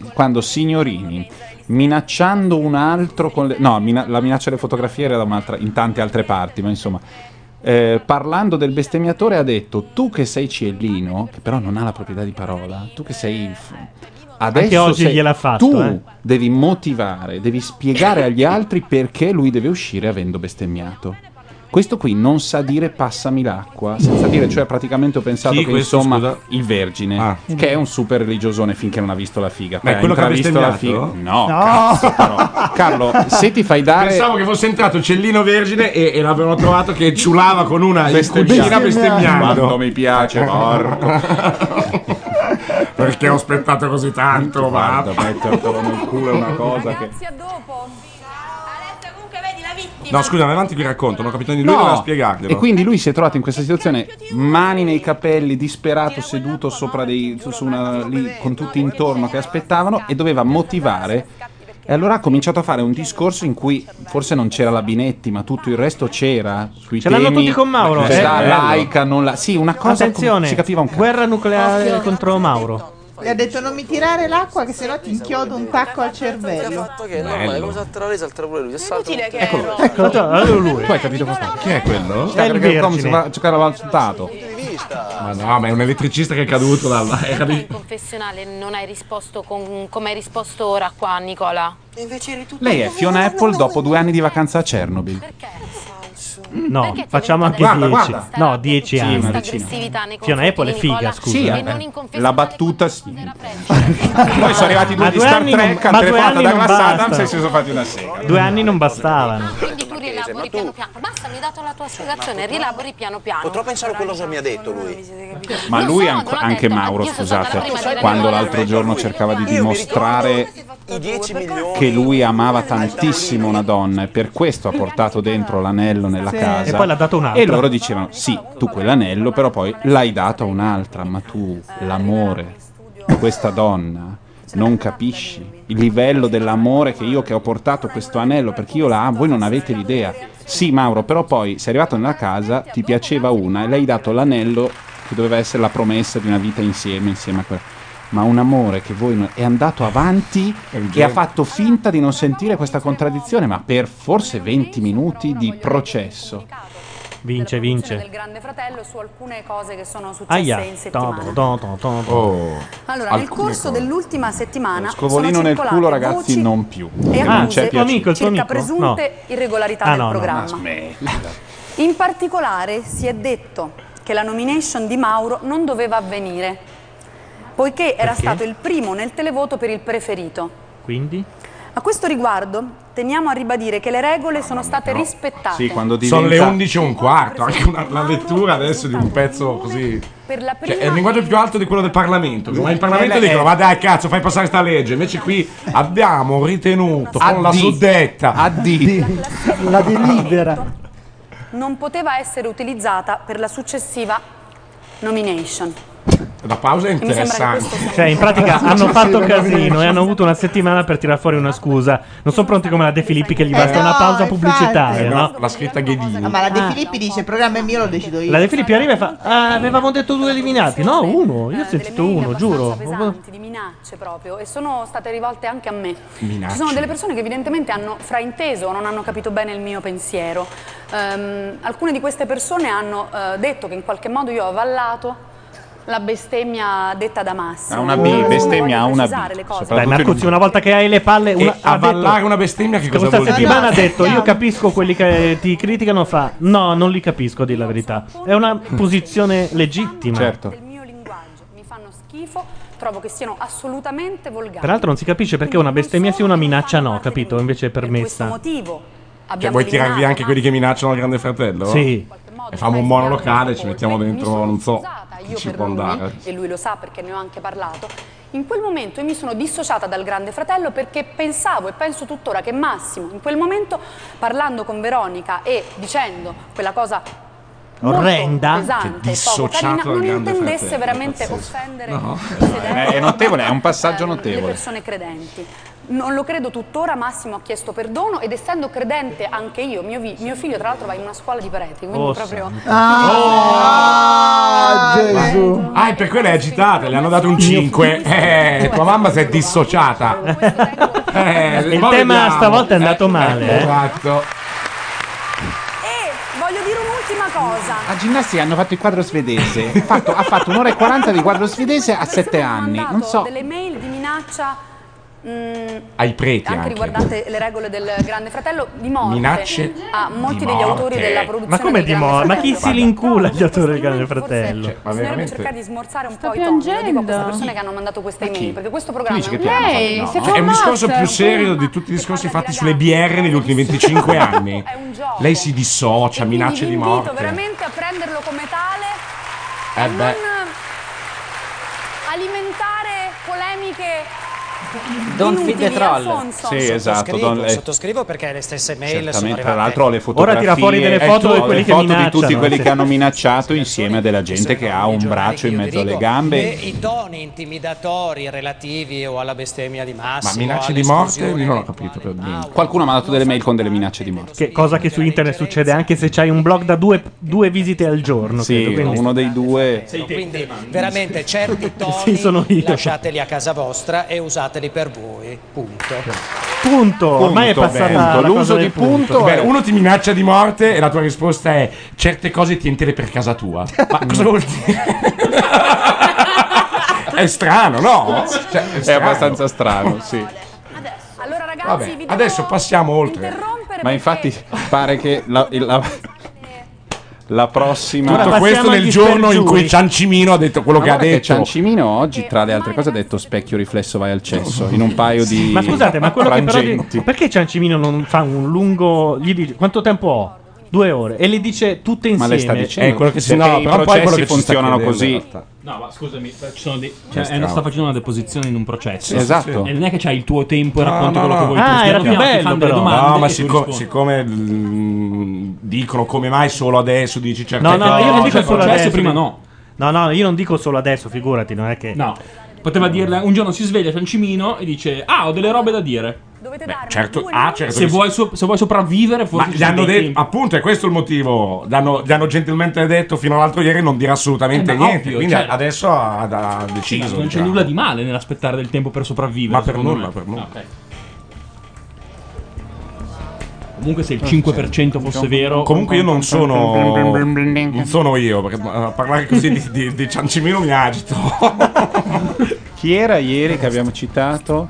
Speaker 3: minacciando un altro con la minaccia delle fotografie era da un'altra, in tante altre parti, ma insomma parlando del bestemmiatore ha detto: tu che sei ciellino, che però non ha la proprietà di parola, tu che sei adesso
Speaker 2: Anche oggi gliel'ha fatto,
Speaker 3: tu devi motivare, devi spiegare agli altri perché lui deve uscire avendo bestemmiato. Questo qui non sa dire passami l'acqua, senza dire, cioè praticamente ho pensato
Speaker 5: Chi
Speaker 3: che
Speaker 5: questo,
Speaker 3: insomma
Speaker 5: scusa?
Speaker 3: il Vergine, che è un super religiosone finché non ha visto la figa.
Speaker 5: Ma è
Speaker 3: Poi
Speaker 5: quello che ha
Speaker 3: intravisto la
Speaker 5: bestemmiato?
Speaker 3: figa. No, cazzo, però. Carlo, se ti fai dare
Speaker 5: Pensavo che fosse entrato il Cellino Vergine e l'avevano trovato che ciulava con una in cucina bestemmiando.
Speaker 3: Quanto mi piace, porco.
Speaker 5: Perché ho aspettato così tanto,
Speaker 3: Guarda, mettertelo nel culo è una cosa che...
Speaker 5: No, scusa, vai avanti, vi racconto, non ho capito di lui,
Speaker 3: No.
Speaker 5: doveva spiegarglielo.
Speaker 3: E quindi lui si è trovato in questa situazione, mani nei capelli, disperato, seduto sopra su una lì con tutti intorno che aspettavano e doveva motivare. E allora ha cominciato a fare un discorso in cui forse non c'era la Binetti, ma tutto il resto c'era. Sui
Speaker 2: Ce l'hanno
Speaker 3: temi,
Speaker 2: tutti con Mauro.
Speaker 3: La
Speaker 2: Eh.
Speaker 3: laica, non la. Sì, una cosa.
Speaker 2: Attenzione,
Speaker 3: si capiva un cazzo.
Speaker 2: guerra nucleare contro Mauro.
Speaker 16: Gli ha detto non mi tirare l'acqua che sennò ti inchiodo un tacco al cervello.
Speaker 9: Che normale, come salterà lei, salterà pure lui. È
Speaker 6: inutile che
Speaker 2: Ecco, lui.
Speaker 3: Tu hai capito cosa?
Speaker 5: Chi è quello?
Speaker 2: È il Vergine.
Speaker 3: Va a giocare al valutato.
Speaker 5: Ma no, ma è un elettricista che è caduto era di...
Speaker 14: Confessionale non hai risposto come hai risposto ora qua, Nicola.
Speaker 6: Invece eri tutto
Speaker 3: Lei è Fiona Apple dopo 2 anni di vacanza a Chernobyl.
Speaker 2: No, facciamo anche
Speaker 3: Guarda,
Speaker 2: 10.
Speaker 3: guarda.
Speaker 2: No, 10
Speaker 3: Sì,
Speaker 2: anni.
Speaker 3: una decina.
Speaker 2: Fiona Apple è figa, scusa.
Speaker 3: Sì, la battuta sì. Poi sono arrivati due
Speaker 2: Ma
Speaker 3: di
Speaker 2: 2
Speaker 3: Star
Speaker 2: anni
Speaker 3: Trek,
Speaker 2: non-
Speaker 3: hanno
Speaker 2: ma 2
Speaker 3: telefonato
Speaker 2: anni
Speaker 3: da
Speaker 2: non
Speaker 3: Glass Adams
Speaker 2: bastano.
Speaker 3: e si sono fatti una sega.
Speaker 2: 2 anni non bastavano.
Speaker 14: Quindi tu rielabori piano piano. Basta, mi hai dato la tua spiegazione, rielabori piano piano.
Speaker 18: Potrò pensare a quello che mi ha detto lui.
Speaker 3: Ma lui, anche Mauro, scusate, quando l'altro giorno cercava di dimostrare
Speaker 18: I 10 milioni.
Speaker 3: che lui amava tantissimo una donna e per questo ha portato dentro l'anello nella
Speaker 2: Sì.
Speaker 3: casa.
Speaker 2: E poi l'ha dato un'altra.
Speaker 3: E loro dicevano: sì, tu quell'anello, però poi l'hai dato a un'altra, ma tu l'amore di questa donna non capisci il livello dell'amore che ho portato questo anello, perché io la amo, voi non avete l'idea. Sì, Mauro, però poi sei arrivato nella casa, ti piaceva una e le hai dato l'anello che doveva essere la promessa di una vita insieme a quella. Ma un amore che voi è andato avanti e ha fatto finta di non sentire questa contraddizione, ma per forse 20 minuti di processo.
Speaker 2: Vince.
Speaker 7: del Grande Fratello su alcune cose che sono successe
Speaker 2: Aia.
Speaker 7: in settimana. Allora, nel
Speaker 3: Alcune
Speaker 7: corso
Speaker 3: cose.
Speaker 7: dell'ultima settimana
Speaker 3: Scovolino
Speaker 7: sono
Speaker 3: nel
Speaker 7: circolate
Speaker 3: culo, ragazzi,
Speaker 7: voci
Speaker 3: non più.
Speaker 7: e
Speaker 3: Non
Speaker 7: accuse
Speaker 3: c'è piacere.
Speaker 7: circa presunte irregolarità del programma.
Speaker 3: Smettila.
Speaker 7: In particolare si è detto che la nomination di Mauro non doveva avvenire, poiché era
Speaker 2: Perché?
Speaker 7: stato il primo nel televoto per il preferito.
Speaker 2: Quindi?
Speaker 7: A questo riguardo teniamo a ribadire che le regole sono state rispettate.
Speaker 3: Sì, quando
Speaker 5: Sono le
Speaker 3: diventa-
Speaker 5: 11:15, anche la lettura adesso di un pezzo così.
Speaker 7: per la prima
Speaker 5: Cioè, è il linguaggio più alto di quello del Parlamento. Ma in Parlamento dicono: ma dai, cazzo, fai passare sta legge. Invece qui abbiamo ritenuto con la suddetta
Speaker 1: la delibera.
Speaker 7: non poteva essere utilizzata per la successiva nomination.
Speaker 5: La pausa è
Speaker 7: mi sembra che
Speaker 5: interessante.
Speaker 7: questo sia-
Speaker 2: Cioè, in pratica hanno fatto casino e hanno avuto una settimana per tirar fuori una scusa. Non sono pronti come la De Filippi che gli basta una pausa pubblicitaria, no?
Speaker 5: La scritta Ghedini.
Speaker 16: Ma la De Filippi dice: il programma è mio, lo decido io.
Speaker 2: La De Filippi arriva e fa: avevamo detto 2 eliminati. No, 1. Io ho sentito 1, giuro.
Speaker 7: pesanti, di minacce proprio, e sono state rivolte anche a me.
Speaker 2: Minacce.
Speaker 7: Ci sono delle persone che evidentemente hanno frainteso o non hanno capito bene il mio pensiero. Alcune di queste persone hanno detto che in qualche modo io ho avallato la bestemmia detta da Massimo.
Speaker 3: Ha una B, bestemmia ha una B.
Speaker 7: Precisare le cose.
Speaker 2: Dai, Marcuzzi, una volta che hai le palle.
Speaker 5: E avallare una bestemmia che cosa
Speaker 2: questa
Speaker 5: vuol dire?
Speaker 2: settimana ha detto: io capisco quelli che ti criticano. Fa: no, non li capisco, a dir la verità. È una posizione legittima.
Speaker 3: Certo.
Speaker 7: Del mio linguaggio mi fanno schifo, trovo che siano assolutamente volgari.
Speaker 2: Peraltro non si capisce perché una bestemmia sia una minaccia no, capito? Invece è
Speaker 7: questo
Speaker 2: permessa.
Speaker 7: motivo
Speaker 5: Cioè,
Speaker 7: abbiamo
Speaker 5: vuoi tirar via
Speaker 7: eliminato
Speaker 5: anche quelli che minacciano il Grande Fratello?
Speaker 2: Sì.
Speaker 5: E famo un monolocale, ci mettiamo dentro, non so, chi
Speaker 7: io
Speaker 5: ci
Speaker 7: per
Speaker 5: può
Speaker 7: lui,
Speaker 5: andare.
Speaker 7: e lui lo sa perché ne ho anche parlato. In quel momento io mi sono dissociata dal Grande Fratello perché pensavo e penso tuttora che Massimo, in quel momento, parlando con Veronica e dicendo quella cosa
Speaker 2: orrenda,
Speaker 7: pesante e poco carina, non intendesse veramente offendere i fedeli
Speaker 3: È notevole, è un passaggio
Speaker 7: le
Speaker 3: notevole.
Speaker 7: persone credenti. Non lo credo tuttora, Massimo ha chiesto perdono ed essendo credente anche io, mio figlio tra l'altro va in una scuola di preti, quindi proprio...
Speaker 5: Gesù. Ah, e per quello è agitata, le hanno dato un 5. Tua mamma si è dissociata.
Speaker 2: Il tema stavolta è andato male.
Speaker 5: Esatto.
Speaker 7: Voglio dire un'ultima cosa.
Speaker 11: A ginnastica hanno fatto il quadro svedese. Ha fatto 1 ora e 40 di quadro svedese a 7 anni. Non so.
Speaker 7: Delle mail di minaccia
Speaker 5: Ai preti
Speaker 7: anche
Speaker 5: anche.
Speaker 7: riguardante le regole del Grande Fratello, di morte
Speaker 5: Minacce
Speaker 7: a molti
Speaker 5: di
Speaker 7: degli autori
Speaker 5: morte.
Speaker 7: della produzione
Speaker 2: Ma come
Speaker 7: del
Speaker 2: di
Speaker 7: Grande
Speaker 2: morte? Ma chi
Speaker 7: Fratello.
Speaker 2: si lincula gli autori del Grande Fratello?
Speaker 5: Ma
Speaker 7: Bisognerebbe
Speaker 5: veramente.
Speaker 7: cercare di smorzare un po' i toni, lo dico a queste persone che hanno mandato queste email, perché questo programma
Speaker 5: Dici che
Speaker 7: è
Speaker 5: ti hanno
Speaker 7: lei,
Speaker 5: fatto-
Speaker 7: si
Speaker 5: no. È un discorso più serio di tutti i discorsi fatti sulle BR negli ultimi 25 anni. Lei si dissocia, minacce di
Speaker 7: invito
Speaker 5: morte.
Speaker 7: veramente a prenderlo come tale
Speaker 5: Eh
Speaker 7: e
Speaker 5: beh.
Speaker 7: non alimentare polemiche
Speaker 13: Don't feed
Speaker 7: inutili,
Speaker 13: the troll.
Speaker 7: Alfonso.
Speaker 3: Sì, esatto.
Speaker 15: Sottoscrivo perché le stesse mail sono
Speaker 3: Certamente,
Speaker 15: arrivate.
Speaker 3: tra l'altro le fotografie
Speaker 2: Ora tira fuori delle foto di quelli
Speaker 3: le
Speaker 2: che
Speaker 3: foto di
Speaker 2: minacciano,
Speaker 3: tutti quelli
Speaker 2: sì.
Speaker 3: che hanno minacciato insieme a della gente che ha un braccio in mezzo alle gambe.
Speaker 15: I toni intimidatori relativi o alla bestemmia di
Speaker 5: Ma
Speaker 15: Massimo.
Speaker 5: minacce di morte? Io non ho capito per niente.
Speaker 3: Qualcuno mi ha dato delle mail con delle minacce di morte.
Speaker 2: Che cosa che su internet succede anche se c'hai un blog da due visite al giorno.
Speaker 3: Sì,
Speaker 2: credo, quindi-
Speaker 3: uno dei due.
Speaker 15: Quindi veramente certi toni
Speaker 2: Sì, sono io.
Speaker 15: lasciateli a casa vostra e usateli per voi. Punto.
Speaker 2: Punto. Ormai è passata la
Speaker 5: l'uso
Speaker 2: cosa
Speaker 5: di
Speaker 2: del
Speaker 5: punto. Bene, uno ti minaccia di morte e la tua risposta è: certe cose tientele per casa tua. Ma cosa vuol dire? È strano, no? Cioè,
Speaker 3: È
Speaker 5: strano.
Speaker 3: abbastanza strano, sì.
Speaker 7: Allora ragazzi,
Speaker 5: Vabbè,
Speaker 7: vi devo
Speaker 5: adesso passiamo oltre.
Speaker 3: Ma infatti pare che la prossima.
Speaker 5: Tutto questo nel giorno in cui Ciancimino ha detto quello che ha detto.
Speaker 3: Ciancimino oggi, tra le altre cose, ha detto specchio riflesso vai al cesso in un paio di.
Speaker 2: Ma scusate, ma quello che però
Speaker 3: frangenti.
Speaker 2: perché Ciancimino non fa un lungo. Gli dice quanto tempo ho? 2 ore. E le dice tutte
Speaker 3: Ma
Speaker 2: insieme.
Speaker 3: le sta dicendo?
Speaker 5: È quello che si-
Speaker 3: Perché
Speaker 5: no,
Speaker 3: i
Speaker 5: però poi
Speaker 3: processi
Speaker 5: quello che ci sta
Speaker 3: funzionano
Speaker 5: chiedendo,
Speaker 3: così.
Speaker 5: in realtà.
Speaker 4: No, ma scusami, ci sono dei,
Speaker 5: Che strano.
Speaker 4: sta facendo una deposizione in un processo.
Speaker 3: Esatto.
Speaker 4: E non è che c'hai il tuo tempo e
Speaker 5: No,
Speaker 4: racconti
Speaker 5: no,
Speaker 4: quello che
Speaker 5: no.
Speaker 4: vuoi
Speaker 2: Ah,
Speaker 4: tu.
Speaker 2: era
Speaker 4: Piano
Speaker 2: più
Speaker 4: piano ti
Speaker 2: bello,
Speaker 4: fanno delle
Speaker 2: però.
Speaker 4: domande
Speaker 5: No, ma
Speaker 4: e tu rispondi.
Speaker 5: siccome dicono come mai solo adesso dici certe
Speaker 2: No, no,
Speaker 5: cose.
Speaker 2: io non dico
Speaker 4: cioè,
Speaker 2: solo
Speaker 4: processo
Speaker 2: adesso.
Speaker 4: prima no.
Speaker 2: No, io non dico solo adesso, figurati, non è che.
Speaker 4: No. Poteva dirle, un giorno si sveglia Ciancimino e dice, ho delle robe da dire.
Speaker 5: Certo, certo
Speaker 4: Se
Speaker 5: che
Speaker 4: vuoi, se vuoi sopravvivere, forse
Speaker 5: ma
Speaker 4: ci
Speaker 5: gli hanno
Speaker 4: sono dei
Speaker 5: detto,
Speaker 4: tempi.
Speaker 5: appunto, è questo il motivo. Gli hanno gentilmente detto fino all'altro ieri non dire assolutamente
Speaker 4: ma
Speaker 5: niente.
Speaker 4: ovvio,
Speaker 5: Quindi
Speaker 4: cioè-
Speaker 5: adesso ha deciso.
Speaker 4: Non c'è
Speaker 5: diciamo.
Speaker 4: nulla di male nell'aspettare del tempo per sopravvivere.
Speaker 5: Ma per
Speaker 4: secondo
Speaker 5: nulla,
Speaker 4: me.
Speaker 5: per nulla.
Speaker 4: Ok. Comunque se il 5% fosse vero.
Speaker 5: Comunque io non sono io, perché a parlare così di Ciancimino mi agito.
Speaker 3: Chi era ieri che abbiamo citato?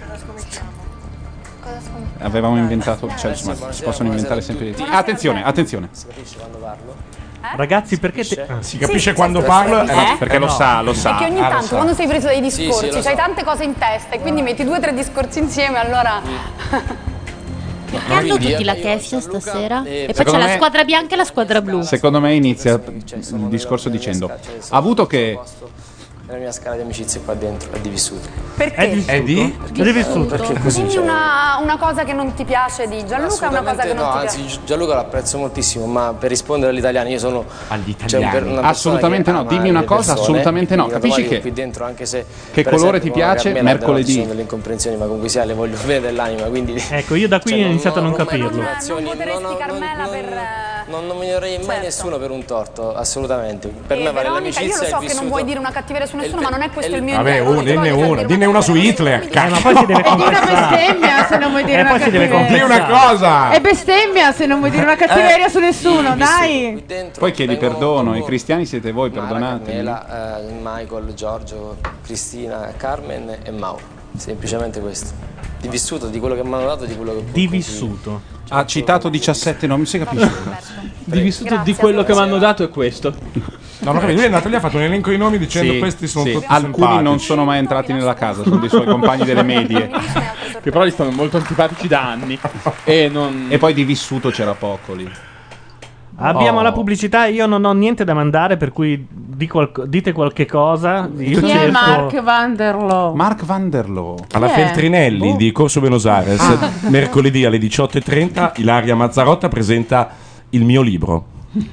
Speaker 3: Avevamo inventato, cioè insomma, si possono inventare sempre dei. Attenzione.
Speaker 2: Ragazzi, perché
Speaker 5: si capisce quando parlo?
Speaker 3: Perché lo sa.
Speaker 7: Perché ogni tanto quando sei preso dai discorsi
Speaker 3: Sì, lo
Speaker 7: c'hai
Speaker 3: so.
Speaker 7: tante cose in testa e quindi metti 2 o 3 discorsi insieme, allora
Speaker 14: Perché hanno tutti la Kessia stasera? E poi c'è
Speaker 3: secondo
Speaker 14: la
Speaker 3: me-
Speaker 14: squadra bianca e la squadra blu.
Speaker 3: Secondo me inizia il discorso dicendo: ha avuto che
Speaker 12: La mia scala di amicizie qua dentro è di vissuto.
Speaker 7: Perché?
Speaker 3: È di?
Speaker 12: Perché così
Speaker 7: Quindi una cosa che non ti piace di Gianluca è una cosa che non
Speaker 12: no,
Speaker 7: ti
Speaker 12: anzi
Speaker 7: piace.
Speaker 12: Gianluca l'apprezzo moltissimo, ma per rispondere all'italiano io sono
Speaker 3: Assolutamente no, dimmi una cosa, assolutamente no. Capisci che
Speaker 12: qui dentro, anche se
Speaker 3: che
Speaker 12: per
Speaker 3: colore
Speaker 12: esempio,
Speaker 3: ti piace?
Speaker 12: come Carmela,
Speaker 3: Mercoledì.
Speaker 12: ci sono delle incomprensioni, ma comunque sia le voglio bene dell'anima, quindi
Speaker 2: Ecco, io da qui ho iniziato a non capirlo.
Speaker 7: Non voteresti Carmela per...
Speaker 12: non nominerei mai nessuno per un torto, assolutamente. Per me vale
Speaker 7: Veronica, io
Speaker 12: l'amicizia
Speaker 7: lo
Speaker 12: e
Speaker 7: so
Speaker 12: il
Speaker 7: che
Speaker 12: vissuto.
Speaker 7: non vuoi dire una cattiveria su nessuno, ma non è questo il mio
Speaker 5: Vabbè,
Speaker 7: intervento.
Speaker 5: dinne una su Hitler.
Speaker 2: Ma poi si deve
Speaker 16: È di una bestemmia se non vuoi dire una
Speaker 2: poi si deve
Speaker 16: cattiveria.
Speaker 5: Di una cosa.
Speaker 16: È bestemmia se non vuoi dire una cattiveria su nessuno, dai.
Speaker 3: Poi chiedi perdono, i cristiani siete voi, perdonate.
Speaker 12: Carmela, Michael, Giorgio, Cristina, Carmen e Mauro. Semplicemente questo. Di vissuto, di quello che mi hanno dato, di quello che
Speaker 2: Di vissuto.
Speaker 3: Ha citato 17 nomi, si capisce.
Speaker 4: Di vissuto di quello che mi hanno dato è questo.
Speaker 5: No, ma lui è andato lì, ha fatto un elenco di nomi dicendo questi sono tutti
Speaker 3: Alcuni
Speaker 5: simpatici.
Speaker 3: non sono mai entrati nella casa, sono dei suoi compagni delle medie.
Speaker 4: Che però gli stanno molto antipatici da anni. E
Speaker 3: poi di vissuto c'era poco lì.
Speaker 2: Abbiamo la pubblicità, io non ho niente da mandare, per cui dite qualche cosa. Io
Speaker 16: Chi è
Speaker 2: cerco-
Speaker 16: Mark Vanderlo?
Speaker 3: Mark Vanderlo.
Speaker 5: Alla
Speaker 16: Chi è?
Speaker 5: Feltrinelli di Corso Buenos Aires, mercoledì alle 18:30, Ilaria Mazzarotta presenta il mio libro.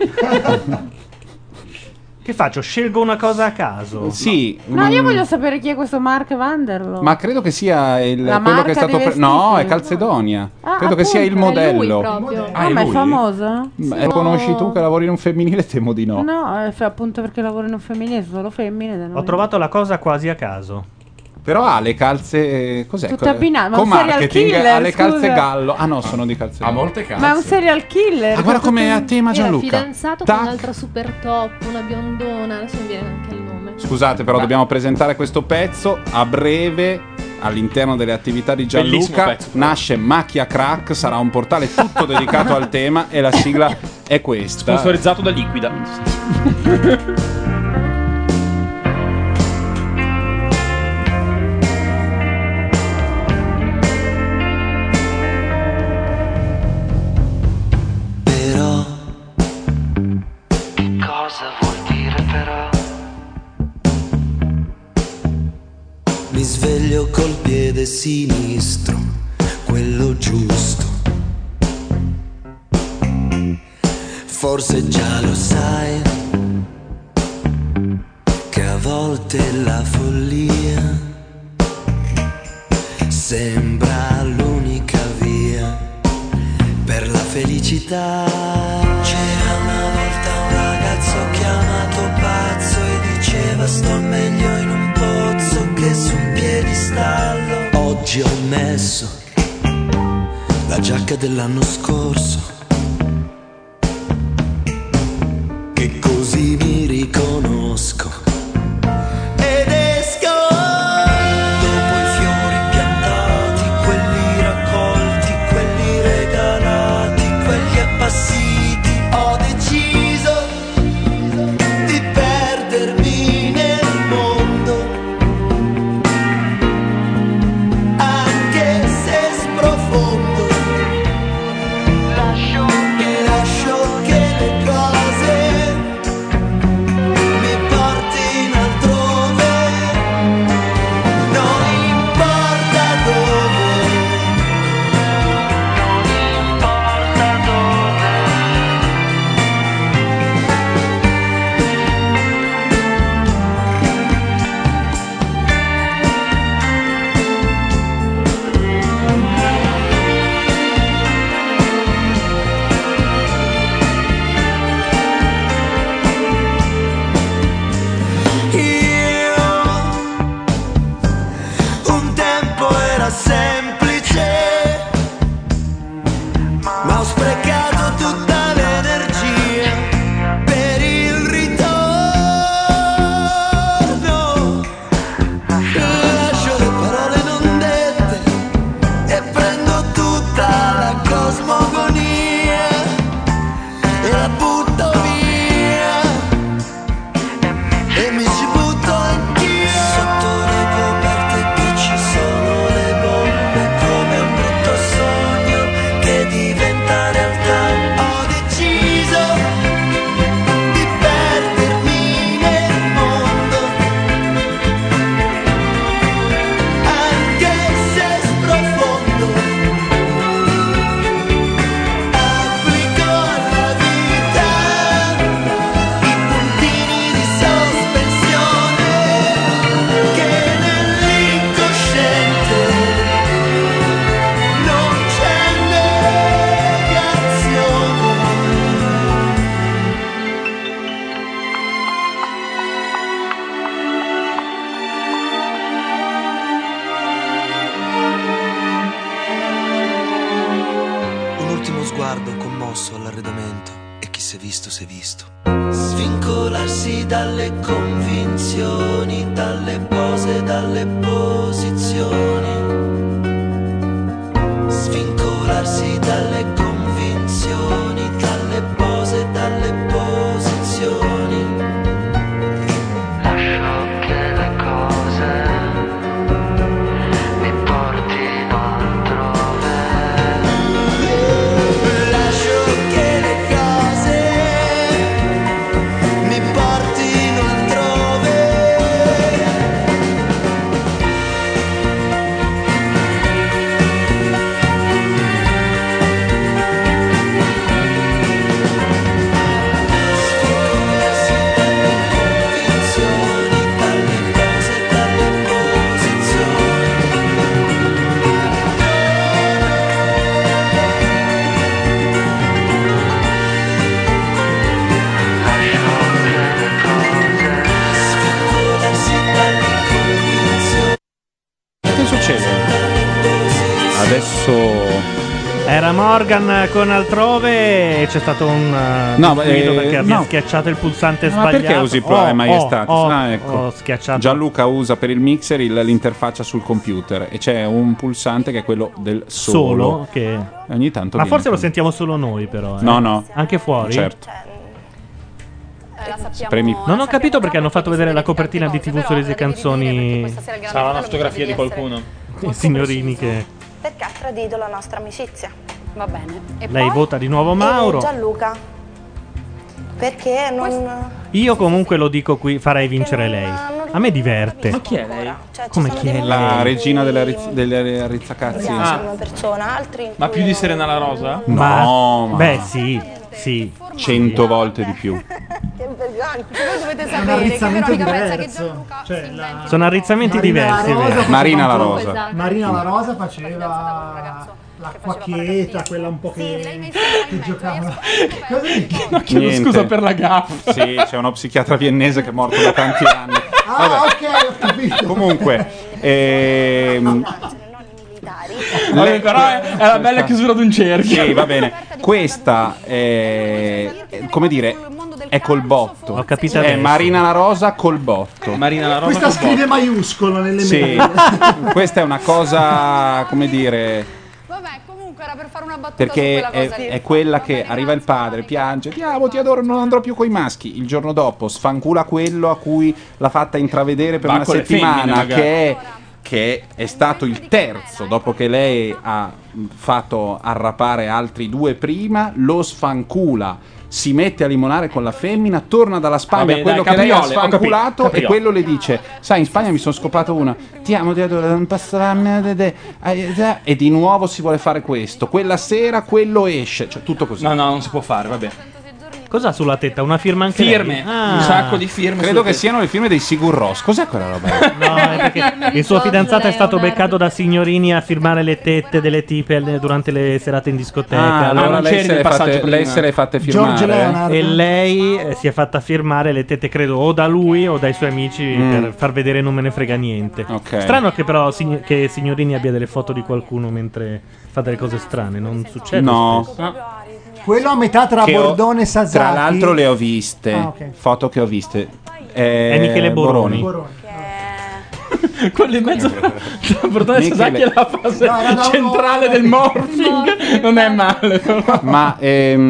Speaker 2: Che faccio? Scelgo una cosa a caso?
Speaker 3: Sì.
Speaker 16: No, io voglio sapere chi è questo Mark Vanderlo.
Speaker 3: Ma credo che sia
Speaker 16: La
Speaker 3: quello che è
Speaker 16: marca
Speaker 3: stato
Speaker 16: dei vestiti?
Speaker 3: no, è Calzedonia.
Speaker 16: Ah,
Speaker 3: credo che sia il
Speaker 16: appunto, è lui
Speaker 3: modello.
Speaker 16: proprio.
Speaker 3: Ah,
Speaker 16: ma è
Speaker 3: lui?
Speaker 16: famosa?
Speaker 3: Ma conosci tu che lavori in un femminile? Temo di no.
Speaker 16: No, è appunto perché lavoro in un femminile, sono solo femmine.
Speaker 2: Ho trovato la cosa quasi a caso.
Speaker 3: Però ha le calze. Cos'è?
Speaker 16: Tutte abbinate, ma
Speaker 3: Con
Speaker 16: un serial
Speaker 3: marketing
Speaker 16: killer,
Speaker 3: ha le calze
Speaker 16: scusa.
Speaker 3: gallo. Ah no, sono di calze. Ha
Speaker 5: molte
Speaker 16: Ma è un serial killer.
Speaker 3: Ah, guarda come a tema
Speaker 17: Era
Speaker 3: Gianluca.
Speaker 17: fidanzato
Speaker 3: Tac.
Speaker 17: con un'altra super top, una biondona, adesso non viene neanche il nome.
Speaker 3: Scusate, però dobbiamo presentare questo pezzo a breve. All'interno delle attività di
Speaker 4: Bellissimo
Speaker 3: Gianluca
Speaker 4: pezzo.
Speaker 3: nasce Macchia Crack, sarà un portale tutto dedicato al tema e la sigla è questa.
Speaker 4: Sponsorizzato da Liquida.
Speaker 23: Però, cosa vuol dire però? Mi sveglio col piede sinistro, quello giusto. Forse già lo sai, che a volte la follia sembra l'unica via per la felicità. C'era una volta un ragazzo chiamato pazzo e diceva sto meglio in un pozzo che su un piedistallo. Oggi ho messo la giacca dell'anno scorso, che così mi riconosco. Ed esco dopo i fiori piantati, quelli raccolti, quelli regalati, quelli appassiti. Ho deciso di perdermi nel mondo, anche se sprofondo. Lascio che le cose mi portino altrove, non importa dove, non importa dove. Un tempo era semplice, ma ho sprecato tutta l'energia per il ritorno. Lascio le parole non dette e prendo tutta la cosmogonia e la butto via e mi ci butto anch'io. Sotto le coperte che ci sono le bombe, mosso all'arredamento e chi s'è visto s'è visto. Svincolarsi dalle convinzioni, dalle pose, dalle posizioni. Svincolarsi dalle convinzioni, dalle pose, dalle posizioni. Lascio che le cose mi portino altrove. Lascio che le cose mi portino altrove.
Speaker 3: Che succede? Adesso
Speaker 2: Era Morgan con Altrove e c'è stato un disguido perché abbia schiacciato il pulsante
Speaker 3: Ma
Speaker 2: sbagliato.
Speaker 3: perché usi Pro Maestatis? Ecco.
Speaker 2: Ho schiacciato.
Speaker 3: Gianluca usa per il mixer l'interfaccia sul computer e c'è un pulsante che è quello del solo.
Speaker 2: che
Speaker 3: ogni tanto
Speaker 2: Ma
Speaker 3: viene
Speaker 2: forse lo
Speaker 3: fuori.
Speaker 2: sentiamo solo noi però.
Speaker 3: No.
Speaker 2: Anche fuori?
Speaker 3: Certo.
Speaker 7: La sappiamo.
Speaker 3: Premi.
Speaker 2: Non ho capito perché hanno fatto vedere la copertina di TV Sorrisi e Canzoni.
Speaker 4: Sarà una fotografia di qualcuno.
Speaker 2: I signorini che
Speaker 6: Perché ha tradito la nostra amicizia.
Speaker 7: Va bene. E
Speaker 2: lei
Speaker 7: poi?
Speaker 2: vota di nuovo Mauro.
Speaker 6: E Gianluca. Perché non...
Speaker 2: Io comunque lo dico qui, farei vincere lei. A me diverte.
Speaker 3: Ma chi è lei?
Speaker 2: Come chi è
Speaker 3: La
Speaker 2: lei?
Speaker 3: regina delle rizzacazzi.
Speaker 6: come persona, altri in
Speaker 4: Ma
Speaker 6: cui
Speaker 4: più di
Speaker 6: io-
Speaker 4: Serena La Rosa?
Speaker 3: No, ma
Speaker 2: Beh, sì.
Speaker 3: 100 volte di più.
Speaker 7: Che vergogna. Voi dovete
Speaker 1: un
Speaker 7: sapere che
Speaker 1: arrizzamento
Speaker 7: Veronica pensa che
Speaker 1: diverso.
Speaker 7: Gianluca si inventi.
Speaker 2: Sono arrizzamenti diversi. è vero.
Speaker 3: Marina La Rosa.
Speaker 1: Marina La Rosa faceva l'acquacchieta, quella un po' che giocava. Cosa dici?
Speaker 4: No, chiedo
Speaker 3: Niente.
Speaker 4: scusa per la gaffa.
Speaker 3: Sì, c'è uno psichiatra viennese che è morto da tanti anni.
Speaker 1: Ah, ok, ho capito.
Speaker 3: Comunque,
Speaker 4: Vabbè, però è la bella chiusura di un cerchio.
Speaker 3: Sì, va bene. Questa come dire, è col botto.
Speaker 2: Ho capito
Speaker 3: È
Speaker 2: adesso.
Speaker 3: Marina La Rosa col botto.
Speaker 4: Marina La Rosa
Speaker 1: Questa
Speaker 4: col
Speaker 1: scrive
Speaker 4: botto.
Speaker 1: maiuscolo nelle
Speaker 3: Sì,
Speaker 1: mail.
Speaker 3: questa è una cosa, come dire,
Speaker 7: Vabbè, comunque era per fare una battuta
Speaker 3: perché
Speaker 7: su quella cosa lì.
Speaker 3: è quella che arriva il padre, piange, ti amo, ti adoro, non andrò più coi maschi. Il giorno dopo sfancula quello a cui l'ha fatta intravedere per
Speaker 4: Va
Speaker 3: una
Speaker 4: con le
Speaker 3: settimana,
Speaker 4: femmine, magari.
Speaker 3: che è stato il terzo dopo che lei ha fatto arrapare altri 2 prima, lo sfancula, si mette a limonare con la femmina, torna dalla Spagna,
Speaker 4: Vabbè,
Speaker 3: quello
Speaker 4: dai,
Speaker 3: che lei ha
Speaker 4: capriole, ho capito,
Speaker 3: sfanculato, e
Speaker 4: capriole.
Speaker 3: quello le dice, sai, in Spagna mi sono scopato una, ti amo, ti adoro, non passa la merda, e di nuovo si vuole fare questo, quella sera quello esce, cioè tutto così.
Speaker 4: No, non si può fare, vabbè.
Speaker 2: Cosa sulla tetta? Una firma anche
Speaker 4: Firme,
Speaker 2: lei? Ah.
Speaker 4: un sacco di firme.
Speaker 3: Credo che siano le firme dei Sigur Rós. Cos'è quella roba?
Speaker 2: No, è perché il suo fidanzato è stato beccato da signorini a firmare le tette delle tipe durante le serate in discoteca.
Speaker 3: Allora
Speaker 4: non
Speaker 3: lei
Speaker 4: c'eri
Speaker 3: se,
Speaker 4: nel
Speaker 3: le
Speaker 4: passaggio
Speaker 3: fatte,
Speaker 4: prima.
Speaker 3: lei se le fatte
Speaker 1: George
Speaker 3: firmare.
Speaker 1: Leonard.
Speaker 2: E lei si è fatta firmare le tette, credo, o da lui o dai suoi amici per far vedere non me ne frega niente.
Speaker 3: Ok.
Speaker 2: Strano che però che signorini abbia delle foto di qualcuno mentre fa delle cose strane, non succede
Speaker 3: No.
Speaker 2: spesso.
Speaker 1: Quello a metà tra
Speaker 3: Che ho-
Speaker 1: Bordone e Sasaki.
Speaker 3: Tra l'altro le ho viste,
Speaker 1: Ah, ok.
Speaker 3: foto che ho viste.
Speaker 2: È Michele Boroni.
Speaker 4: Quello in mezzo tra Bordone e
Speaker 3: Michele.
Speaker 4: Sasaki è la fase
Speaker 1: No, era da
Speaker 4: centrale del morphing. Non è male. però.
Speaker 3: Ma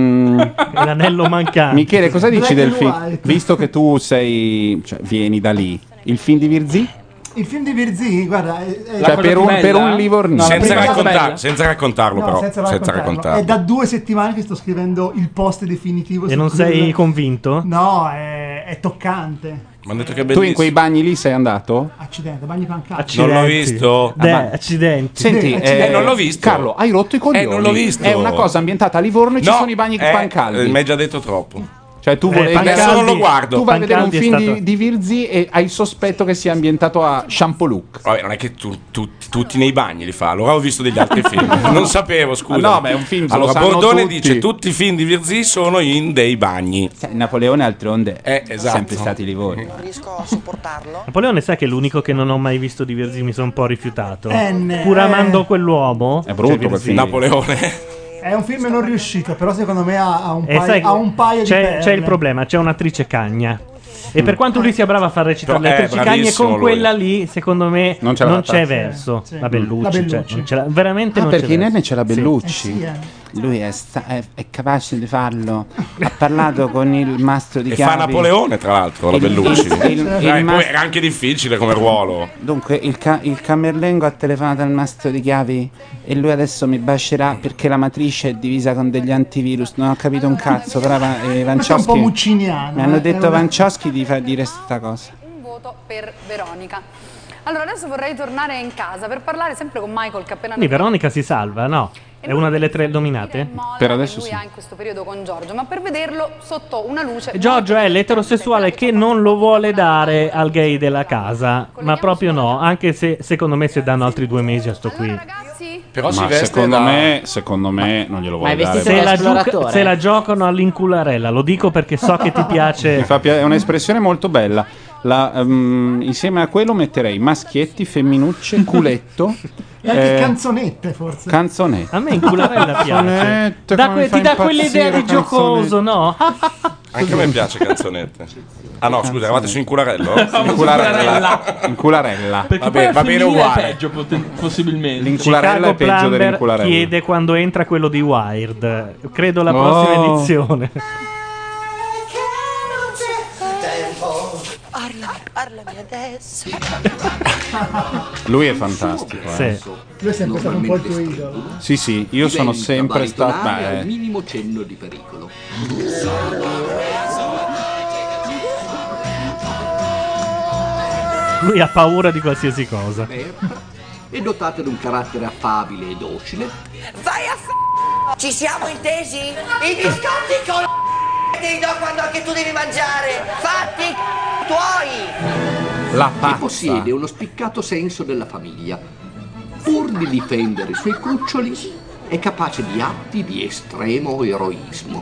Speaker 2: L'anello mancante.
Speaker 3: Michele, cosa dici
Speaker 1: Black
Speaker 3: del
Speaker 1: and
Speaker 3: film?
Speaker 1: white.
Speaker 3: Visto che tu vieni da lì, il film di Virzì?
Speaker 1: Il film di Virzì, guarda,
Speaker 3: Cioè per un livornino.
Speaker 5: senza,
Speaker 1: prima-
Speaker 5: senza raccontarlo,
Speaker 1: no,
Speaker 5: però.
Speaker 1: senza
Speaker 5: Senza
Speaker 1: raccontarlo.
Speaker 5: raccontarlo.
Speaker 1: È da 2 settimane che sto scrivendo il post definitivo.
Speaker 2: E
Speaker 1: su
Speaker 2: non
Speaker 1: quello.
Speaker 2: sei convinto?
Speaker 1: No, è toccante.
Speaker 5: Mi hanno detto che è
Speaker 3: Tu in
Speaker 5: bellissimo.
Speaker 3: quei bagni lì sei andato?
Speaker 1: Accidente, bagni pancati.
Speaker 5: Non l'ho visto.
Speaker 2: Accidenti.
Speaker 3: Senti,
Speaker 5: non l'ho visto.
Speaker 3: Carlo, hai rotto i coglioni.
Speaker 5: Non l'ho visto.
Speaker 3: È una cosa ambientata a Livorno e ci
Speaker 5: No,
Speaker 3: sono i bagni pancaldi.
Speaker 5: Mi hai già detto troppo.
Speaker 3: Cioè tu volevi
Speaker 5: Adesso non lo guardo.
Speaker 3: Tu vai a vedere un
Speaker 2: Pancaldi è
Speaker 3: film
Speaker 2: stato-
Speaker 3: di Virzì e hai il sospetto che sia ambientato a Champoluc.
Speaker 5: Vabbè, non è che tutti nei bagni li fa. Allora ho visto degli altri film. Non sapevo, scusa.
Speaker 3: No, ma è un film,
Speaker 5: Allora,
Speaker 3: lo sanno
Speaker 5: Bordone
Speaker 3: tutti.
Speaker 5: dice tutti i film di Virzì sono in dei bagni.
Speaker 3: Napoleone d'altronde
Speaker 5: esatto.
Speaker 3: sempre stati Livorno.
Speaker 9: Non riesco a sopportarlo.
Speaker 2: Napoleone, sai che è l'unico che non ho mai visto di Virzì, mi sono un po' rifiutato.
Speaker 1: N.
Speaker 2: Pur amando quell'uomo.
Speaker 3: È brutto
Speaker 2: cioè
Speaker 3: quel
Speaker 2: Virzì.
Speaker 3: film.
Speaker 5: Napoleone.
Speaker 1: È un film non riuscito, però secondo me ha un
Speaker 2: E
Speaker 1: paio,
Speaker 2: sai,
Speaker 1: ha un paio di perle.
Speaker 2: c'è il problema, c'è un'attrice cagna. E per quanto lui sia bravo a far recitare
Speaker 5: Però
Speaker 2: le attrici cagne,
Speaker 5: bravissimo
Speaker 2: con
Speaker 5: lui.
Speaker 2: quella lì, secondo me,
Speaker 3: Non
Speaker 2: non
Speaker 3: c'è
Speaker 2: c'è,
Speaker 3: la
Speaker 2: verso.
Speaker 1: Sì.
Speaker 2: La Bellucci,
Speaker 1: La Bellucci.
Speaker 2: cioè, non c'è veramente non
Speaker 11: perché
Speaker 2: c'è
Speaker 11: in
Speaker 2: verso.
Speaker 11: Erne c'è la
Speaker 2: Sì.
Speaker 11: Bellucci. Lui è capace di farlo. Ha parlato con il mastro di
Speaker 5: E
Speaker 11: chiavi.
Speaker 5: fa Napoleone, tra l'altro, la
Speaker 11: Il-
Speaker 5: Bellucci.
Speaker 11: il
Speaker 5: Dai,
Speaker 11: mas-
Speaker 5: poi era anche difficile come ruolo.
Speaker 11: Dunque, il camerlengo ha telefonato al mastro di chiavi e lui adesso mi bacerà perché la matrice è divisa con degli antivirus. Non ho capito un cazzo, però
Speaker 1: Questo è un po'
Speaker 11: Vancioschi
Speaker 1: mucciniano.
Speaker 11: mi hanno detto
Speaker 1: una-
Speaker 11: Vancioschi di dire sta cosa.
Speaker 7: Un voto per Veronica. Allora, adesso vorrei tornare in casa per parlare sempre con Michael che appena
Speaker 2: Quindi Veronica si salva, no? È una delle 3 nominate?
Speaker 7: per adesso lui ha in questo periodo con Giorgio, ma per vederlo sotto una luce.
Speaker 2: Giorgio è l'eterosessuale che non lo vuole dare al gay della casa, ma proprio no, anche se secondo me si danno altri 2 mesi a sto qui.
Speaker 3: Però si
Speaker 5: Ma
Speaker 3: veste secondo me non glielo vuole dare.
Speaker 2: Se la giocano all'incularella, lo dico perché so che ti piace.
Speaker 3: È un'espressione molto bella. Insieme a quello metterei maschietti, femminucce, culetto.
Speaker 1: E anche canzonette, forse.
Speaker 3: Canzonette.
Speaker 2: A me incularella piace.
Speaker 3: Canzonette,
Speaker 2: Da
Speaker 3: come mi
Speaker 2: ti
Speaker 3: fa
Speaker 2: dà quell'idea
Speaker 3: impazzire,
Speaker 2: di giocoso, no?
Speaker 5: Anche a me piace canzonette. Ah no, scusa, eravate su Incularello?
Speaker 3: Incularella.
Speaker 4: Perché
Speaker 5: Vabbè,
Speaker 4: poi
Speaker 5: va
Speaker 4: al
Speaker 5: bene
Speaker 4: femminile
Speaker 5: uguale.
Speaker 4: è peggio, possibilmente.
Speaker 3: L'incularella
Speaker 2: Chicago
Speaker 3: è peggio
Speaker 2: Plumber
Speaker 3: dell'incularella.
Speaker 2: chiede quando entra quello di Wired. Credo la
Speaker 3: Oh.
Speaker 2: prossima edizione.
Speaker 6: Parlami adesso.
Speaker 3: Lui è fantastico.
Speaker 2: Sì.
Speaker 1: Lui è sempre stato un po' il tuo idolo.
Speaker 3: Sì, io sono sempre stato.
Speaker 8: al minimo cenno di pericolo.
Speaker 2: Lui ha paura di qualsiasi cosa.
Speaker 8: È dotata di un carattere affabile e docile.
Speaker 6: Vai a Ci siamo intesi? I biscotti con te li do quando anche tu devi mangiare. Fatti tuoi.
Speaker 3: La
Speaker 8: E possiede uno spiccato senso della famiglia. Pur di difendere i suoi cuccioli, è capace di atti di estremo eroismo.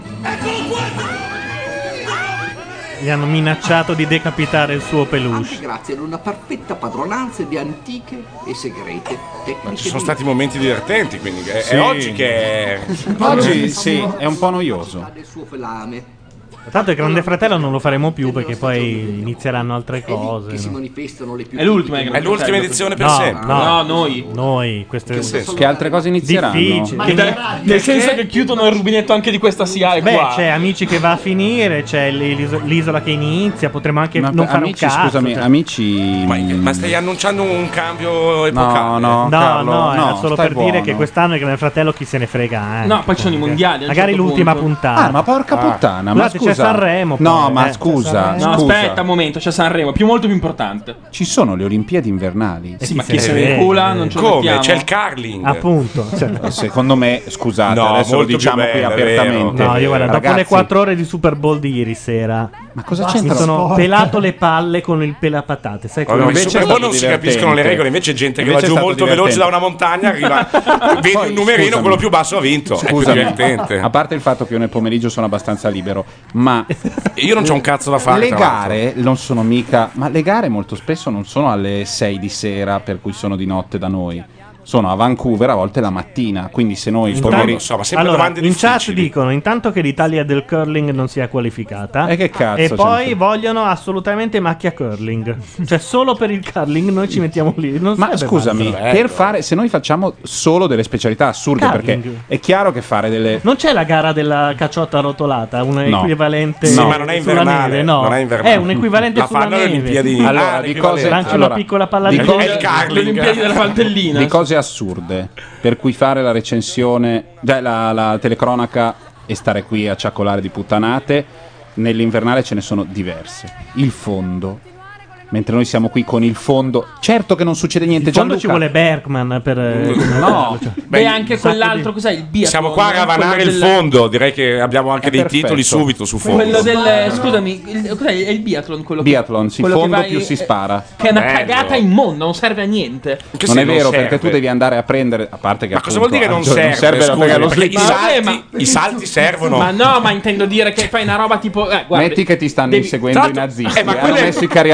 Speaker 2: Gli hanno minacciato di decapitare il suo
Speaker 8: Anche
Speaker 2: peluche.
Speaker 8: grazie ad una perfetta padronanza di antiche e segrete tecniche.
Speaker 5: Ci sono stati momenti divertenti, quindi è
Speaker 3: Sì.
Speaker 5: oggi che
Speaker 3: Oggi sì, è un po' noioso.
Speaker 8: del suo felame.
Speaker 2: Tanto il Grande Fratello non lo faremo più perché poi inizieranno altre
Speaker 8: Che si
Speaker 2: cose. no?
Speaker 8: manifestano le più
Speaker 4: È l'ultima,
Speaker 5: è l'ultima edizione per
Speaker 2: No,
Speaker 5: sempre.
Speaker 2: no,
Speaker 4: noi.
Speaker 2: Noi, queste
Speaker 5: Che senso?
Speaker 3: Che altre cose inizieranno?
Speaker 2: difficili.
Speaker 4: Nel senso che chiudono il rubinetto anche di questa SIAE
Speaker 2: Beh,
Speaker 4: qua.
Speaker 2: c'è Amici che va a finire, c'è l'isola che inizia, potremmo anche
Speaker 3: Ma
Speaker 2: non fare
Speaker 3: amici,
Speaker 2: un cazzo.
Speaker 3: scusami,
Speaker 2: cioè.
Speaker 3: amici.
Speaker 5: Ma stai annunciando un cambio epocale?
Speaker 3: No,
Speaker 2: No,
Speaker 3: Carlo,
Speaker 2: no, era
Speaker 3: no,
Speaker 2: solo
Speaker 3: stai
Speaker 2: per dire
Speaker 3: buono.
Speaker 2: che quest'anno il Grande Fratello chi se ne frega.
Speaker 4: No, poi ci sono i mondiali, a un
Speaker 2: Magari
Speaker 4: certo
Speaker 2: l'ultima
Speaker 4: punto.
Speaker 2: puntata.
Speaker 3: Ah, ma porca puttana, ma
Speaker 2: Guardate,
Speaker 3: scusa.
Speaker 2: c'è Sanremo.
Speaker 3: No,
Speaker 2: poi,
Speaker 3: ma scusa,
Speaker 4: No,
Speaker 3: scusa.
Speaker 4: aspetta un momento, c'è Sanremo, molto più importante.
Speaker 3: Ci sono le Olimpiadi invernali.
Speaker 4: Sì, ma chi se ne incula non ce lo
Speaker 5: Come?
Speaker 4: mettiamo.
Speaker 5: C'è il curling.
Speaker 2: Appunto. Cioè,
Speaker 3: Secondo me, scusate,
Speaker 5: No,
Speaker 3: adesso lo
Speaker 5: molto più
Speaker 3: diciamo qui
Speaker 5: bello, è
Speaker 3: apertamente.
Speaker 2: no, io guarda, dopo
Speaker 3: Ragazzi,
Speaker 2: le 4 ore di Super Bowl di ieri sera,
Speaker 3: ma cosa
Speaker 1: Basta,
Speaker 3: c'entra?
Speaker 2: mi sono
Speaker 1: sport.
Speaker 2: pelato le palle con il pelapatate. Sai
Speaker 5: Vabbè,
Speaker 2: quello?
Speaker 5: ma
Speaker 3: Invece
Speaker 5: in Super
Speaker 3: è
Speaker 5: Bowl
Speaker 3: stato
Speaker 5: non si capiscono le
Speaker 3: divertente.
Speaker 5: regole, invece c'è gente che
Speaker 3: Invece
Speaker 5: va
Speaker 3: è
Speaker 5: giù
Speaker 3: stato
Speaker 5: molto veloce
Speaker 3: divertente.
Speaker 5: da una montagna, arriva, vedi
Speaker 3: Poi,
Speaker 5: un numerino,
Speaker 3: scusami.
Speaker 5: quello più basso ha vinto. È più
Speaker 3: Scusami,
Speaker 5: divertente.
Speaker 3: a parte il fatto che io nel pomeriggio sono abbastanza libero, ma
Speaker 5: Io non c'ho un cazzo da fare.
Speaker 3: le
Speaker 5: tra l'altro.
Speaker 3: gare non sono mica. Ma le gare molto spesso non sono alle 6 di sera, per cui sono di notte da noi. Sono a Vancouver a volte la mattina. Quindi se noi
Speaker 2: Intanto-
Speaker 5: lo so, ma sempre
Speaker 2: allora,
Speaker 5: domande
Speaker 2: in chat
Speaker 5: difficili.
Speaker 2: dicono intanto che l'Italia del curling non sia qualificata
Speaker 3: E che cazzo
Speaker 2: e
Speaker 3: c'è
Speaker 2: poi
Speaker 3: in-
Speaker 2: vogliono assolutamente macchia curling, cioè solo per il curling noi ci mettiamo lì. Non
Speaker 3: Ma
Speaker 2: sarebbe
Speaker 3: scusami,
Speaker 2: male.
Speaker 3: per fare, se noi facciamo solo delle specialità assurde,
Speaker 2: Curling.
Speaker 3: perché è chiaro che fare delle.
Speaker 2: Non c'è la gara della cacciotta rotolata, un
Speaker 3: No.
Speaker 2: equivalente
Speaker 3: Sì,
Speaker 5: ma non è
Speaker 2: sulla
Speaker 5: invernale,
Speaker 2: neve, no.
Speaker 5: non è invernale.
Speaker 2: È un equivalente
Speaker 5: La
Speaker 2: sulla
Speaker 5: fanno alle
Speaker 2: neve.
Speaker 5: Olimpiadi.
Speaker 3: Allora,
Speaker 5: Ah,
Speaker 3: di
Speaker 5: l'equivalente.
Speaker 3: cose.
Speaker 2: Lanci
Speaker 3: allora,
Speaker 2: una piccola palla
Speaker 3: di
Speaker 2: di
Speaker 3: co-
Speaker 5: È il curling.
Speaker 4: Le Olimpiadi della Valtellina.
Speaker 3: di cose assurde, per cui fare la recensione, cioè la telecronaca e stare qui a ciaccolare di puttanate. Nell'invernale ce ne sono diverse. Il fondo. Mentre noi siamo qui con il fondo, certo che non succede niente.
Speaker 2: In fondo
Speaker 3: Gianluca,
Speaker 2: ci vuole Bergman per
Speaker 3: no,
Speaker 4: Beh, anche
Speaker 2: un sacco
Speaker 4: quell'altro,
Speaker 2: di-
Speaker 4: cos'è? Il biathlon.
Speaker 5: Siamo qua a ravanare il fondo. Direi che abbiamo anche
Speaker 3: È
Speaker 5: dei
Speaker 3: perfetto.
Speaker 5: titoli subito su fondo.
Speaker 4: Quello del. Scusami, cos'è? È il biathlon quello che.
Speaker 3: biathlon, sì,
Speaker 4: quello che
Speaker 3: fondo
Speaker 4: vai-
Speaker 3: più si spara.
Speaker 4: Che è una
Speaker 5: Bello.
Speaker 4: cagata immonda, non serve a niente.
Speaker 5: Che
Speaker 3: Non
Speaker 5: se
Speaker 3: è vero,
Speaker 5: serve.
Speaker 3: perché tu devi andare a prendere, a parte che
Speaker 5: Ma cosa
Speaker 3: appunto,
Speaker 5: vuol dire non
Speaker 3: cioè,
Speaker 5: serve?
Speaker 3: perché
Speaker 5: Scusami,
Speaker 3: lo
Speaker 5: perché
Speaker 3: slip-
Speaker 5: i salti servono.
Speaker 4: Ma no, ma intendo dire che fai una roba tipo. Guarda,
Speaker 3: Metti che ti stanno
Speaker 4: devi-
Speaker 3: inseguendo
Speaker 5: Tra
Speaker 3: i
Speaker 5: l'altro-
Speaker 3: nazisti,
Speaker 5: ma
Speaker 3: hanno
Speaker 5: quello è-
Speaker 3: messo i carri armati.
Speaker 5: È
Speaker 3: tu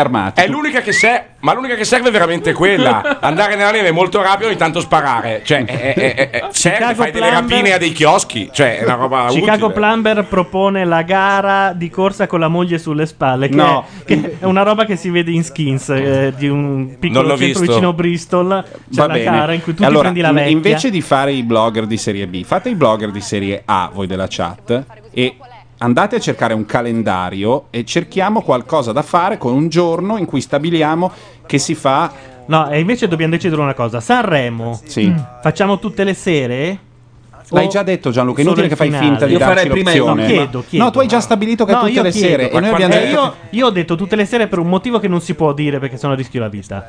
Speaker 5: l'unica che serve è veramente quella. Andare nella neve molto rapido e ogni tanto sparare. Cioè, serve, fai delle rapine a dei chioschi. Cioè, è una roba
Speaker 2: Chicago
Speaker 5: utile.
Speaker 2: Plumber propone la gara di corsa con la moglie sulle spalle, che è una roba che si vede in Skins, di un piccolo
Speaker 3: Non l'ho
Speaker 2: centro
Speaker 3: visto.
Speaker 2: vicino Bristol. C'è
Speaker 3: Va
Speaker 2: la
Speaker 3: bene.
Speaker 2: gara in cui tu
Speaker 3: Allora,
Speaker 2: ti prendi la vecchia.
Speaker 3: invece di fare i blogger di serie B, fate i blogger di serie A, voi della chat, e andate a cercare un calendario e cerchiamo qualcosa da fare con un giorno in cui stabiliamo che si fa.
Speaker 2: No, e invece dobbiamo decidere una cosa. Sanremo.
Speaker 3: Sì.
Speaker 2: Facciamo tutte le sere?
Speaker 3: L'hai già detto, Gianluca, è
Speaker 2: solo
Speaker 3: inutile
Speaker 2: il
Speaker 3: che fai
Speaker 2: finale?
Speaker 3: finta di
Speaker 2: Io
Speaker 3: darci
Speaker 2: farei prima
Speaker 3: l'opzione.
Speaker 2: chiedo.
Speaker 3: No, tu hai già stabilito che
Speaker 2: No,
Speaker 3: tutte
Speaker 2: io
Speaker 3: le
Speaker 2: chiedo.
Speaker 3: sere e noi abbiamo detto
Speaker 2: io ho detto tutte le sere per un motivo che non si può dire perché sennò rischio la vita.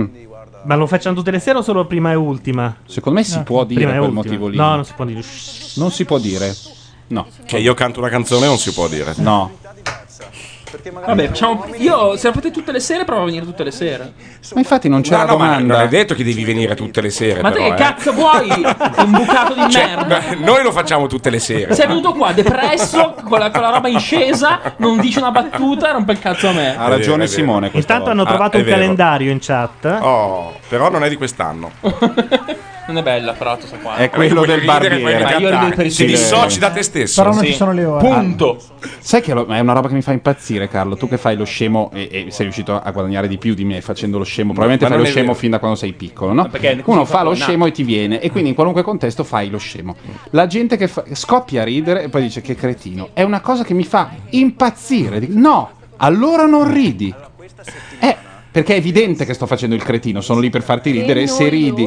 Speaker 2: Ma lo facciamo tutte le sere o solo prima e ultima?
Speaker 3: Secondo me si può dire
Speaker 2: Prima e
Speaker 3: quel
Speaker 2: ultima.
Speaker 3: motivo lì.
Speaker 2: No, non si può dire.
Speaker 3: Non si può dire. No.
Speaker 5: Che io canto una canzone non si può dire.
Speaker 3: No.
Speaker 4: Vabbè, facciamo. Io, se la fate tutte le sere, provo a venire tutte le sere.
Speaker 3: Ma infatti non c'è la
Speaker 5: No, ma
Speaker 3: domanda.
Speaker 5: non è detto che devi venire tutte le sere.
Speaker 4: Ma te
Speaker 5: però,
Speaker 4: che cazzo vuoi? Un bucato di merda.
Speaker 5: Noi lo facciamo tutte le sere.
Speaker 4: Sei venuto qua depresso, con la roba in scesa, non dici una battuta, rompe il cazzo a me.
Speaker 3: Ha ragione Simone.
Speaker 2: Intanto hanno trovato un calendario in chat.
Speaker 5: Oh, però non è di quest'anno.
Speaker 4: Non è bella, però, questa qua.
Speaker 3: È quello del barbiere.
Speaker 4: Ma io rido per i
Speaker 5: Ti dissoci da te stesso.
Speaker 1: Però non ci sono le ore.
Speaker 4: Punto.
Speaker 3: Sai che è una roba che mi fa impazzire, Carlo. Tu che fai lo scemo e sei riuscito a guadagnare di più di me facendo lo scemo. Probabilmente
Speaker 5: Ma
Speaker 3: fai
Speaker 5: non
Speaker 3: lo
Speaker 5: è
Speaker 3: scemo
Speaker 5: vero.
Speaker 3: fin da quando sei piccolo, no?
Speaker 4: Perché così
Speaker 3: Uno
Speaker 4: ho
Speaker 3: fa
Speaker 4: fatto
Speaker 3: lo
Speaker 4: una-
Speaker 3: scemo e ti viene, e quindi in qualunque contesto fai lo scemo. La gente che scoppia a ridere e poi dice che cretino. È una cosa che mi fa impazzire. Dico, no, allora non ridi. Perché è evidente che sto facendo il cretino, sono lì per farti ridere. Se ridi,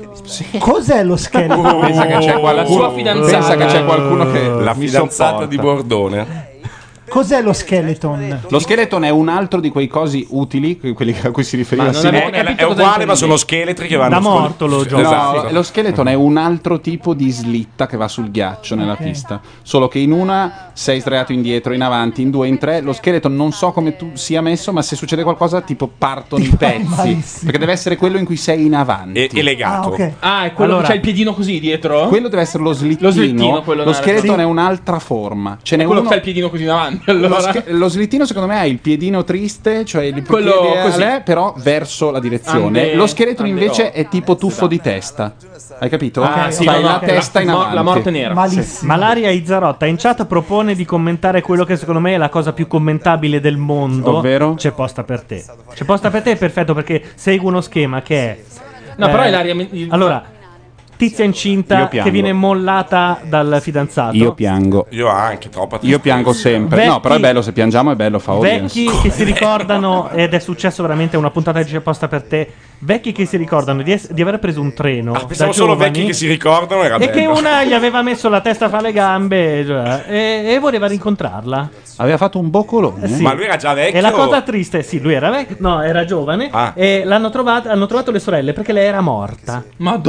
Speaker 1: Cos'è lo scheletro?
Speaker 3: pensa che c'è qualcuno,
Speaker 4: La sua fidanzata.
Speaker 3: pensa che c'è qualcuno che
Speaker 5: La
Speaker 3: mi
Speaker 5: fidanzata
Speaker 3: sopporta.
Speaker 5: di Bordone.
Speaker 1: Cos'è lo skeleton?
Speaker 3: Lo skeleton è un altro di quei cosi utili, quelli a cui si riferiva
Speaker 5: Ma non
Speaker 3: Simone.
Speaker 5: è uguale, ma sono scheletri che vanno
Speaker 2: Da mortolo, Gio.
Speaker 5: Esatto.
Speaker 3: No, lo skeleton è un altro tipo di slitta che va sul ghiaccio nella pista. Solo che in una sei sdraiato indietro, in avanti, in due, in tre. Lo skeleton non so come tu sia messo, ma se succede qualcosa tipo partono i pezzi.
Speaker 1: malissimo.
Speaker 3: Perché deve essere quello in cui sei in avanti.
Speaker 5: E legato.
Speaker 1: Ah, ok.
Speaker 4: Ah, è quello
Speaker 2: Allora-
Speaker 4: che c'ha il piedino così dietro?
Speaker 3: Quello deve essere lo slittino.
Speaker 4: Lo slittino, quello
Speaker 3: Lo
Speaker 4: nero.
Speaker 3: skeleton
Speaker 4: Sì.
Speaker 3: è un'altra forma. Ce n'è
Speaker 4: Quello
Speaker 3: uno.
Speaker 4: che c'ha il piedino così in avanti. Allora.
Speaker 3: Lo slittino secondo me ha il piedino triste, cioè il
Speaker 4: Quello
Speaker 3: piede
Speaker 4: così.
Speaker 3: però verso la direzione.
Speaker 4: Ande-
Speaker 3: Lo scheletro invece
Speaker 4: oh.
Speaker 3: è tipo tuffo di testa. Hai capito?
Speaker 4: Ah, sì,
Speaker 3: Fai
Speaker 4: no,
Speaker 3: la
Speaker 4: no,
Speaker 3: testa in avanti.
Speaker 4: La morte nera.
Speaker 1: Malissimo.
Speaker 2: Malaria Izzarotta in chat propone di commentare quello che secondo me è la cosa più commentabile del mondo.
Speaker 3: Ovvero?
Speaker 2: C'è posta per te. C'è posta per te è perfetto perché segue uno schema che è.
Speaker 4: No, però è l'aria.
Speaker 2: Allora, tizia
Speaker 3: Io
Speaker 2: incinta
Speaker 3: piango.
Speaker 2: che viene mollata dal fidanzato.
Speaker 3: Io piango.
Speaker 5: Io anche, troppa
Speaker 3: Io piango sempre.
Speaker 2: Vecchi-
Speaker 3: No, però è bello, se piangiamo è bello, fa audience.
Speaker 2: Vecchi che si ricordano, ed è successo veramente una puntata di C'è posta per te. Vecchi che si ricordano di aver preso un treno. da
Speaker 5: Pensavo solo
Speaker 2: giovani,
Speaker 5: vecchi che si ricordano, era
Speaker 2: e che
Speaker 5: bello.
Speaker 2: una gli aveva messo la testa fra le gambe cioè, e voleva rincontrarla.
Speaker 3: Aveva fatto un boccolone.
Speaker 2: Sì.
Speaker 5: Ma lui era già vecchio.
Speaker 2: E la cosa triste, sì, lui era vecchio, no, era giovane.
Speaker 5: Ah.
Speaker 2: E hanno trovato le sorelle perché lei era morta.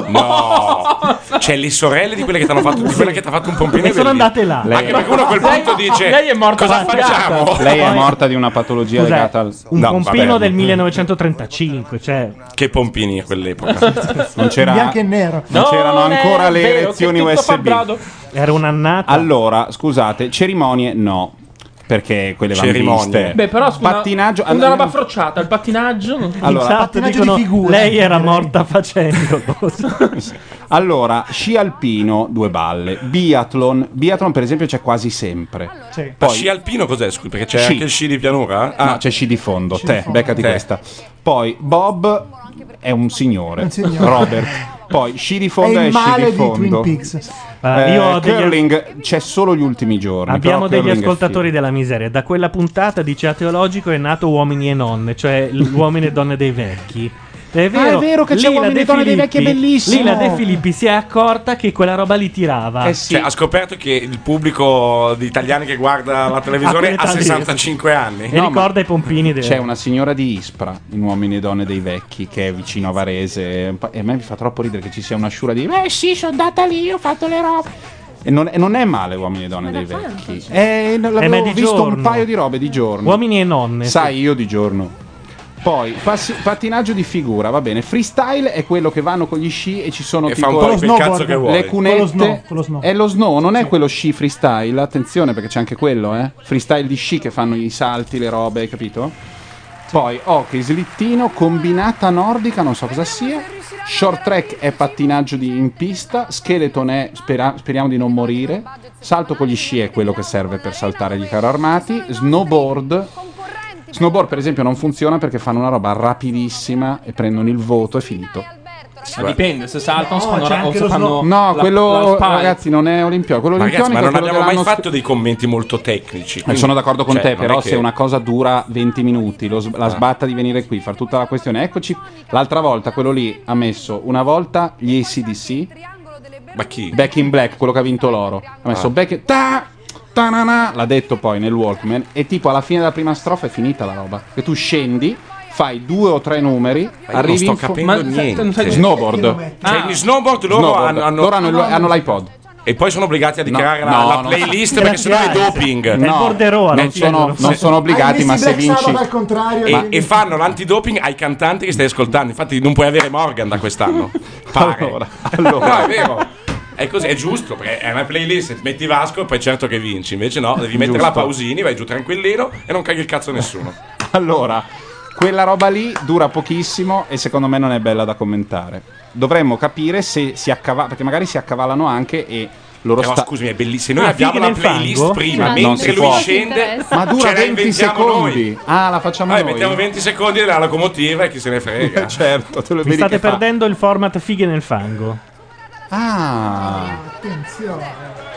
Speaker 5: No, c'è le sorelle di quelle che ti hanno fatto, di quella che ti ha fatto un pompino.
Speaker 2: E sono andate là.
Speaker 5: Anche perché uno a quel punto dice:
Speaker 4: lei è morta
Speaker 5: cosa
Speaker 4: batteata."
Speaker 5: facciamo?
Speaker 3: Lei è morta di una patologia
Speaker 2: Cos'è?
Speaker 3: legata al.
Speaker 2: Un
Speaker 5: No,
Speaker 2: pompino
Speaker 5: vabbè.
Speaker 2: del 1935, cioè
Speaker 5: Che pompini a quell'epoca.
Speaker 3: Non c'era.
Speaker 1: Bianco e nero.
Speaker 3: Non c'erano
Speaker 4: Non è
Speaker 3: ancora le
Speaker 4: vero,
Speaker 3: elezioni
Speaker 4: che tutto fa
Speaker 3: USB.
Speaker 4: brado.
Speaker 2: era un'annata.
Speaker 3: Allora, scusate, cerimonie no. Perché quelle vanno
Speaker 5: Cerimonie.
Speaker 3: viste.
Speaker 4: Beh, però scusa,
Speaker 3: Pattinaggio.
Speaker 4: una roba frociata, il pattinaggio.
Speaker 3: Allora,
Speaker 2: in chat
Speaker 1: pattinaggio
Speaker 2: dicono,
Speaker 1: di figura.
Speaker 2: lei era morta facendolo.
Speaker 3: Allora, sci alpino, 2 balle. Biathlon per esempio c'è quasi sempre.
Speaker 1: Sì.
Speaker 5: Ma sci alpino cos'è? Scusi, perché c'è
Speaker 3: Sci.
Speaker 5: anche il sci di pianura?
Speaker 3: No, c'è sci di fondo. Te, beccati
Speaker 5: Te.
Speaker 3: questa. Poi Bob è un signore.
Speaker 1: Un signore.
Speaker 3: Robert. Poi sci di
Speaker 1: È
Speaker 3: fondo
Speaker 1: il
Speaker 3: sci
Speaker 1: male
Speaker 3: di
Speaker 1: di Twin
Speaker 3: fondo.
Speaker 1: Peaks.
Speaker 2: Io ho degli-
Speaker 3: Curling c'è solo gli ultimi giorni.
Speaker 2: Abbiamo
Speaker 3: però
Speaker 2: degli
Speaker 3: curling è
Speaker 2: ascoltatori della miseria. Da quella puntata di Cea Teologico è nato Uomini e Nonne, cioè uomini e donne dei vecchi. È
Speaker 3: vero che c'è
Speaker 2: lì la
Speaker 3: Uomini
Speaker 2: De
Speaker 3: e donne dei
Speaker 2: Filippi-
Speaker 3: vecchi, è bellissimo.
Speaker 2: Lì la De Filippi si è accorta che quella roba li tirava.
Speaker 5: Cioè, ha scoperto che il pubblico di italiani che guarda la televisione ha
Speaker 2: quell'età lì.
Speaker 5: 65 anni.
Speaker 2: E ricorda i pompini del...
Speaker 3: C'è una signora di Ispra in Uomini e donne dei vecchi che è vicino a Varese e a me mi fa troppo ridere che ci sia una sciura di sì, sono andata lì, ho fatto le robe. E non è male Uomini e donne dei vecchi.
Speaker 2: ma
Speaker 3: L'avevo
Speaker 2: di
Speaker 3: visto
Speaker 2: giorno.
Speaker 3: un paio di robe di giorno.
Speaker 2: Uomini e nonne.
Speaker 3: Sai, io di giorno. Poi pattinaggio di figura, va bene. Freestyle è quello che vanno con gli sci e ci sono
Speaker 5: E
Speaker 3: tipo
Speaker 5: fa un po' il cazzo che vuole.
Speaker 3: le cunette.
Speaker 1: Con lo snow.
Speaker 3: È lo snow, non è quello sci freestyle. Attenzione perché c'è anche quello, Freestyle di sci che fanno i salti, le robe, hai capito? Poi hockey, slittino, combinata nordica, non so cosa sia. Short track è pattinaggio in pista. Skeleton è speriamo di non morire. Salto con gli sci è quello che serve per saltare gli carri armati. Snowboard per esempio non funziona perché fanno una roba rapidissima e prendono il voto, è finito.
Speaker 4: Ma dipende, se saltano o se
Speaker 3: No,
Speaker 4: fanno
Speaker 3: quello ragazzi non è olimpico, quello
Speaker 5: Ragazzi,
Speaker 3: olimpionico
Speaker 5: ma
Speaker 3: è
Speaker 5: non
Speaker 3: quello
Speaker 5: abbiamo mai
Speaker 3: dell'anno
Speaker 5: fatto dei commenti molto tecnici.
Speaker 3: Sono d'accordo con
Speaker 5: Cioè,
Speaker 3: te,
Speaker 5: non
Speaker 3: però
Speaker 5: è che-
Speaker 3: se una cosa dura 20 minuti, la sbatta di venire qui, far tutta la questione, eccoci, l'altra volta quello lì ha messo una volta gli AC/DC,
Speaker 5: ma chi?
Speaker 3: Back in Black, quello che ha vinto l'oro, ha messo Back ta-na-na, l'ha detto poi nel Walkman, e tipo alla fine della prima strofa è finita la roba, che tu scendi, fai 2 o 3 numeri,
Speaker 5: io
Speaker 3: arrivi
Speaker 5: non sto capendo niente.
Speaker 3: Snowboard.
Speaker 5: Cioè, gli snowboard loro
Speaker 3: Loro hanno l'iPod.
Speaker 5: E poi sono obbligati a dichiarare
Speaker 3: No,
Speaker 5: la
Speaker 3: no, no.
Speaker 5: playlist perché sennò è doping.
Speaker 3: No, non sono obbligati, ma se vinci
Speaker 1: al contrario.
Speaker 5: E fanno l'antidoping ai cantanti che stai ascoltando. Infatti non puoi avere Morgan da quest'anno. Pare.
Speaker 3: Allora.
Speaker 5: No, è vero. È così, è giusto, perché è una playlist, metti Vasco e poi certo che vinci. Invece no, devi mettere la Pausini, vai giù tranquillino e non caghi il cazzo a nessuno.
Speaker 3: Allora, quella roba lì dura pochissimo e secondo me non è bella da commentare. Dovremmo capire se si accavalano, perché magari si accavallano anche e loro
Speaker 5: No, scusami, è bellissimo. Se noi abbiamo
Speaker 3: fighe
Speaker 5: la
Speaker 3: nel
Speaker 5: playlist
Speaker 3: fango?
Speaker 5: prima,
Speaker 3: Non
Speaker 5: mentre
Speaker 3: si
Speaker 5: lui
Speaker 3: può.
Speaker 5: scende,
Speaker 3: Ma dura
Speaker 5: ce la
Speaker 3: 20
Speaker 5: inventiamo
Speaker 3: secondi.
Speaker 5: noi.
Speaker 3: Ah, la facciamo noi.
Speaker 5: Mettiamo 20 secondi della locomotiva e chi se ne frega.
Speaker 3: Certo, tu lo
Speaker 2: Vi
Speaker 3: vedi
Speaker 2: state
Speaker 3: che fa.
Speaker 2: perdendo il format fighe nel fango.
Speaker 3: Ah,
Speaker 1: Attenzione.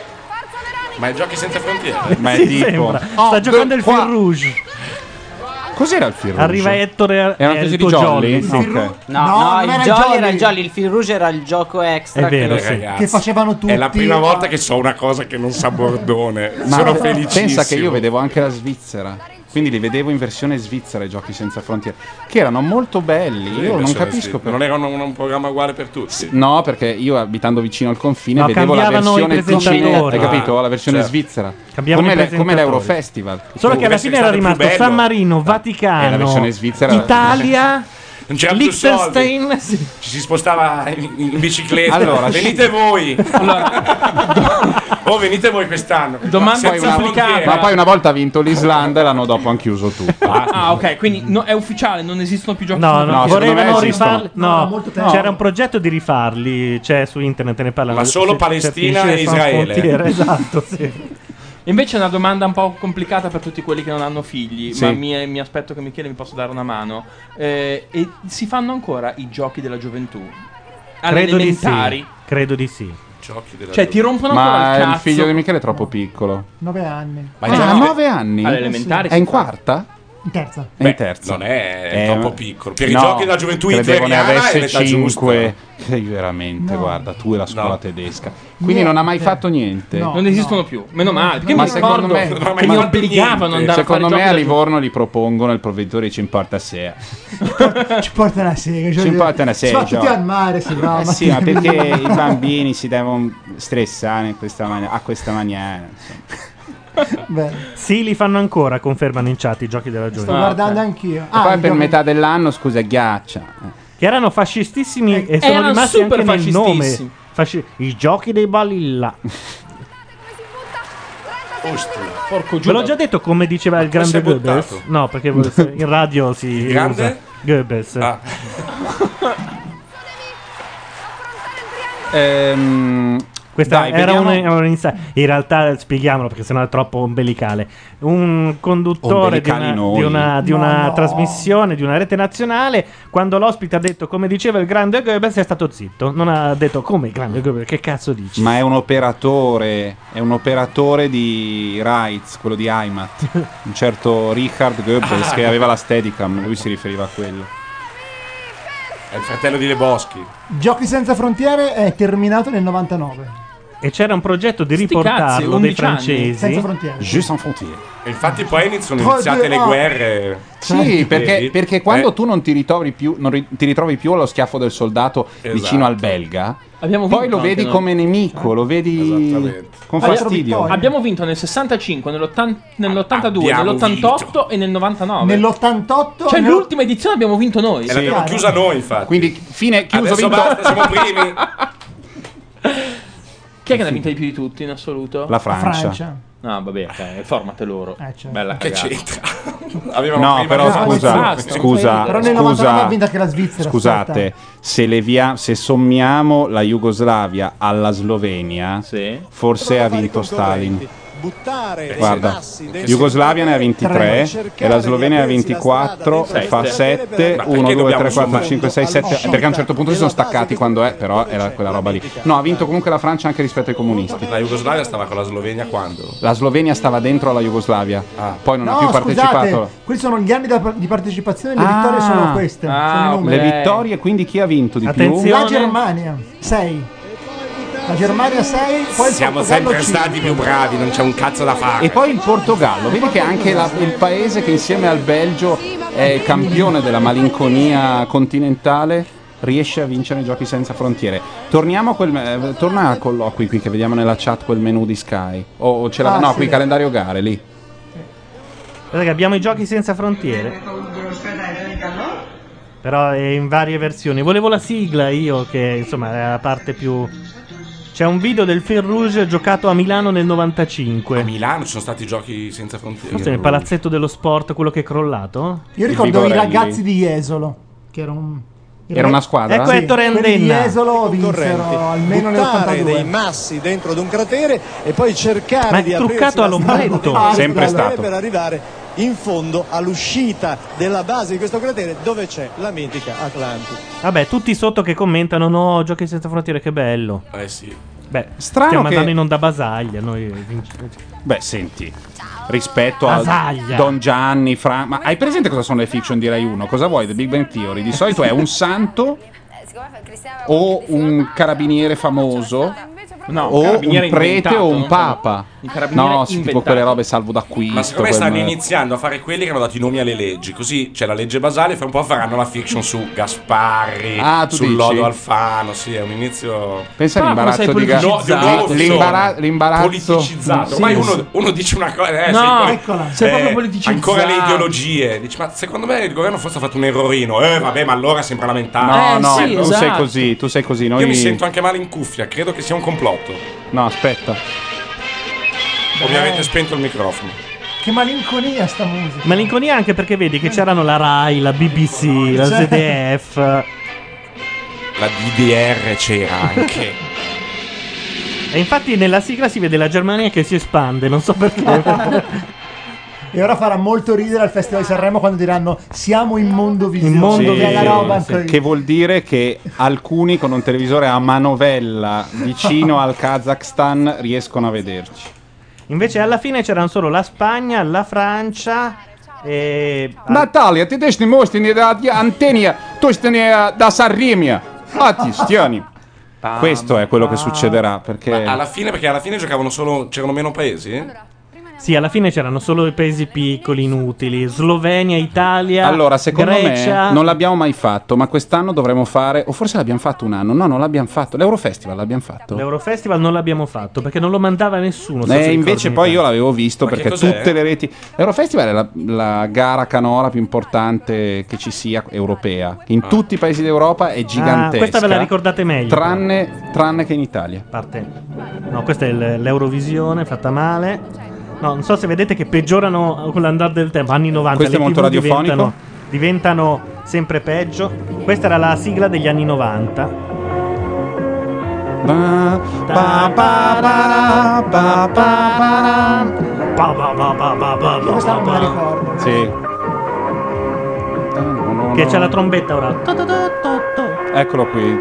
Speaker 5: Ma è Giochi senza frontiere.
Speaker 3: ma è
Speaker 2: Sì,
Speaker 3: tipo
Speaker 2: sembra. Sta giocando il fil rouge.
Speaker 3: Cos'era il fil rouge?
Speaker 2: Arriva Ettore
Speaker 3: Era una
Speaker 2: e
Speaker 3: specie
Speaker 2: il
Speaker 3: di
Speaker 2: tuo
Speaker 3: jolly?
Speaker 2: jolly. Sì.
Speaker 3: Ok.
Speaker 13: No,
Speaker 16: non
Speaker 13: il
Speaker 16: era
Speaker 13: Jolly era
Speaker 16: Jolly.
Speaker 13: il Jolly, il fil rouge era il gioco extra.
Speaker 2: È vero,
Speaker 13: che-
Speaker 2: sì.
Speaker 5: Ragazzi,
Speaker 1: Che facevano tutti.
Speaker 5: È la prima volta che so una cosa che non sa Bordone.
Speaker 3: Ma
Speaker 5: Sono felicissimo.
Speaker 3: pensa che io vedevo anche la Svizzera. Quindi li vedevo in versione svizzera i Giochi senza frontiere, che erano molto belli. Io non capisco
Speaker 5: perché. Non era un programma uguale per tutti.
Speaker 3: No, perché io abitando vicino al confine
Speaker 2: No,
Speaker 3: vedevo la
Speaker 2: cambiavano
Speaker 3: versione
Speaker 2: i presentatori.
Speaker 3: hai capito? La versione
Speaker 2: certo.
Speaker 3: svizzera.
Speaker 2: Cambiavano i
Speaker 3: Come
Speaker 2: presentatori.
Speaker 3: l'Eurofestival.
Speaker 2: Solo che alla fine era rimasto San Marino, Vaticano,
Speaker 3: E la versione svizzera
Speaker 2: Italia,
Speaker 5: Non c'erano più soldi.
Speaker 2: Liechtenstein. Sì.
Speaker 5: Ci si spostava in bicicletta.
Speaker 3: Allora,
Speaker 5: venite voi. venite voi quest'anno.
Speaker 4: Domanda
Speaker 5: Senza frontiere.
Speaker 3: Ma poi una volta ha vinto l'Islanda e l'anno dopo hanno chiuso tutto.
Speaker 4: Ah, ok, quindi è ufficiale, non esistono più giochi.
Speaker 2: No, no, volevano rifarli. No,
Speaker 1: molto tempo.
Speaker 2: c'era un progetto di rifarli. C'è su internet, ne parlano.
Speaker 5: Ma solo Palestina e Israele.
Speaker 2: Esatto, sì.
Speaker 4: Invece una domanda un po' complicata per tutti quelli che non hanno figli,
Speaker 3: Sì.
Speaker 4: ma mi aspetto che Michele mi possa dare una mano. E si fanno ancora i giochi della gioventù? Alle
Speaker 2: Credo di sì.
Speaker 4: elementari?
Speaker 2: Credo di sì.
Speaker 5: Giochi della
Speaker 4: Cioè ti rompono ancora
Speaker 3: Ma
Speaker 4: il
Speaker 3: il
Speaker 4: cazzo?
Speaker 3: figlio di Michele è troppo piccolo.
Speaker 1: 9 anni.
Speaker 5: Ma
Speaker 3: Ah,
Speaker 5: giochi-
Speaker 3: 9 anni?
Speaker 4: Alle elementari
Speaker 3: È
Speaker 4: si
Speaker 3: in
Speaker 4: fa.
Speaker 3: quarta?
Speaker 1: In terza.
Speaker 3: È in terza.
Speaker 5: Non è troppo piccolo. Per i
Speaker 3: No,
Speaker 5: giochi della gioventù
Speaker 3: credevo ne
Speaker 5: hitleriana è
Speaker 3: avesse
Speaker 5: l'età
Speaker 3: 5. Veramente,
Speaker 1: No.
Speaker 3: guarda, tu e la scuola
Speaker 5: No.
Speaker 3: tedesca. Quindi non ha mai fatto niente.
Speaker 1: No.
Speaker 4: Non esistono più, meno male. Perché
Speaker 3: Ma
Speaker 4: mi
Speaker 3: secondo
Speaker 4: ricordo
Speaker 3: me-
Speaker 5: non ha mai
Speaker 4: che mi
Speaker 5: fatto
Speaker 4: obbligavano ad andare
Speaker 3: Secondo
Speaker 4: a
Speaker 3: me
Speaker 4: fare
Speaker 3: a
Speaker 4: giochi da
Speaker 3: Livorno li propongono, il provveditore ci importa sé.
Speaker 1: Ci porta una sega.
Speaker 3: Ci importa una sega,
Speaker 1: Sono tutti
Speaker 3: Gio.
Speaker 1: al mare, si va.
Speaker 3: Sì, ma perché i bambini si devono stressare in questa a questa maniera. insomma.
Speaker 1: Beh,
Speaker 2: Sì, li fanno ancora, confermano in chat i giochi della
Speaker 1: sto
Speaker 2: gioventù.
Speaker 1: guardando anch'io.
Speaker 3: E poi per
Speaker 1: giochi-
Speaker 3: metà dell'anno, scusa, ghiaccia.
Speaker 2: Che erano fascistissimi e sono
Speaker 4: erano
Speaker 2: rimasti
Speaker 4: super
Speaker 2: anche nel nome.
Speaker 4: fascistissimi.
Speaker 2: I giochi dei balilla.
Speaker 4: Porco
Speaker 2: Ve l'ho già detto come diceva il grande
Speaker 5: si è
Speaker 2: Goebbels?
Speaker 5: buttato?
Speaker 2: No, perché in radio si
Speaker 5: grande?
Speaker 2: usa Goebbels.
Speaker 5: Ah.
Speaker 2: Questa
Speaker 3: Dai,
Speaker 2: era
Speaker 3: vediamo-
Speaker 2: un'inizia- in realtà spieghiamolo perché sennò è troppo ombelicale. Un conduttore di
Speaker 3: Ombelicali noi.
Speaker 2: di una
Speaker 1: No.
Speaker 2: trasmissione di una rete nazionale, quando l'ospite ha detto come diceva il grande Goebbels, è stato zitto. Non ha detto come il grande Goebbels, che cazzo dici?
Speaker 3: Ma è un operatore di Reitz, quello di Heimat. Un certo Richard Goebbels che aveva la Steadicam, lui si riferiva a quello.
Speaker 5: È il fratello di Leboschi.
Speaker 1: Giochi senza frontiere è terminato nel 99.
Speaker 2: E c'era un progetto di
Speaker 4: Sti
Speaker 2: riportarlo
Speaker 4: cazzi,
Speaker 2: dei
Speaker 4: 11 anni.
Speaker 2: francesi.
Speaker 1: Senza frontiere.
Speaker 3: Juste en frontière.
Speaker 5: E infatti poi sono
Speaker 1: Poi
Speaker 5: iniziate le
Speaker 1: no.
Speaker 5: guerre.
Speaker 3: Sì, perché quando
Speaker 5: Eh.
Speaker 3: tu non ti ritrovi più allo schiaffo del soldato vicino al belga,
Speaker 4: Abbiamo
Speaker 3: poi
Speaker 4: vinto
Speaker 3: lo vedi
Speaker 4: anche noi.
Speaker 3: come nemico, lo vedi
Speaker 5: Esattamente.
Speaker 3: con
Speaker 1: Quattro
Speaker 3: fastidio.
Speaker 1: vittorie.
Speaker 4: Abbiamo vinto nel 65, nell'82,
Speaker 5: Abbiamo
Speaker 4: nell'88 e nel 99.
Speaker 1: Nell'88
Speaker 4: Cioè l'ultima edizione abbiamo vinto noi.
Speaker 5: E l'abbiamo chiusa noi, infatti.
Speaker 3: Quindi fine chiuso
Speaker 5: Adesso
Speaker 3: vinto
Speaker 5: basta, siamo primi.
Speaker 4: Chi è che ne ha vinto di più di tutti in assoluto?
Speaker 3: la Francia.
Speaker 1: Francia.
Speaker 4: No, vabbè, ok, il format è loro.
Speaker 1: Certo.
Speaker 4: Bella
Speaker 5: Che
Speaker 4: cagata.
Speaker 5: c'entra?
Speaker 3: No, però scusa,
Speaker 1: Però nel 99 ha vinto anche la Svizzera.
Speaker 3: Scusate, se sommiamo la Jugoslavia alla Slovenia, forse ha vinto Stalin. Guarda, Jugoslavia ne ha 23 e la Slovenia ne ha 24, fa 7, 1, 2, 3, 4, 5, 6, 7, perché a un certo punto si sono staccati quando però era quella roba lì. No, ha vinto comunque la Francia anche rispetto ai comunisti.
Speaker 5: La Jugoslavia stava con la Slovenia quando?
Speaker 3: La Slovenia stava dentro alla Jugoslavia, poi non ha
Speaker 1: No,
Speaker 3: più partecipato.
Speaker 1: scusate, questi sono gli anni di partecipazione, le vittorie sono queste. sono i numeri.
Speaker 3: Le vittorie, quindi chi ha vinto di più?
Speaker 1: La Germania, 6. La Germania 6, poi il
Speaker 5: Siamo
Speaker 1: Portogallo
Speaker 5: sempre
Speaker 1: 5.
Speaker 5: stati più bravi, non c'è un cazzo da fare.
Speaker 3: E poi il Portogallo, vedi che è anche il paese che insieme al Belgio è campione della malinconia continentale, riesce a vincere i giochi senza frontiere. Torniamo torna a colloqui qui che vediamo nella chat quel menu di Sky. O ce l'ha? No, qui calendario gare lì.
Speaker 2: Guarda che abbiamo i giochi senza frontiere. Però è in varie versioni. Volevo la sigla io, che insomma è la parte più. C'è un video del Fil Rouge giocato a Milano nel 95.
Speaker 5: A Milano ci sono stati giochi senza frontiere.
Speaker 2: Forse nel palazzetto dello sport, quello che è crollato?
Speaker 1: Io ricordo i ragazzi di Jesolo, che erano
Speaker 3: Era una squadra?
Speaker 2: Ecco Ettore
Speaker 1: quelli di
Speaker 2: Andenna.
Speaker 1: Jesolo vinsero almeno nel
Speaker 20: buttare dei
Speaker 1: 82.
Speaker 20: massi dentro ad un cratere e poi cercare
Speaker 2: Ma è
Speaker 20: di
Speaker 2: truccato
Speaker 20: aprirsi la
Speaker 2: all'ombretto.
Speaker 20: strada
Speaker 2: Sempre stato.
Speaker 20: per arrivare in fondo all'uscita della base di questo cratere dove c'è la mitica Atlantis.
Speaker 2: Vabbè, tutti sotto che commentano: no, giochi senza frontiere, che bello.
Speaker 5: Sì.
Speaker 2: Beh,
Speaker 3: Strano
Speaker 2: stiamo
Speaker 3: che-
Speaker 2: andando in onda Basaglia. Noi
Speaker 3: Beh, senti, rispetto a
Speaker 2: Basaglia.
Speaker 3: Don Gianni, ma hai presente cosa sono le fiction di Rai 1? Cosa vuoi? The Big Bang Theory? Di solito è un santo o un carabiniere famoso.
Speaker 4: No,
Speaker 3: o un
Speaker 4: carabiniere
Speaker 3: prete
Speaker 4: inventato,
Speaker 3: o un
Speaker 4: non
Speaker 3: papa.
Speaker 4: un carabiniere
Speaker 3: No, sì, tipo
Speaker 4: inventato.
Speaker 3: quelle robe salvo d'acquisto.
Speaker 5: Ma secondo me
Speaker 3: quel-
Speaker 5: stanno iniziando a fare quelli che hanno dato i nomi alle leggi. Così c'è la legge basale, fra un po' faranno la fiction su Gasparri,
Speaker 3: Ah, tu
Speaker 5: sul
Speaker 3: dici?
Speaker 5: lodo Alfano. Sì, è un inizio.
Speaker 3: Pensa all'imbarazzo di
Speaker 5: No, di un nuovo filone.
Speaker 3: l'imbarazzo
Speaker 5: politicizzato. Ormai uno dice una cosa.
Speaker 4: No,
Speaker 5: sì,
Speaker 4: eccola. Sei proprio politicizzato.
Speaker 5: Ancora le ideologie. Dici, ma secondo me il governo forse ha fatto un errorino. Vabbè, ma allora sempre lamentare.
Speaker 3: No,
Speaker 4: sì,
Speaker 3: tu
Speaker 4: esatto.
Speaker 3: sei così, tu sei così. Noi...
Speaker 5: Io mi sento anche male in cuffia. Credo che sia un complotto.
Speaker 3: No, aspetta.
Speaker 5: O mi avete spento il microfono.
Speaker 1: Che malinconia sta musica.
Speaker 2: Malinconia anche perché vedi che c'erano la Rai, la BBC, la
Speaker 1: Cioè.
Speaker 2: ZDF.
Speaker 5: La DDR c'era anche.
Speaker 2: E infatti nella sigla si vede la Germania che si espande, non so perché.
Speaker 1: E ora farà molto ridere al Festival di Sanremo quando diranno siamo in Mondovisione.
Speaker 2: In Mondo
Speaker 1: Che è la roba
Speaker 3: Sì,
Speaker 1: ancora-
Speaker 3: che vuol dire che alcuni con un televisore a manovella vicino al Kazakhstan riescono a vederci.
Speaker 2: Invece alla fine c'erano solo la Spagna, la Francia e...
Speaker 3: Natalia, ti desti mostri da Antenia, tu stai da Sanremo. Fatti, stiani. Questo è quello che succederà perché
Speaker 5: Ma alla fine giocavano solo. C'erano meno paesi?
Speaker 2: Sì, alla fine c'erano solo i paesi piccoli, inutili. Slovenia, Italia,
Speaker 3: allora, secondo
Speaker 2: Grecia.
Speaker 3: me non l'abbiamo mai fatto, ma quest'anno dovremo fare, o forse l'abbiamo fatto un anno. No, non l'abbiamo fatto. L'Eurofestival l'abbiamo fatto.
Speaker 2: L'Eurofestival non l'abbiamo fatto perché non lo mandava nessuno. se ti
Speaker 3: Invece
Speaker 2: ricordi,
Speaker 3: poi
Speaker 2: mi
Speaker 3: io
Speaker 2: pare.
Speaker 3: l'avevo visto
Speaker 5: Ma che
Speaker 3: perché
Speaker 5: cos'è?
Speaker 3: tutte le reti. L'Eurofestival è la gara canora più importante che ci sia europea. In tutti i paesi d'Europa è gigantesca.
Speaker 2: questa ve la ricordate meglio.
Speaker 3: Tranne che in Italia.
Speaker 2: Parte. No, questa è l'Eurovisione fatta male. No, non so se vedete che peggiorano con l'andare del tempo. Anni 90.
Speaker 3: Questo è
Speaker 2: le
Speaker 3: molto
Speaker 2: TV
Speaker 3: radiofonico.
Speaker 2: diventano sempre peggio. Questa era la sigla degli anni 90.
Speaker 1: Questa non me la ricordo.
Speaker 3: Sì.
Speaker 2: Che c'è la trombetta ora.
Speaker 3: Eccolo qui.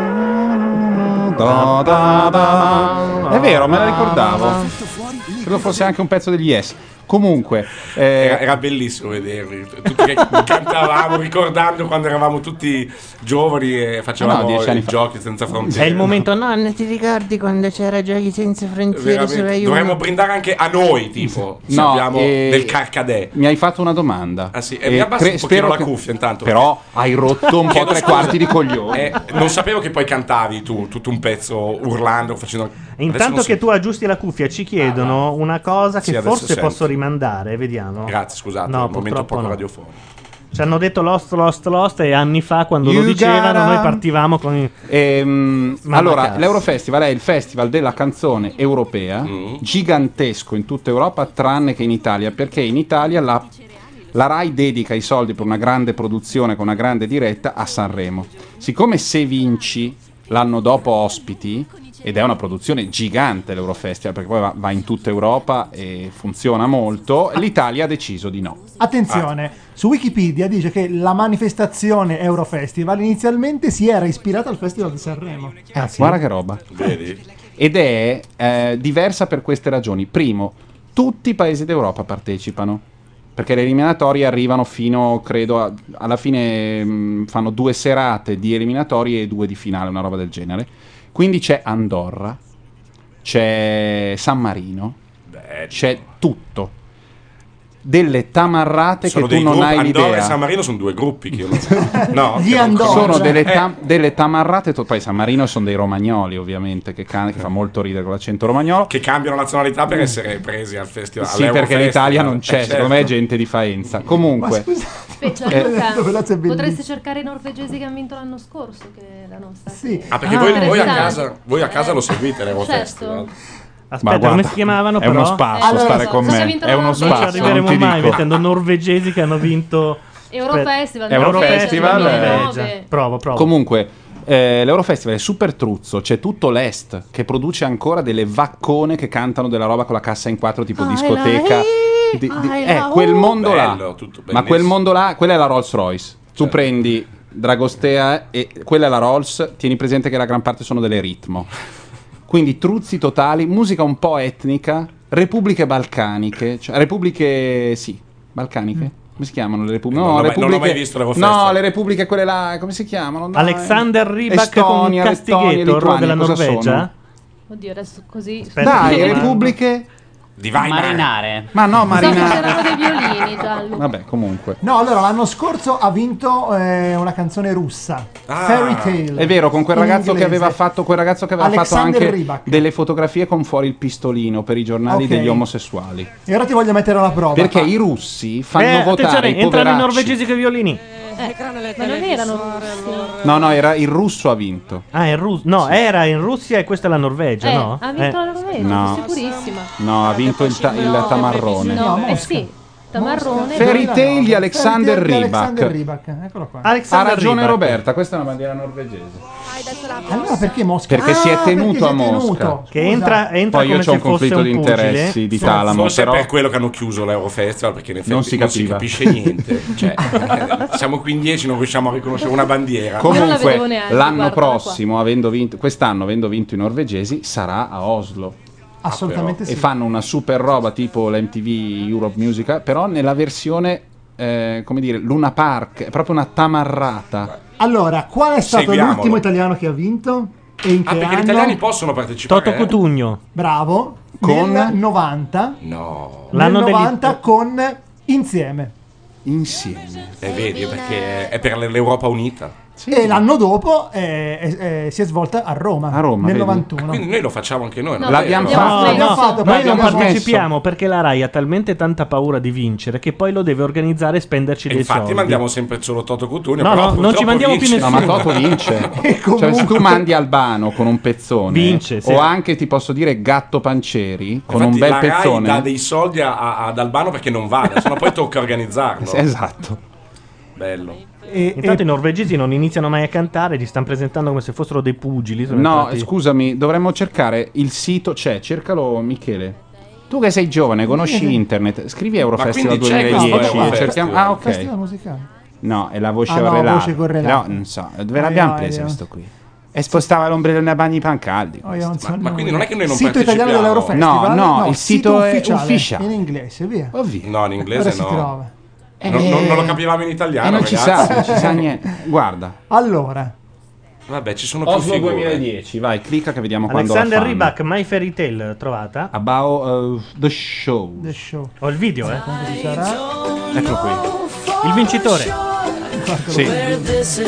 Speaker 3: È vero, me la ricordavo. Credo fosse anche un pezzo degli Yes. Comunque,
Speaker 5: Era bellissimo vederli. Tutti che cantavamo, ricordando quando eravamo tutti giovani e facevamo
Speaker 3: 10 anni
Speaker 5: i
Speaker 3: fa.
Speaker 5: giochi senza frontiere.
Speaker 2: È il momento, nonno, ti ricordi quando c'era Giochi senza frontiere
Speaker 5: Veramente.
Speaker 2: su Rai 1?
Speaker 5: Dovremmo brindare anche a noi, tipo. Se
Speaker 3: no,
Speaker 5: abbiamo del carcadè.
Speaker 3: mi hai fatto una domanda.
Speaker 5: Ah sì, e mi abbassi un pochino la cuffia intanto.
Speaker 3: Però hai rotto un po'
Speaker 5: Chiedo
Speaker 3: tre
Speaker 5: scusa.
Speaker 3: quarti di coglione.
Speaker 5: Non sapevo che poi cantavi tu tutto un pezzo urlando, facendo. Adesso
Speaker 2: Intanto
Speaker 5: non
Speaker 2: che
Speaker 5: so-
Speaker 2: tu aggiusti la cuffia ci chiedono una cosa che
Speaker 5: Sì, adesso
Speaker 2: forse
Speaker 5: sento.
Speaker 2: posso rimandare, vediamo.
Speaker 5: Grazie, scusate,
Speaker 2: No,
Speaker 5: è un momento
Speaker 2: purtroppo
Speaker 5: poco
Speaker 2: no.
Speaker 5: radiofonico.
Speaker 2: Ci hanno detto Lost e anni fa quando
Speaker 3: You
Speaker 2: lo dicevano
Speaker 3: gotta-
Speaker 2: noi partivamo con i...
Speaker 3: Allora,
Speaker 2: cazzo.
Speaker 3: l'Eurofestival è il festival della canzone europea, gigantesco in tutta Europa, tranne che in Italia, perché in Italia la Rai dedica i soldi per una grande produzione con una grande diretta a Sanremo. Siccome Se Vinci l'anno dopo ospiti, ed è una produzione gigante l'Eurofestival, perché poi va in tutta Europa e funziona molto, l'Italia ha deciso di no.
Speaker 1: Attenzione, su Wikipedia dice che la manifestazione Eurofestival inizialmente si era ispirata al Festival di Sanremo.
Speaker 3: Guarda che roba.
Speaker 5: Vedi?
Speaker 3: Ed è diversa per queste ragioni. Primo, tutti i paesi d'Europa partecipano, perché le eliminatorie arrivano fino, credo, alla fine fanno 2 serate di eliminatorie e 2 di finale, una roba del genere. Quindi c'è Andorra, c'è San Marino, c'è tutto. Delle tamarrate
Speaker 5: Sono
Speaker 3: che tu
Speaker 5: dei
Speaker 3: non
Speaker 5: gruppi.
Speaker 3: hai
Speaker 5: Andorra
Speaker 3: l'idea.
Speaker 5: e San Marino sono 2 gruppi che io non so. No,
Speaker 1: Gli
Speaker 5: che non
Speaker 1: Andorra.
Speaker 5: conosco.
Speaker 3: Sono delle tamarrate. Poi San Marino sono dei romagnoli, ovviamente, che fa molto ridere con l'accento romagnolo.
Speaker 5: Che cambiano nazionalità per essere presi al festival.
Speaker 3: Sì, perché l'Italia non c'è,
Speaker 5: certo.
Speaker 3: secondo me è gente di Faenza. Comunque,
Speaker 17: Potreste cercare i norvegesi che hanno vinto l'anno scorso, che erano stati...
Speaker 1: Sì.
Speaker 5: Ah, perché voi a casa lo seguite l'Eurofestival.
Speaker 2: Aspetta,
Speaker 3: guarda,
Speaker 2: come si chiamavano
Speaker 3: è
Speaker 2: però?
Speaker 3: uno spasso stare con me. È uno
Speaker 2: Non ci
Speaker 3: spasso.
Speaker 2: arriveremo
Speaker 3: non ti
Speaker 2: mai
Speaker 3: dico.
Speaker 2: mettendo norvegesi che hanno vinto
Speaker 17: Eurofestival,
Speaker 3: Eurofestival,
Speaker 17: Norvegia.
Speaker 2: Provo.
Speaker 3: Comunque, l'Eurofestival è super truzzo. C'è tutto l'Est che produce ancora delle vaccone che cantano della roba con la cassa in 4 tipo discoteca. Quel mondo là.
Speaker 5: Bello, tutto
Speaker 3: Ma quel mondo là, quella è la Rolls Royce. Tu prendi Dragostea e quella è la Rolls. Tieni presente che la gran parte sono delle ritmo. Quindi truzzi totali, musica un po' etnica, repubbliche balcaniche, cioè repubbliche balcaniche. Come si chiamano le repubbliche? No,
Speaker 5: non ho mai visto l'Eurofestival.
Speaker 3: No, le repubbliche quelle là, come si chiamano? Dai.
Speaker 2: Alexander Rybak
Speaker 3: Estonia,
Speaker 2: con
Speaker 3: Lettonia,
Speaker 2: Castigator
Speaker 3: Lituania,
Speaker 2: della
Speaker 3: cosa
Speaker 2: Norvegia?
Speaker 3: sono?
Speaker 17: Oddio, adesso così...
Speaker 3: Dai, repubbliche...
Speaker 13: Marinare.
Speaker 3: Ma no,
Speaker 17: C'erano
Speaker 3: marinare.
Speaker 17: dei violini, Giallo.
Speaker 3: Vabbè, comunque.
Speaker 1: No, allora l'anno scorso ha vinto una canzone russa, Fairy Tale.
Speaker 3: È vero, con quel
Speaker 1: in
Speaker 3: ragazzo che
Speaker 1: inglese.
Speaker 3: aveva fatto fatto
Speaker 1: Alexander
Speaker 3: anche
Speaker 1: Rybak.
Speaker 3: delle fotografie con fuori il pistolino per i giornali
Speaker 1: Ok.
Speaker 3: degli omosessuali.
Speaker 1: E ora ti voglio mettere alla prova.
Speaker 3: Perché i russi fanno votare
Speaker 2: attenzione,
Speaker 3: i
Speaker 2: entrano i
Speaker 3: poveracci.
Speaker 2: norvegesi con i violini.
Speaker 17: Ma non erano russi.
Speaker 3: No, era il russo ha vinto.
Speaker 2: Ah, era in Russia e questa è la Norvegia, no?
Speaker 17: Ha vinto la Norvegia,
Speaker 3: No.
Speaker 17: sono sicurissima.
Speaker 3: No, ha vinto il tamarrone.
Speaker 17: No, sì. Tamarrone.
Speaker 3: Fairy Tale di Alexander
Speaker 1: Alexander
Speaker 3: Rybak.
Speaker 1: Rybak, eccolo qua.
Speaker 3: Ha ragione Roberta, questa è una bandiera norvegese.
Speaker 1: Allora perché Mosca?
Speaker 3: Perché si è tenuto a Mosca.
Speaker 2: Che entra
Speaker 3: Poi io
Speaker 2: come
Speaker 3: c'ho
Speaker 2: se
Speaker 3: un conflitto
Speaker 2: fosse
Speaker 3: di
Speaker 2: un pugile.
Speaker 3: interessi di Talamo,
Speaker 5: Forse
Speaker 3: però
Speaker 5: è per quello che hanno chiuso l'Eurofestival, perché in effetti
Speaker 3: non si capiva.
Speaker 5: capisce niente. Cioè, siamo qui in 10, non riusciamo a riconoscere una bandiera.
Speaker 3: Comunque l'anno prossimo, quest'anno avendo vinto i norvegesi, sarà a Oslo.
Speaker 1: Assolutamente sì.
Speaker 3: E fanno una super roba tipo l'MTV Europe Music, però nella versione come dire, Luna Park, è proprio una tamarrata.
Speaker 1: Allora, qual è stato
Speaker 5: Seguiamolo.
Speaker 1: l'ultimo italiano che ha vinto? E in che
Speaker 5: Perché
Speaker 1: anno?
Speaker 5: gli italiani possono partecipare.
Speaker 2: Toto Cutugno.
Speaker 1: Bravo.
Speaker 3: Con?
Speaker 1: Nel 90.
Speaker 5: No.
Speaker 1: Nel 90 con Insieme.
Speaker 3: Insieme.
Speaker 5: Vedi, perché è per l'Europa unita.
Speaker 1: E l'anno dopo si è svolta a Roma, nel
Speaker 3: vedi?
Speaker 1: 91.
Speaker 5: Quindi noi lo facciamo anche noi.
Speaker 17: No,
Speaker 5: no?
Speaker 3: L'abbiamo
Speaker 17: abbiamo
Speaker 3: fatto.
Speaker 1: L'abbiamo fatto,
Speaker 2: Noi
Speaker 1: poi
Speaker 2: non
Speaker 1: abbiamo
Speaker 2: partecipiamo perché la Rai ha talmente tanta paura di vincere che poi lo deve organizzare e spenderci
Speaker 5: E
Speaker 2: dei
Speaker 5: infatti
Speaker 2: soldi.
Speaker 5: mandiamo sempre solo Toto Cutugno.
Speaker 2: No,
Speaker 5: però
Speaker 2: no, non
Speaker 5: purtroppo
Speaker 2: ci mandiamo più
Speaker 5: vince.
Speaker 3: No, ma Toto vince. Cioè, se tu mandi Albano con un pezzone,
Speaker 2: Vince, sì.
Speaker 3: o anche ti posso dire Gatto Pancieri con
Speaker 5: Infatti
Speaker 3: un bel
Speaker 5: la Rai
Speaker 3: pezzone.
Speaker 5: dà dei soldi ad Albano perché non vada, sennò poi tocca organizzarlo.
Speaker 3: Esatto.
Speaker 5: Bello.
Speaker 2: Intanto i norvegesi non iniziano mai a cantare, li stanno presentando come se fossero dei pugili. sono
Speaker 3: No,
Speaker 2: entrati-
Speaker 3: scusami, dovremmo cercare il sito, cercalo Michele. Tu che sei giovane, conosci internet, scrivi Eurofestival
Speaker 5: quindi c'è
Speaker 3: 2010,
Speaker 5: questo Eurofestival?
Speaker 3: cerchiamo. Ah, ok.
Speaker 1: Festival musicale.
Speaker 3: No, è la voce
Speaker 1: Ah, no,
Speaker 3: correlata.
Speaker 1: voce correlata.
Speaker 3: No, non so, dove l'abbiamo presa questo qui? E spostava l'ombrello nei bagni pancaldi.
Speaker 1: Oh, io non so
Speaker 5: Ma quindi non è che noi non
Speaker 1: sito italiano
Speaker 5: partecipiamo?
Speaker 1: dell'Eurofestival?
Speaker 3: No, il sito è ufficiale.
Speaker 1: In inglese, via.
Speaker 3: Ovvio.
Speaker 5: No, in inglese
Speaker 1: Ora si
Speaker 5: no.
Speaker 1: trova.
Speaker 5: Non lo capivamo in italiano,
Speaker 3: non ci
Speaker 5: ragazzi.
Speaker 3: sa, non ci sa niente. Guarda.
Speaker 1: Allora,
Speaker 5: Vabbè, ci sono più
Speaker 3: Oslo
Speaker 5: figure.
Speaker 3: 2010, vai, clicca che vediamo quando la
Speaker 2: Alexander
Speaker 3: fanno.
Speaker 2: Rybak, My Fairy Tale, trovata?
Speaker 3: About the show.
Speaker 1: The Show.
Speaker 2: Ho il video,
Speaker 1: Quando ci sarà?
Speaker 3: Eccolo qui.
Speaker 2: Il vincitore.
Speaker 3: Sì.
Speaker 1: Il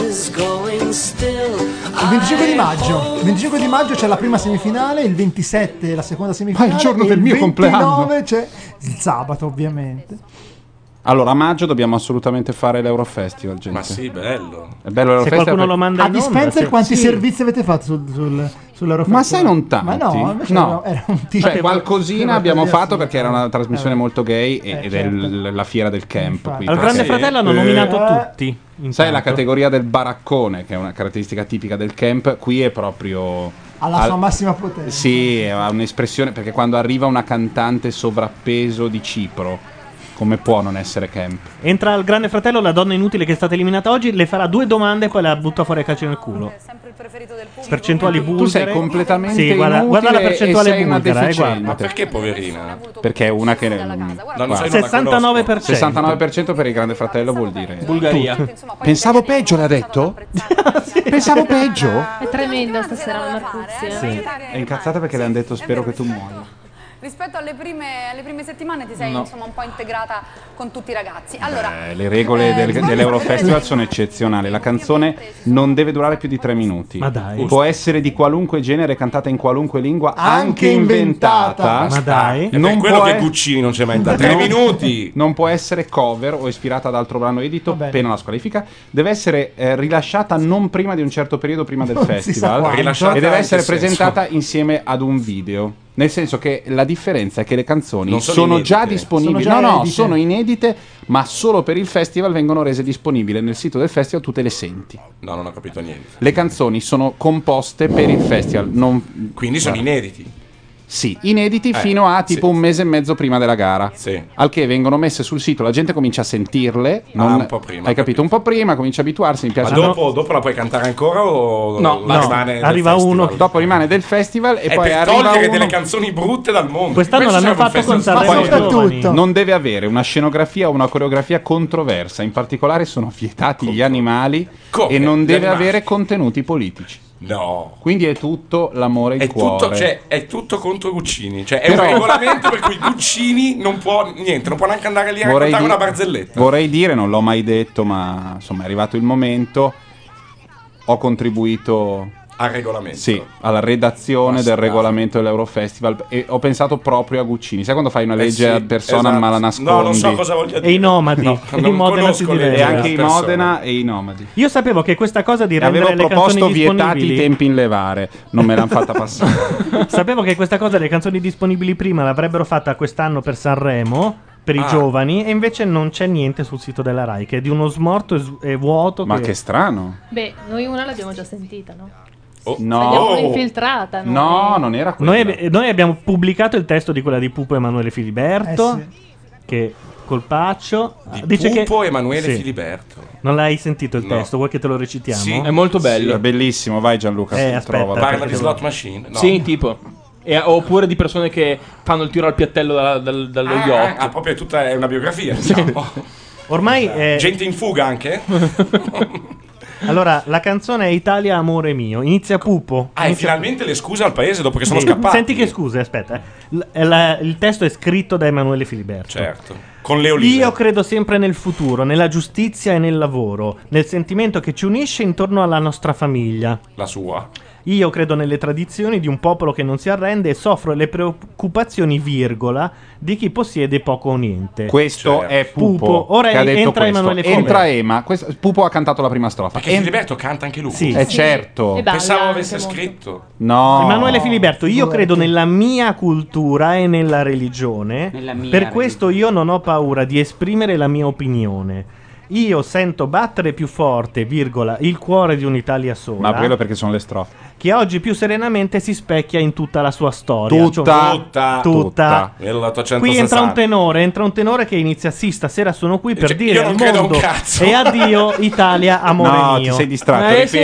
Speaker 1: 25 di maggio. Il 25 di maggio c'è la prima semifinale, il 27 la seconda semifinale.
Speaker 3: Ah, il giorno
Speaker 1: e
Speaker 3: del mio
Speaker 1: il 29
Speaker 3: compleanno.
Speaker 1: c'è il sabato, ovviamente.
Speaker 3: Allora, a maggio dobbiamo assolutamente fare l'Eurofestival, gente.
Speaker 5: Ma sì, bello.
Speaker 3: È bello
Speaker 2: Se
Speaker 3: l'Eurofestival.
Speaker 2: qualcuno lo manda
Speaker 1: A
Speaker 2: in onda,
Speaker 1: Dispenser
Speaker 2: sì.
Speaker 1: quanti
Speaker 2: Sì.
Speaker 1: servizi avete fatto sul
Speaker 3: Ma sai, non tanti.
Speaker 1: Ma no, invece
Speaker 3: No.
Speaker 1: era un
Speaker 3: Cioè, qualcosina abbiamo fatto perché era una trasmissione molto gay ed è
Speaker 1: certo.
Speaker 3: la fiera del camp. qui.
Speaker 2: Al Grande Fratello hanno nominato tutti.
Speaker 3: Sai la categoria del baraccone, che è una caratteristica tipica del camp, qui è proprio...
Speaker 1: alla sua massima potenza.
Speaker 3: Sì, ha un'espressione, perché quando arriva una cantante sovrappeso di Cipro, come può non essere camp?
Speaker 2: Entra al Grande Fratello la donna inutile che è stata eliminata oggi, le farà 2 domande e poi la butta fuori a calcio nel culo. Percentuali bulgare.
Speaker 3: Tu sei completamente
Speaker 2: sì, guarda la percentuale
Speaker 3: e sei una
Speaker 2: bulgara,
Speaker 3: deficiente.
Speaker 2: guarda.
Speaker 5: Ma perché poverina?
Speaker 3: Perché è una che...
Speaker 5: Non so,
Speaker 2: 69%.
Speaker 3: 69% per il Grande Fratello vuol dire...
Speaker 4: Bulgaria.
Speaker 3: Pensavo peggio, l'ha detto? Pensavo peggio?
Speaker 17: È tremenda stasera la Marcuzzi.
Speaker 3: Sì. È incazzata perché le hanno detto spero che tu muoia.
Speaker 7: Rispetto alle prime settimane ti sei insomma un po' integrata con tutti i ragazzi. Allora,
Speaker 3: Le regole dell'Eurofestival sono eccezionali. La canzone non deve durare più di 3 minuti.
Speaker 2: Ma dai.
Speaker 3: Può essere di qualunque genere, cantata in qualunque lingua, anche inventata.
Speaker 2: Ma dai.
Speaker 5: È per
Speaker 3: Non
Speaker 5: quello
Speaker 3: può
Speaker 5: che
Speaker 3: è-
Speaker 5: Guccini non c'è mai da 3 minuti.
Speaker 3: Non può essere cover o ispirata ad altro brano edito, pena la squalifica. Deve essere rilasciata non prima di un certo periodo prima del
Speaker 5: Non si sa
Speaker 3: festival
Speaker 5: quanto. Rilasciata
Speaker 3: e deve
Speaker 5: in
Speaker 3: essere
Speaker 5: che senso?
Speaker 3: presentata insieme ad un video. Nel senso che la differenza è che le canzoni
Speaker 5: Non sono
Speaker 3: sono già
Speaker 5: inedite.
Speaker 3: disponibili.
Speaker 1: Sono già
Speaker 3: No,
Speaker 1: edite.
Speaker 3: sono inedite, ma solo per il festival vengono rese disponibili nel sito del festival, tu te le senti.
Speaker 5: No, non ho capito niente.
Speaker 3: Le canzoni sono composte per il festival,
Speaker 5: Quindi sono inediti.
Speaker 3: Sì, inediti fino a tipo un mese e mezzo prima della gara.
Speaker 5: Sì.
Speaker 3: Al che vengono messe sul sito, la gente comincia a sentirle.
Speaker 5: un po' prima,
Speaker 3: Hai capito? Un po' prima, comincia a abituarsi. Mi
Speaker 5: Ma
Speaker 3: piace.
Speaker 5: dopo la puoi cantare ancora o rimane del
Speaker 3: arriva
Speaker 5: festival?
Speaker 3: uno. Dopo rimane del festival e
Speaker 5: È
Speaker 3: poi
Speaker 5: per
Speaker 3: arriva
Speaker 5: togliere
Speaker 3: uno.
Speaker 5: delle canzoni brutte dal mondo.
Speaker 2: Quest'anno
Speaker 5: Questo
Speaker 2: l'hanno
Speaker 5: sarebbe un
Speaker 2: fatto con
Speaker 5: festival
Speaker 2: Sanremo
Speaker 5: sbagliato.
Speaker 2: Giovani.
Speaker 3: Non deve avere una scenografia o una coreografia controversa. In particolare sono vietati gli animali
Speaker 5: Come?
Speaker 3: e non
Speaker 5: Gli
Speaker 3: deve
Speaker 5: animali?
Speaker 3: avere contenuti politici.
Speaker 5: No.
Speaker 3: Quindi è tutto l'amore e il cuore.
Speaker 5: È tutto contro Guccini. Cioè, è
Speaker 3: Però-
Speaker 5: un regolamento per cui Guccini non può niente, non può neanche andare lì a raccontare una barzelletta.
Speaker 3: Vorrei dire, non l'ho mai detto, ma insomma è arrivato il momento. Ho contribuito
Speaker 5: al regolamento.
Speaker 3: Sì, alla redazione del regolamento dell'Eurofestival e ho pensato proprio a Guccini. Sai quando fai una legge
Speaker 5: sì,
Speaker 3: ad persona
Speaker 5: esatto.
Speaker 3: ma la nascondi?
Speaker 5: No, non so cosa voglia dire.
Speaker 2: E i nomadi.
Speaker 3: No,
Speaker 2: E
Speaker 3: non
Speaker 2: in Modena
Speaker 5: conosco
Speaker 2: si
Speaker 5: le
Speaker 2: direge.
Speaker 3: E anche i
Speaker 5: persone.
Speaker 3: Modena e i nomadi.
Speaker 2: Io sapevo che questa cosa di
Speaker 3: E
Speaker 2: rendere
Speaker 3: avevo
Speaker 2: le
Speaker 3: proposto
Speaker 2: canzoni
Speaker 3: vietati i
Speaker 2: disponibili
Speaker 3: tempi in levare, non me l'hanno fatta passare.
Speaker 2: Sapevo che questa cosa delle canzoni disponibili prima l'avrebbero fatta quest'anno per Sanremo per i giovani e invece non c'è niente sul sito della Rai, che è di uno smorto e vuoto.
Speaker 3: Ma che strano.
Speaker 17: Beh, noi una l'abbiamo già sentita, no?
Speaker 3: No.
Speaker 17: L'abbiamo infiltrata. noi.
Speaker 3: No, non era quella.
Speaker 2: Noi abbiamo pubblicato il testo di quella di Pupo Emanuele Filiberto, che colpaccio dice
Speaker 5: Pupo
Speaker 2: che
Speaker 5: Emanuele Filiberto.
Speaker 2: Non l'hai sentito il
Speaker 5: No.
Speaker 2: testo? Vuoi che te lo recitiamo?
Speaker 5: Sì.
Speaker 4: È molto bello.
Speaker 3: Sì, è bellissimo, vai Gianluca.
Speaker 2: Aspetta,
Speaker 3: trova.
Speaker 5: Parla di slot machine? No.
Speaker 4: Sì, tipo. Oppure di persone che fanno il tiro al piattello dallo yacht.
Speaker 5: Ah, proprio è una biografia. Diciamo.
Speaker 2: Ormai
Speaker 5: Gente in fuga anche?
Speaker 2: Allora, la canzone è Italia amore mio. Inizia Pupo.
Speaker 5: Ah, e
Speaker 2: Inizia
Speaker 5: finalmente le scuse al paese dopo che sono
Speaker 2: Sì.
Speaker 5: scappati.
Speaker 2: Senti che scuse, aspetta. Il testo è scritto da Emanuele Filiberto.
Speaker 5: Certo. Con le olive.
Speaker 2: Io credo sempre nel futuro, nella giustizia e nel lavoro, nel sentimento che ci unisce intorno alla nostra famiglia.
Speaker 5: La sua.
Speaker 2: Io credo nelle tradizioni di un popolo che non si arrende e soffro le preoccupazioni, virgola, di chi possiede poco o niente.
Speaker 3: Questo è Pupo,
Speaker 2: Ora
Speaker 3: che ha detto
Speaker 2: entra
Speaker 3: questo.
Speaker 2: Emanuele Filiberto.
Speaker 3: Entra Ema. Pupo ha cantato la prima strofa.
Speaker 5: Perché Filiberto canta anche lui.
Speaker 3: Sì. Certo.
Speaker 17: E balla
Speaker 5: Pensavo
Speaker 17: anche
Speaker 5: avesse
Speaker 17: molto.
Speaker 5: scritto.
Speaker 3: No.
Speaker 2: Emanuele Filiberto, io credo nella mia cultura e nella religione.
Speaker 13: Nella mia
Speaker 2: Per questo io non ho paura di esprimere la mia opinione. Io sento battere più forte, virgola, il cuore di un'Italia sola.
Speaker 3: Ma quello perché sono le strofe.
Speaker 2: Che oggi più serenamente si specchia in tutta la sua storia.
Speaker 3: Tutta.
Speaker 2: Tutta. Qui entra un tenore che inizia: sì, stasera sono qui per
Speaker 5: Cioè,
Speaker 2: dire
Speaker 5: io
Speaker 2: al
Speaker 5: non credo
Speaker 2: mondo
Speaker 5: un cazzo.
Speaker 2: e addio Italia, amore
Speaker 3: No,
Speaker 2: mio.
Speaker 3: ti sei distratto.
Speaker 4: Sì,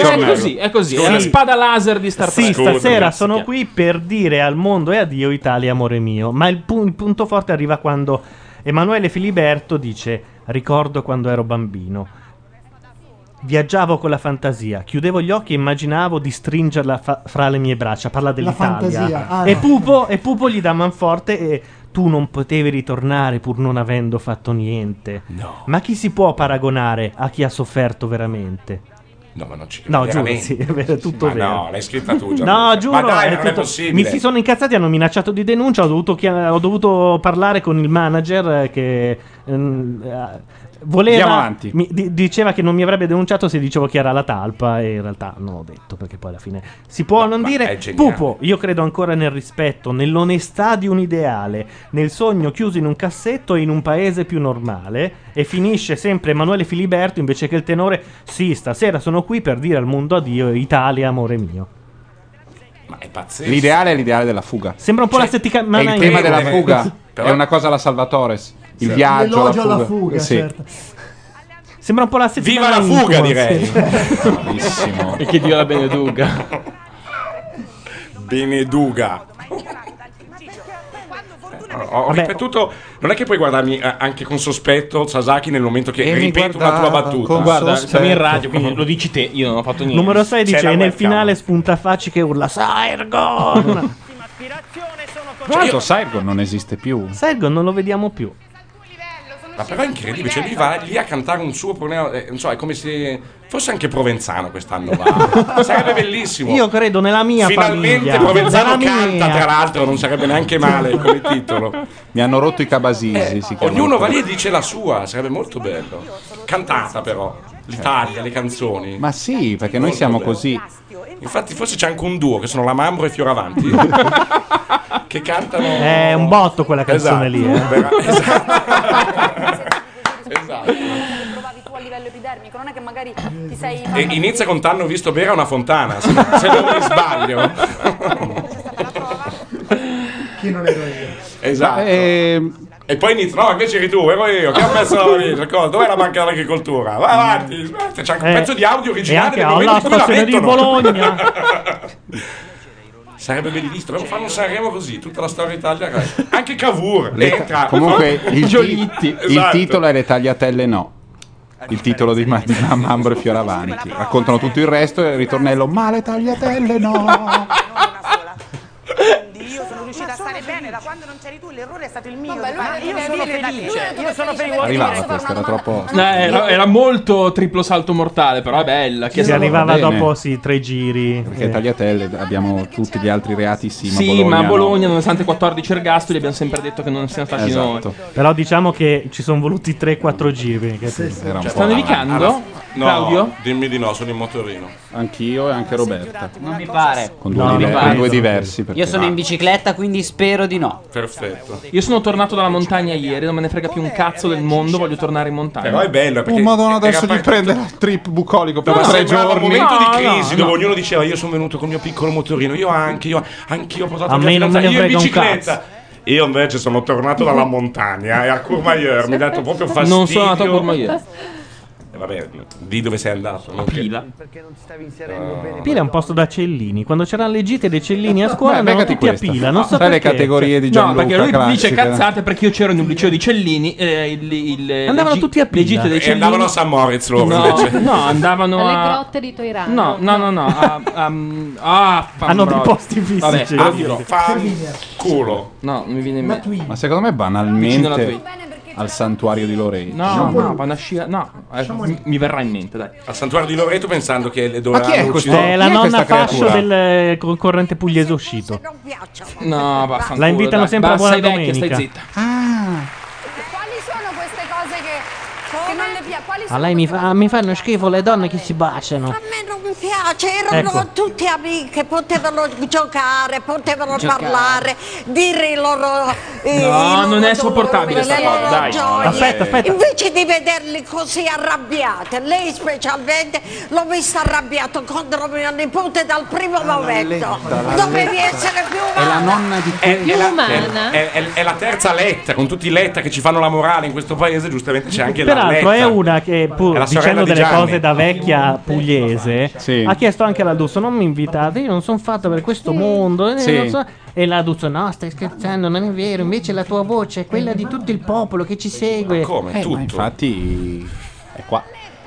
Speaker 4: è così. È la spada laser di Star Trek.
Speaker 2: Sì, stasera sono qui per dire al mondo e addio Italia, amore mio. Ma il punto forte arriva quando Emanuele Filiberto dice: ricordo quando ero bambino. Viaggiavo con la fantasia, chiudevo gli occhi e immaginavo di stringerla fra le mie braccia. Parla dell'Italia.
Speaker 1: fantasia. Ah,
Speaker 2: e,
Speaker 1: no.
Speaker 2: Pupo gli dà manforte e tu non potevi ritornare pur non avendo fatto niente.
Speaker 5: No.
Speaker 2: Ma chi si può paragonare a chi ha sofferto veramente?
Speaker 5: No, ma non ci credo.
Speaker 2: No, giuro,
Speaker 5: veramente.
Speaker 2: sì, è vero, è tutto
Speaker 5: Ma
Speaker 2: vero.
Speaker 5: no, l'hai scritta tu, Gianluca.
Speaker 2: No, giuro,
Speaker 5: Ma dai,
Speaker 2: è
Speaker 5: non è
Speaker 2: tutto-
Speaker 5: possibile.
Speaker 2: mi si sono incazzati, hanno minacciato di denuncia, ho dovuto parlare con il manager che
Speaker 3: Andiamo avanti.
Speaker 2: Diceva che non mi avrebbe denunciato se dicevo chi era la talpa, e in realtà non l'ho detto, perché poi alla fine si può non dire. Pupo, io credo ancora nel rispetto, nell'onestà di un ideale, nel sogno chiuso in un cassetto e in un paese più normale. E finisce sempre Emanuele Filiberto invece che il tenore: sì, stasera sono qui per dire al mondo addio, Italia, amore mio.
Speaker 5: Ma è pazzesco.
Speaker 3: L'ideale è l'ideale della fuga.
Speaker 2: Sembra un po' la settimana
Speaker 3: È il tema della fuga. È una cosa alla Salvatore. Il viaggio,
Speaker 1: L'elogio
Speaker 3: la
Speaker 1: alla
Speaker 3: fuga.
Speaker 1: fuga,
Speaker 3: Sì.
Speaker 1: certo.
Speaker 2: Sembra un po' la settimana.
Speaker 5: Viva la fuga,
Speaker 2: incubo,
Speaker 5: direi.
Speaker 2: sì.
Speaker 3: Bravissimo.
Speaker 4: E che Dio la beneduca.
Speaker 5: Beneduga. Ho ripetuto, non è che puoi guardarmi anche con sospetto, Sasaki, nel momento che ripeto una tua battuta.
Speaker 4: Guarda, siamo in radio, quindi lo dici te, io non ho fatto niente.
Speaker 2: Numero 6 dice:
Speaker 5: C'è la
Speaker 2: e nel
Speaker 5: webcam.
Speaker 2: finale spunta Facci che urla Sargon.
Speaker 3: Tra l'altro Sargon non esiste più.
Speaker 2: Sargon non lo vediamo più.
Speaker 5: Ma però è incredibile, cioè lui va lì a cantare un suo non so, è come se fosse anche Provenzano quest'anno va. Sarebbe bellissimo.
Speaker 2: Io credo nella mia
Speaker 5: Finalmente
Speaker 2: famiglia.
Speaker 5: Provenzano
Speaker 2: Nella
Speaker 5: canta,
Speaker 2: mia.
Speaker 5: tra l'altro, non sarebbe neanche male come titolo.
Speaker 3: Mi hanno rotto i Cabasisi. si chiamano.
Speaker 5: Ognuno va lì e dice la sua, sarebbe molto bello. Cantata però, l'Italia, le canzoni.
Speaker 3: Ma sì, perché noi
Speaker 5: Molto
Speaker 3: siamo
Speaker 5: bello.
Speaker 3: così.
Speaker 5: Infatti forse c'è anche un duo che sono la Mambro e Fioravanti che cantano.
Speaker 2: È un botto quella canzone lì.
Speaker 5: Esatto.
Speaker 7: Trovavi tu a livello epidermico, non è che magari ti sei...
Speaker 5: E inizia con t'hanno visto bere a una fontana, se non mi sbaglio.
Speaker 1: Chi non ero io?
Speaker 5: Esatto. E poi inizia, no, invece eri tu, ero io, che ho perso la valigia, cosa? Dov'è la banca dell'agricoltura? Vai avanti, aspetta, c'è anche un pezzo di audio originale
Speaker 2: E
Speaker 5: del
Speaker 2: anche
Speaker 5: momento
Speaker 2: alla
Speaker 5: in cui la
Speaker 2: stazione di
Speaker 5: mettono.
Speaker 2: Bologna.
Speaker 5: Sarebbe bellissimo, dovremmo fare un Sanremo così, tutta la storia d'Italia. Anche Cavour entra.
Speaker 3: Comunque
Speaker 5: Giolitti.
Speaker 3: il
Speaker 5: Esatto.
Speaker 3: titolo è Le tagliatelle no. Il titolo di Mambro e Fioravanti. Raccontano tutto il resto e il ritornello: ma le tagliatelle no.
Speaker 10: Io sono riuscita a stare bene da quando non c'eri tu, l'errore è stato il mio.
Speaker 7: Vabbè, lui
Speaker 10: io sono felice. Io sono felice.
Speaker 3: Arrivava questo, era troppo.
Speaker 4: Era molto triplo salto mortale, però è bella.
Speaker 2: Che si arrivava dopo 3 giri.
Speaker 3: Perché tagliatelle abbiamo tutti gli altri reati, sì,
Speaker 4: Sì,
Speaker 3: ma
Speaker 4: ma a
Speaker 3: no.
Speaker 4: Bologna, nonostante 14 ergastoli, abbiamo sempre detto che non siamo stati
Speaker 3: Esatto.
Speaker 4: noi.
Speaker 2: Però diciamo che ci sono voluti 3-4 giri.
Speaker 3: Era un po'
Speaker 4: Sta nevicando?
Speaker 5: No,
Speaker 4: Claudio?
Speaker 5: dimmi di no, sono in motorino.
Speaker 3: Anch'io e anche Roberta.
Speaker 13: Non mi pare.
Speaker 3: Con
Speaker 13: No,
Speaker 3: due,
Speaker 13: mi
Speaker 3: con
Speaker 13: pare.
Speaker 3: due diversi. perché-
Speaker 13: Io sono in bicicletta, quindi spero di no.
Speaker 5: Perfetto.
Speaker 4: Io sono tornato dalla montagna ieri, non me ne frega più un cazzo del mondo, voglio tornare in montagna.
Speaker 5: Però è bello perché
Speaker 3: Oh madonna, adesso
Speaker 5: era
Speaker 3: gli prende il trip bucolico per
Speaker 5: No,
Speaker 3: 3
Speaker 5: sembrava un
Speaker 3: giorni.
Speaker 5: momento di crisi
Speaker 4: no.
Speaker 5: dove ognuno diceva io sono venuto col mio piccolo motorino, io anch'io ho portato
Speaker 2: A
Speaker 5: mia
Speaker 2: me non me
Speaker 5: fidanzata,
Speaker 2: ne
Speaker 5: io in
Speaker 2: frega un
Speaker 5: bicicletta. Io invece sono tornato dalla montagna e a Courmayeur mi ha dato proprio fastidio.
Speaker 4: Non sono andato a Courmayeur.
Speaker 5: Vabbè, di dove sei andato? Non
Speaker 4: Pila.
Speaker 10: Perché non ti stavi inserendo bene.
Speaker 2: Pila è un posto da Cellini. Quando c'erano le gite dei Cellini a scuola
Speaker 3: Beh,
Speaker 2: andavano
Speaker 3: beccati
Speaker 2: tutti
Speaker 3: questa.
Speaker 2: a Pila. Non so
Speaker 3: Sai le
Speaker 2: perché.
Speaker 3: categorie di
Speaker 4: No,
Speaker 3: Gianluca
Speaker 4: perché lui dice
Speaker 3: classiche,
Speaker 4: cazzate perché io c'ero in un liceo di Cellini.
Speaker 2: Andavano tutti a
Speaker 4: Le
Speaker 2: Pila.
Speaker 4: gite dei
Speaker 5: E
Speaker 4: Cellini.
Speaker 5: andavano a San Moritz loro
Speaker 4: No,
Speaker 5: invece.
Speaker 4: no, andavano
Speaker 17: Alle
Speaker 4: a.
Speaker 17: grotte di Toirano.
Speaker 4: No.
Speaker 2: Hanno dei posti fissi.
Speaker 4: Vabbè,
Speaker 2: cioè.
Speaker 4: te lo dirò.
Speaker 5: Culo.
Speaker 4: No, non mi viene in mente.
Speaker 3: Ma secondo me
Speaker 4: Vicino alla
Speaker 3: banalmente
Speaker 4: Tui.
Speaker 3: al santuario di Loreto.
Speaker 4: No, vanno a sciare. No, mi verrà in mente, dai.
Speaker 5: Al santuario di Loreto pensando che le dovranno
Speaker 3: chi è questo?
Speaker 5: uccidere.
Speaker 2: È la
Speaker 3: Chi è
Speaker 2: nonna
Speaker 3: questa
Speaker 2: Fascio
Speaker 3: creatura?
Speaker 2: del concorrente pugliese uscito.
Speaker 4: No, vaffanculo.
Speaker 2: La invitano
Speaker 4: dai.
Speaker 2: sempre a
Speaker 4: Basta,
Speaker 2: Buona
Speaker 4: sei vecchia,
Speaker 2: Domenica.
Speaker 4: stai zitta.
Speaker 7: Quali sono queste cose che non le piacciono? Quali
Speaker 16: A
Speaker 7: sono
Speaker 16: lei
Speaker 7: queste
Speaker 16: mi fanno schifo le donne che si baciano.
Speaker 21: A me non piace, erano
Speaker 2: Ecco.
Speaker 21: tutte amiche, potevano giocare, potevano
Speaker 4: Giocare.
Speaker 21: parlare, dire i loro. i
Speaker 4: No, non
Speaker 21: loro
Speaker 4: è sopportabile sta
Speaker 21: le
Speaker 4: cosa,
Speaker 21: loro
Speaker 4: dai.
Speaker 21: gioie.
Speaker 2: Aspetta.
Speaker 21: Invece di vederli così arrabbiate, lei specialmente l'ho vista arrabbiato contro mio nipote dal primo momento. Dovevi essere più
Speaker 3: È la
Speaker 21: umana.
Speaker 3: nonna di
Speaker 17: Umana.
Speaker 5: È la terza Letta, con tutti i Letta che ci fanno la morale in questo paese, giustamente c'è anche la
Speaker 2: Peraltro
Speaker 5: Letta.
Speaker 2: è una che pur
Speaker 5: È la sorella
Speaker 2: dicendo
Speaker 5: di
Speaker 2: delle
Speaker 5: Gianni.
Speaker 2: cose da vecchia pugliese
Speaker 3: Sì.
Speaker 2: ha chiesto anche alla D'Urso: non mi invitate, io non sono fatta per questo mondo,
Speaker 3: Sì.
Speaker 2: non so. E la D'Urso: no, stai scherzando, non è vero, invece la tua voce è quella di tutto il popolo che ci segue.
Speaker 5: Come?
Speaker 3: Ma
Speaker 5: Tutto.
Speaker 3: infatti è qua.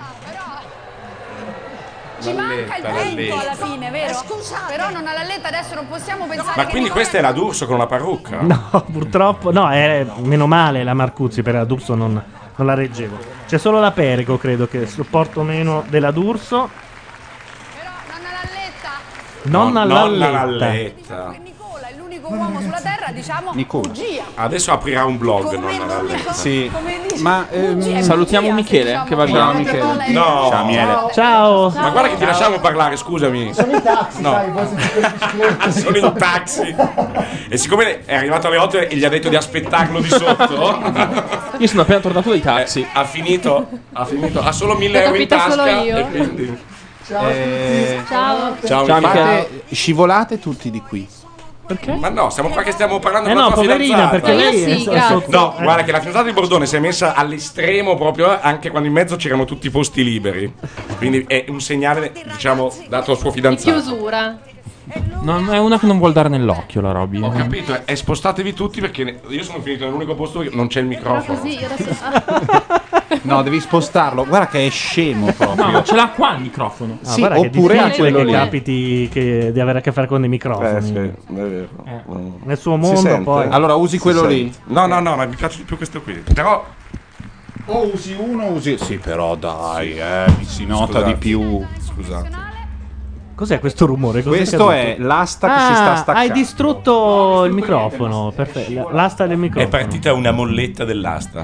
Speaker 7: Ci manca il
Speaker 5: Lalletta,
Speaker 7: punto alla
Speaker 5: Lalletta.
Speaker 7: fine, vero? Però non alla letta adesso non possiamo pensare
Speaker 5: Ma
Speaker 7: che
Speaker 5: quindi
Speaker 7: Nicola-
Speaker 5: questa è la D'Urso con la parrucca?
Speaker 2: No, purtroppo, no, è meno male la Marcuzzi, per la D'Urso non la reggevo. C'è solo la Perico, credo, che sopporto meno della D'Urso.
Speaker 7: Però non alla letta.
Speaker 2: Nonna
Speaker 5: Nonna
Speaker 2: Lalletta.
Speaker 5: Lalletta.
Speaker 7: Nicola è l'unico uomo sulla terra, diciamo,
Speaker 5: Nicola.
Speaker 7: bugia.
Speaker 5: Adesso aprirà un blog, non
Speaker 11: Sì.
Speaker 7: Come dici?
Speaker 11: Ma
Speaker 4: salutiamo Michele che va via.
Speaker 11: Ciao Michele.
Speaker 5: No.
Speaker 11: Ciao Miele.
Speaker 2: Ciao.
Speaker 5: Ma guarda che ti lasciamo parlare, scusami.
Speaker 1: Sono in taxi,
Speaker 5: No.
Speaker 1: sai, poi sentite le biciclette.
Speaker 5: Sono in taxi. E siccome è arrivato alle 8 e gli ha detto di aspettarlo di sotto,
Speaker 4: Io sono appena tornato dai taxi.
Speaker 5: ha finito, ha solo 1.000
Speaker 17: L'ho
Speaker 5: euro in
Speaker 17: capita solo
Speaker 5: tasca
Speaker 17: io.
Speaker 5: e quindi...
Speaker 17: Ciao.
Speaker 5: Ciao,
Speaker 11: Fate, scivolate tutti di qui.
Speaker 4: Perché?
Speaker 5: Ma no, siamo qua che stiamo parlando con
Speaker 2: no,
Speaker 5: la tua
Speaker 2: poverina,
Speaker 5: fidanzata.
Speaker 2: perché lei è sotto.
Speaker 5: No, guarda che la fidanzata di Bordone si è messa all'estremo proprio anche quando in mezzo c'erano tutti i posti liberi. Quindi è un segnale, diciamo, dato al suo fidanzato.
Speaker 17: Chiusura.
Speaker 4: No, è una che non vuol dare nell'occhio la Robby.
Speaker 5: Ho capito, e spostatevi tutti perché io sono finito nell'unico posto dove non c'è il
Speaker 17: Era
Speaker 5: microfono.
Speaker 17: così,
Speaker 11: No, devi spostarlo. Guarda che è scemo proprio.
Speaker 4: No, ce l'ha qua il microfono.
Speaker 2: Ah,
Speaker 11: Sì,
Speaker 2: guarda che è
Speaker 11: oppure a
Speaker 2: difficile
Speaker 11: quello
Speaker 2: che
Speaker 11: lì.
Speaker 2: capiti di avere a che fare con dei microfoni.
Speaker 5: Sì, è vero.
Speaker 2: Nel suo
Speaker 5: Si
Speaker 2: mondo
Speaker 5: sente?
Speaker 2: poi.
Speaker 11: Allora usi quello
Speaker 5: Si
Speaker 11: lì.
Speaker 5: sente. No, ma mi piace di più questo qui. Però
Speaker 11: O usi uno o usi. Sì, però dai, mi si nota
Speaker 5: Scusate.
Speaker 11: di più.
Speaker 5: Scusate.
Speaker 2: Cos'è questo rumore? Cos'è
Speaker 11: Questo
Speaker 2: caduto?
Speaker 11: è l'asta che si sta staccando.
Speaker 2: Hai distrutto il microfono. Perfetto. L'asta del
Speaker 5: È
Speaker 2: microfono.
Speaker 5: partita una molletta dell'asta.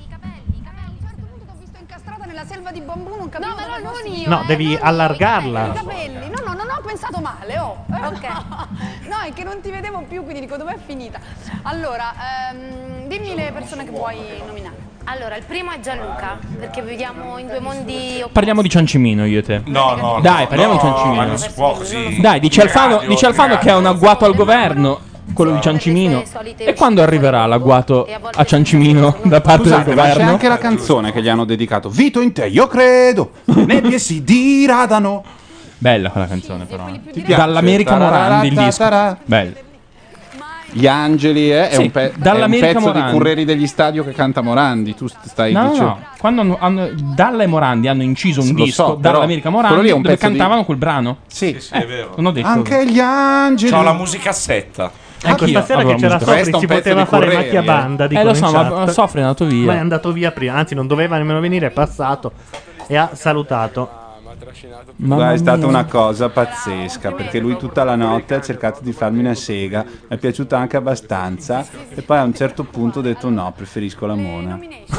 Speaker 7: Incastrata nella selva di bambù, non capivo. No, ma non io.
Speaker 2: No, devi allargarla.
Speaker 7: I capelli. No, non ho pensato male, oh. Ok. No, è che non ti vedevo più, quindi dico dov'è finita. Allora, dimmi le persone che vuoi nominare.
Speaker 14: Allora, il primo è Gianluca, perché viviamo in due mondi opposti.
Speaker 4: Parliamo di Ciancimino io e te.
Speaker 5: No.
Speaker 4: Dai, parliamo di Ciancimino.
Speaker 5: Ma non si può così.
Speaker 4: Dai, dice Alfano che è un agguato al governo, quello di Ciancimino. E quando arriverà l'agguato a Ciancimino da parte
Speaker 11: Scusate,
Speaker 4: del
Speaker 11: ma c'è
Speaker 4: governo?
Speaker 11: anche la canzone che gli hanno dedicato. Vito in te, io credo. Le nebbie si diradano.
Speaker 4: Bella quella canzone però.
Speaker 11: Ti piace?
Speaker 4: Dall'America Morandi il disco. Bello.
Speaker 11: Gli Angeli è
Speaker 4: Sì,
Speaker 11: un, è un
Speaker 4: dall'America
Speaker 11: pezzo
Speaker 4: Morandi.
Speaker 11: di Curreri degli Stadio che canta Morandi. Tu stai
Speaker 4: No,
Speaker 11: dicendo.
Speaker 4: no, quando Dalla e Morandi hanno inciso un
Speaker 11: Lo
Speaker 4: disco
Speaker 11: so, però
Speaker 4: dall'America
Speaker 11: quello
Speaker 4: Morandi
Speaker 11: lì è un
Speaker 4: dove
Speaker 11: pezzo di-
Speaker 4: cantavano quel brano.
Speaker 11: Sì,
Speaker 5: è vero.
Speaker 4: Non ho detto.
Speaker 11: Anche gli Angeli.
Speaker 5: C'ho la musicassetta.
Speaker 2: Ecco, stasera che c'era Sofri si poteva fare macchia banda. Dicono
Speaker 4: lo so,
Speaker 2: in
Speaker 4: ma
Speaker 2: chat.
Speaker 4: Sofri è andato via.
Speaker 2: Ma è andato via prima, anzi non doveva nemmeno venire, è passato e ha salutato.
Speaker 18: Guarda, è stata una cosa pazzesca perché lui tutta la notte ha cercato di farmi una sega, mi è piaciuta anche abbastanza e poi a un certo punto ho detto no, preferisco la mona.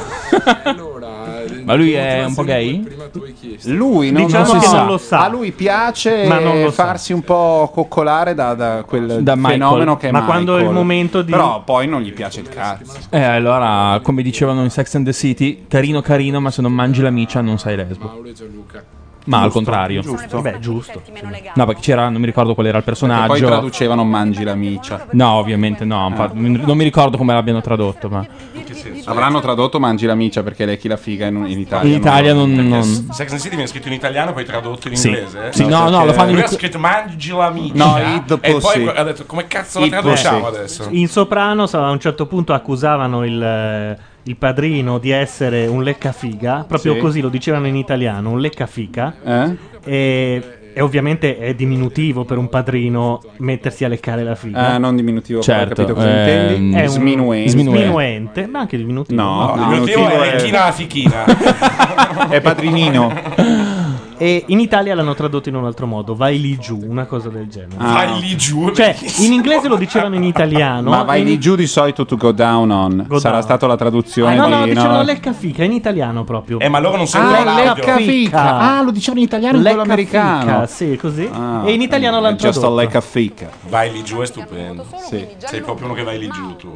Speaker 4: Ma lui è un po' gay?
Speaker 11: Lui non,
Speaker 2: Diciamo
Speaker 11: non
Speaker 2: che
Speaker 11: si
Speaker 2: non lo sa.
Speaker 11: A lui piace
Speaker 2: Ma non lo sa.
Speaker 11: farsi un po' coccolare da quel
Speaker 4: Da Michael.
Speaker 11: fenomeno che è
Speaker 2: Ma quando è il
Speaker 11: Michael.
Speaker 2: momento di-
Speaker 11: Però poi non gli piace il cazzo.
Speaker 4: Allora, come dicevano in Sex and the City, carino carino, ma se non mangi la micia non sei lesbo. Ma al contrario.
Speaker 11: Giusto.
Speaker 2: Beh, giusto.
Speaker 4: No, perché c'era, non mi ricordo qual era il personaggio.
Speaker 11: Poi traducevano mangi la micia.
Speaker 4: No, ovviamente no. Non mi ricordo come l'abbiano tradotto, ma
Speaker 11: Avranno tradotto mangi la micia perché lecchi la figa in Italia.
Speaker 4: in Italia non.
Speaker 5: Sex and the City viene scritto in italiano e poi tradotto in
Speaker 4: Sì.
Speaker 5: inglese?
Speaker 4: Sì, no, lo fanno in
Speaker 5: Lui ha scritto mangi la micia.
Speaker 11: No, eat the
Speaker 5: e
Speaker 11: pussy.
Speaker 5: poi ha detto come cazzo la
Speaker 11: Eat
Speaker 5: traduciamo
Speaker 11: pussy.
Speaker 5: adesso?
Speaker 2: In Sopranos a un certo punto accusavano il padrino di essere un leccafiga, proprio
Speaker 11: Sì.
Speaker 2: così lo dicevano in italiano, un leccafica. E ovviamente è diminutivo per un padrino mettersi a leccare la figa.
Speaker 11: Non diminutivo,
Speaker 4: Certo,
Speaker 11: ho capito cosa intendi.
Speaker 2: È un
Speaker 11: Sminuente.
Speaker 2: sminuente, ma anche diminutivo.
Speaker 11: No,
Speaker 5: Il motivo è lecchina la fichina.
Speaker 11: È padrinino.
Speaker 2: E in Italia l'hanno tradotto in un altro modo, vai lì giù, una cosa del genere.
Speaker 5: Vai lì giù.
Speaker 2: Cioè, in inglese lo dicevano in italiano.
Speaker 11: Ma vai
Speaker 2: in-
Speaker 11: lì giù di solito to go down on.
Speaker 2: Go
Speaker 11: Sarà
Speaker 2: down.
Speaker 11: stata la traduzione
Speaker 2: no, no,
Speaker 11: di
Speaker 2: dicevano leccafica in italiano proprio.
Speaker 5: Ma loro non sentono l'audio.
Speaker 11: leccafica. Ah, lo dicevano in italiano in quello americano.
Speaker 2: Sì, così.
Speaker 11: Ah,
Speaker 2: e in italiano l'hanno
Speaker 11: just a
Speaker 2: tradotto.
Speaker 11: leccafica.
Speaker 5: Vai lì giù è stupendo.
Speaker 11: Sì.
Speaker 5: Sei proprio uno che vai lì giù tu.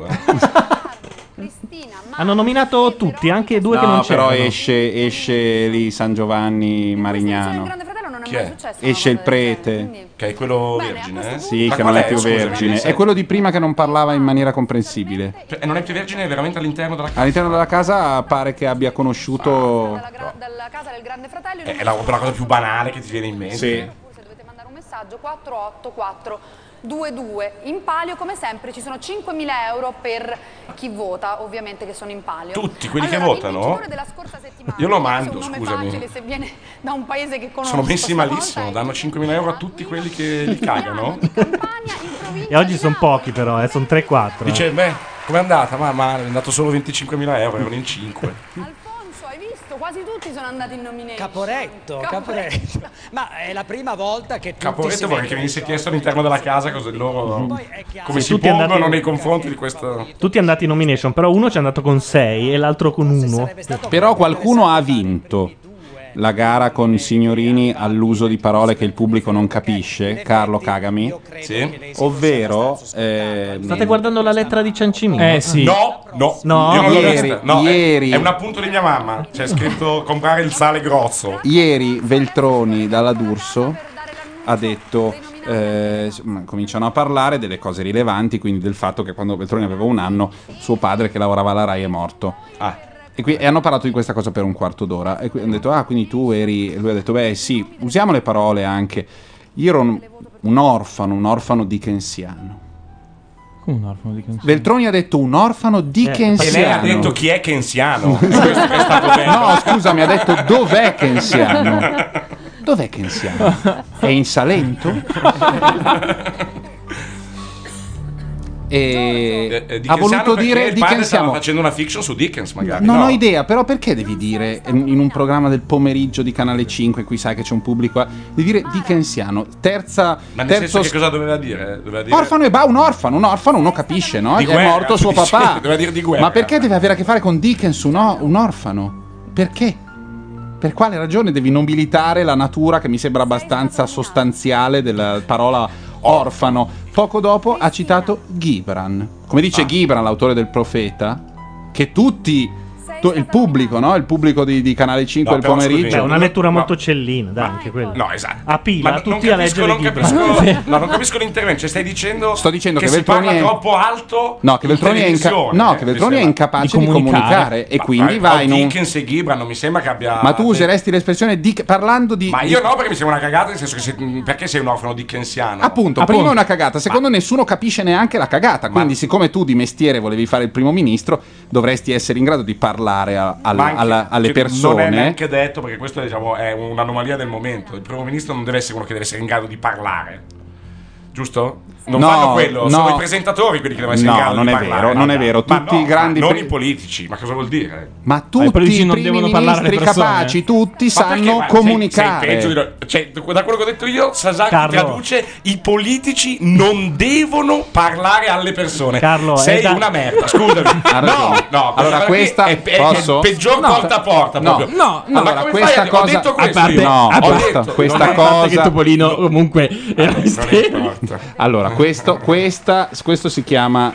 Speaker 2: Hanno nominato tutti, anche due che non
Speaker 11: No, però
Speaker 2: c'erano.
Speaker 11: esce lì San Giovanni Marignano.
Speaker 5: Chi è?
Speaker 11: Esce il prete.
Speaker 5: Che è quello vergine?
Speaker 11: Sì,
Speaker 5: Ma
Speaker 11: che
Speaker 5: qual
Speaker 11: non è più
Speaker 5: Scusami,
Speaker 11: vergine.
Speaker 5: sai?
Speaker 11: È quello di prima che non parlava in maniera comprensibile.
Speaker 5: E non è più vergine veramente all'interno della casa?
Speaker 11: All'interno della casa pare che abbia conosciuto.
Speaker 7: Dalla casa del grande fratello.
Speaker 5: È la cosa più banale che ti viene in mente.
Speaker 11: Sì.
Speaker 7: Se dovete mandare un messaggio 48422. In palio, come sempre, ci sono 5.000 euro per chi vota, ovviamente che sono in palio.
Speaker 5: Tutti quelli che
Speaker 7: Allora, il
Speaker 5: votano?
Speaker 7: vincitore della scorsa settimana.
Speaker 5: Io lo
Speaker 7: forse
Speaker 5: mando,
Speaker 7: un nome
Speaker 5: scusami.
Speaker 7: facile se viene da un paese che conosco.
Speaker 5: Sono messi
Speaker 7: stavolta
Speaker 5: malissimo,
Speaker 7: è
Speaker 5: danno 5.000 euro a tutti quelli che li cagano.
Speaker 2: E oggi sono pochi però, sono 3-4.
Speaker 5: Dice, beh, com'è andata? Ma è andato solo 25.000 euro, erano in 5.
Speaker 7: Alfonso, hai visto? Quasi tutti tutti sono andati in nomination.
Speaker 15: Caporetto. Ma è la prima volta che tutti
Speaker 5: Caporetto vorrei che venisse chiesto all'interno della casa cosa loro come
Speaker 2: Sì,
Speaker 5: si
Speaker 2: tutti
Speaker 5: pongono
Speaker 2: andati-
Speaker 5: nei confronti di questo.
Speaker 2: Tutti andati in nomination, però uno ci è andato con 6 e l'altro con 1.
Speaker 3: Però qualcuno ha vinto la gara con signorini all'uso di parole che il pubblico non capisce, Carlo Cagami, ovvero
Speaker 2: State guardando la lettera di Ciancimino?
Speaker 5: No,
Speaker 2: No?
Speaker 5: Io non l'ho
Speaker 3: Ieri-
Speaker 5: vista. No,
Speaker 3: ieri-
Speaker 5: è un appunto di mia mamma. C'è scritto comprare il sale grosso.
Speaker 3: Ieri Veltroni dalla D'Urso ha detto cominciano a parlare delle cose rilevanti, quindi del fatto che quando Veltroni aveva 1 anno suo padre che lavorava alla Rai è morto. E hanno parlato di questa cosa per un quarto d'ora e hanno detto quindi tu eri, e lui ha detto beh sì, usiamo le parole anche, io ero un orfano dickensiano.
Speaker 4: Come un orfano di canzone?
Speaker 3: Veltroni ha detto un orfano dickensiano.
Speaker 5: E lei ha detto chi è kensiano. Questo è stato bello.
Speaker 3: No, scusami, ha detto dov'è kensiano? Dov'è kensiano? È in Salento? E ha voluto dire
Speaker 5: il padre stava
Speaker 3: dickensiano.
Speaker 5: facendo una fiction su Dickens magari.
Speaker 3: Non
Speaker 5: no?
Speaker 3: ho idea, però perché devi dire in un programma del pomeriggio di Canale 5, qui sai che c'è un pubblico, devi dire dickensiano,
Speaker 5: Ma nel senso che cosa doveva dire? Doveva dire
Speaker 3: orfano e un orfano uno capisce, no?
Speaker 5: Di
Speaker 3: È
Speaker 5: guerra,
Speaker 3: morto suo
Speaker 5: tu dici,
Speaker 3: papà.
Speaker 5: doveva dire di guerra.
Speaker 3: Ma perché deve avere a che fare con Dickens un orfano? Perché? Per quale ragione devi nobilitare la natura che mi sembra abbastanza sostanziale della parola orfano? Poco dopo ha citato Gibran. Come dice Gibran, l'autore del Profeta, che tutti il pubblico, no? Il pubblico di Canale 5
Speaker 2: No,
Speaker 3: il
Speaker 2: però
Speaker 3: pomeriggio.
Speaker 2: È una lettura molto cellina, dai, anche quella.
Speaker 5: No, esatto.
Speaker 2: A pila,
Speaker 5: Ma
Speaker 2: tutti a leggere Gibran.
Speaker 5: non capisco l'intervento. Cioè, stai dicendo,
Speaker 3: Sto dicendo che
Speaker 5: si
Speaker 3: Veltroni
Speaker 5: parla
Speaker 3: è
Speaker 5: troppo alto.
Speaker 3: No, che Veltroni è,
Speaker 5: in televisione,
Speaker 3: incapace di comunicare e quindi va in un.
Speaker 5: Dickens e Gibran non mi sembra che abbia.
Speaker 3: Ma tu useresti l'espressione parlando di.
Speaker 5: Ma io no, perché mi sembra una cagata, nel senso che perché sei un orfano dickensiano?
Speaker 3: Appunto, primo è una cagata, secondo nessuno capisce neanche la cagata. Quindi, siccome tu di mestiere volevi fare il primo ministro, dovresti essere in grado di parlare alle persone.
Speaker 5: Non è neanche detto, perché questo diciamo è un'anomalia del momento. Il primo ministro non deve essere uno che deve essere in grado di parlare, giusto? Non fanno quello, sono i presentatori quelli che devono essere in grado di parlare.
Speaker 3: Non è vero, tutti i grandi
Speaker 5: non i politici, ma cosa vuol dire?
Speaker 3: Ma tutti i primi ministri capaci, tutti sanno comunicare.
Speaker 5: Sei peggio cioè, da quello che ho detto io, Sasaki
Speaker 2: Carlo.
Speaker 5: traduce: i politici non devono parlare alle persone.
Speaker 2: Carlo,
Speaker 5: sei una merda, scusami. No,
Speaker 3: allora questa
Speaker 5: è
Speaker 3: posso?
Speaker 5: il peggior porta a porta proprio.
Speaker 4: No,
Speaker 5: Ma
Speaker 3: allora
Speaker 5: come
Speaker 3: questa
Speaker 5: fai?
Speaker 3: cosa
Speaker 5: Ho detto questo
Speaker 4: parte-
Speaker 5: io.
Speaker 4: a
Speaker 5: Ho
Speaker 4: parte-
Speaker 5: detto
Speaker 3: questa
Speaker 4: a parte che
Speaker 3: cosa.
Speaker 4: Topolino comunque era
Speaker 3: Allora, questo si chiama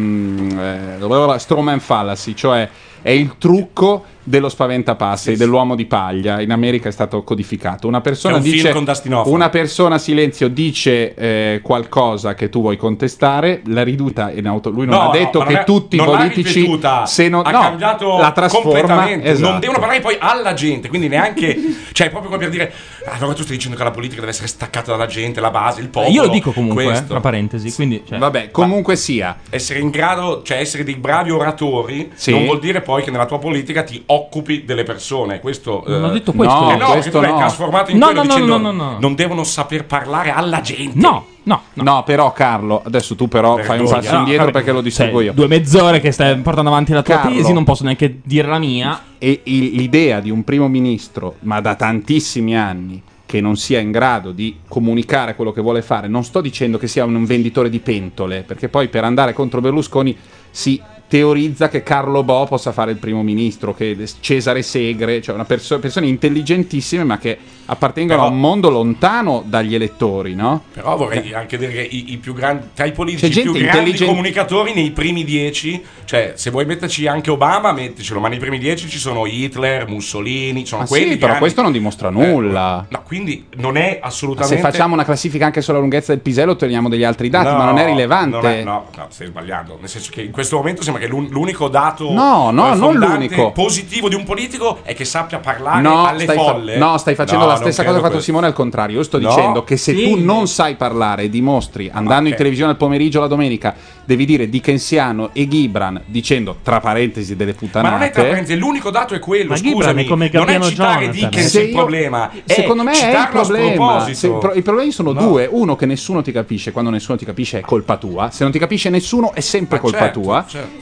Speaker 3: Strawman Fallacy, cioè è il trucco dello spaventapassi, dell'uomo di paglia. In America è stato codificato. Una persona
Speaker 5: È un film
Speaker 3: dice,
Speaker 5: con Dustin Hoffman.
Speaker 3: una persona, silenzio, dice qualcosa che tu vuoi contestare, la riduta in auto. Lui non
Speaker 5: No,
Speaker 3: ha detto
Speaker 5: ma
Speaker 3: che
Speaker 5: non è-
Speaker 3: tutti i
Speaker 5: non l'ha
Speaker 3: politici
Speaker 5: ripetuta,
Speaker 3: se non
Speaker 5: ha
Speaker 3: no,
Speaker 5: cambiato
Speaker 3: la trasforma.
Speaker 5: completamente.
Speaker 3: Esatto.
Speaker 5: Non devono parlare poi alla gente, quindi neanche cioè proprio come per dire allora tu stai dicendo che la politica deve essere staccata dalla gente, la base, il popolo.
Speaker 4: Io lo dico comunque,
Speaker 5: questo.
Speaker 4: tra parentesi, quindi cioè,
Speaker 3: Vabbè, comunque sia.
Speaker 5: Essere in grado, cioè essere dei bravi oratori,
Speaker 3: Sì.
Speaker 5: non vuol dire poi che nella tua politica ti occupi delle persone. Questo
Speaker 4: Non ho detto questo.
Speaker 3: No,
Speaker 5: no, perché
Speaker 3: questo
Speaker 5: tu l'hai
Speaker 3: no.
Speaker 5: trasformato in
Speaker 4: No,
Speaker 5: quello
Speaker 4: no,
Speaker 5: dicendo
Speaker 4: no.
Speaker 5: non devono saper parlare alla gente.
Speaker 3: No, però Carlo, adesso tu però fai un passo
Speaker 4: No,
Speaker 3: indietro
Speaker 4: vabbè,
Speaker 3: perché lo distruggo io.
Speaker 4: 2 mezz'ore che stai portando avanti la tua
Speaker 3: Carlo.
Speaker 4: tesi, non posso neanche dire la mia.
Speaker 3: E l'idea di un primo ministro, ma da tantissimi anni, che non sia in grado di comunicare quello che vuole fare, non sto dicendo che sia un venditore di pentole, perché poi per andare contro Berlusconi si teorizza che Carlo Bo possa fare il primo ministro, che Cesare Segre, cioè persone intelligentissime ma che appartengono a un mondo lontano dagli elettori, no?
Speaker 5: Però vorrei anche dire che i più grandi, tra i politici,
Speaker 3: C'è
Speaker 5: i più
Speaker 3: gente
Speaker 5: grandi
Speaker 3: intelligente-
Speaker 5: comunicatori nei primi 10, cioè se vuoi metterci anche Obama, metticelo, ma nei primi 10 ci sono Hitler, Mussolini, sono
Speaker 3: Ma
Speaker 5: quelli
Speaker 3: sì, però
Speaker 5: grandi.
Speaker 3: questo non dimostra nulla.
Speaker 5: No, quindi non è
Speaker 3: Ma
Speaker 5: assolutamente.
Speaker 3: se facciamo una classifica anche sulla lunghezza del pisello otteniamo degli altri dati,
Speaker 5: No,
Speaker 3: ma non è rilevante.
Speaker 5: no, stai sbagliando. Nel senso che in questo momento sembra che l'unico dato
Speaker 3: No, non
Speaker 5: fondante,
Speaker 3: l'unico.
Speaker 5: positivo di un politico è che sappia parlare
Speaker 3: No,
Speaker 5: alle folle.
Speaker 3: stai facendo
Speaker 5: No,
Speaker 3: la
Speaker 5: non
Speaker 3: stessa
Speaker 5: credo
Speaker 3: cosa che ha fatto
Speaker 5: questo.
Speaker 3: Simone al contrario. Io sto
Speaker 5: No.
Speaker 3: dicendo che se
Speaker 5: Sì.
Speaker 3: tu non sai parlare e dimostri andando in televisione al pomeriggio la domenica, devi dire dickensiano e Gibran dicendo tra parentesi delle puttanate.
Speaker 5: Ma non è tra parentesi, l'unico dato è quello,
Speaker 2: Ma Gibran
Speaker 5: scusami.
Speaker 2: è come
Speaker 5: non è
Speaker 2: Gabriano
Speaker 5: citare
Speaker 2: Jonathan.
Speaker 5: Dickens
Speaker 3: Se
Speaker 5: il
Speaker 3: io-
Speaker 5: problema.
Speaker 3: Secondo me è il
Speaker 5: citarlo a
Speaker 3: problema.
Speaker 5: sproposito.
Speaker 3: I problemi sono due. Uno, che nessuno ti capisce. Quando nessuno ti capisce è colpa tua. Se non ti capisce nessuno è sempre
Speaker 5: Ma
Speaker 3: colpa
Speaker 5: certo,
Speaker 3: tua.
Speaker 5: certo.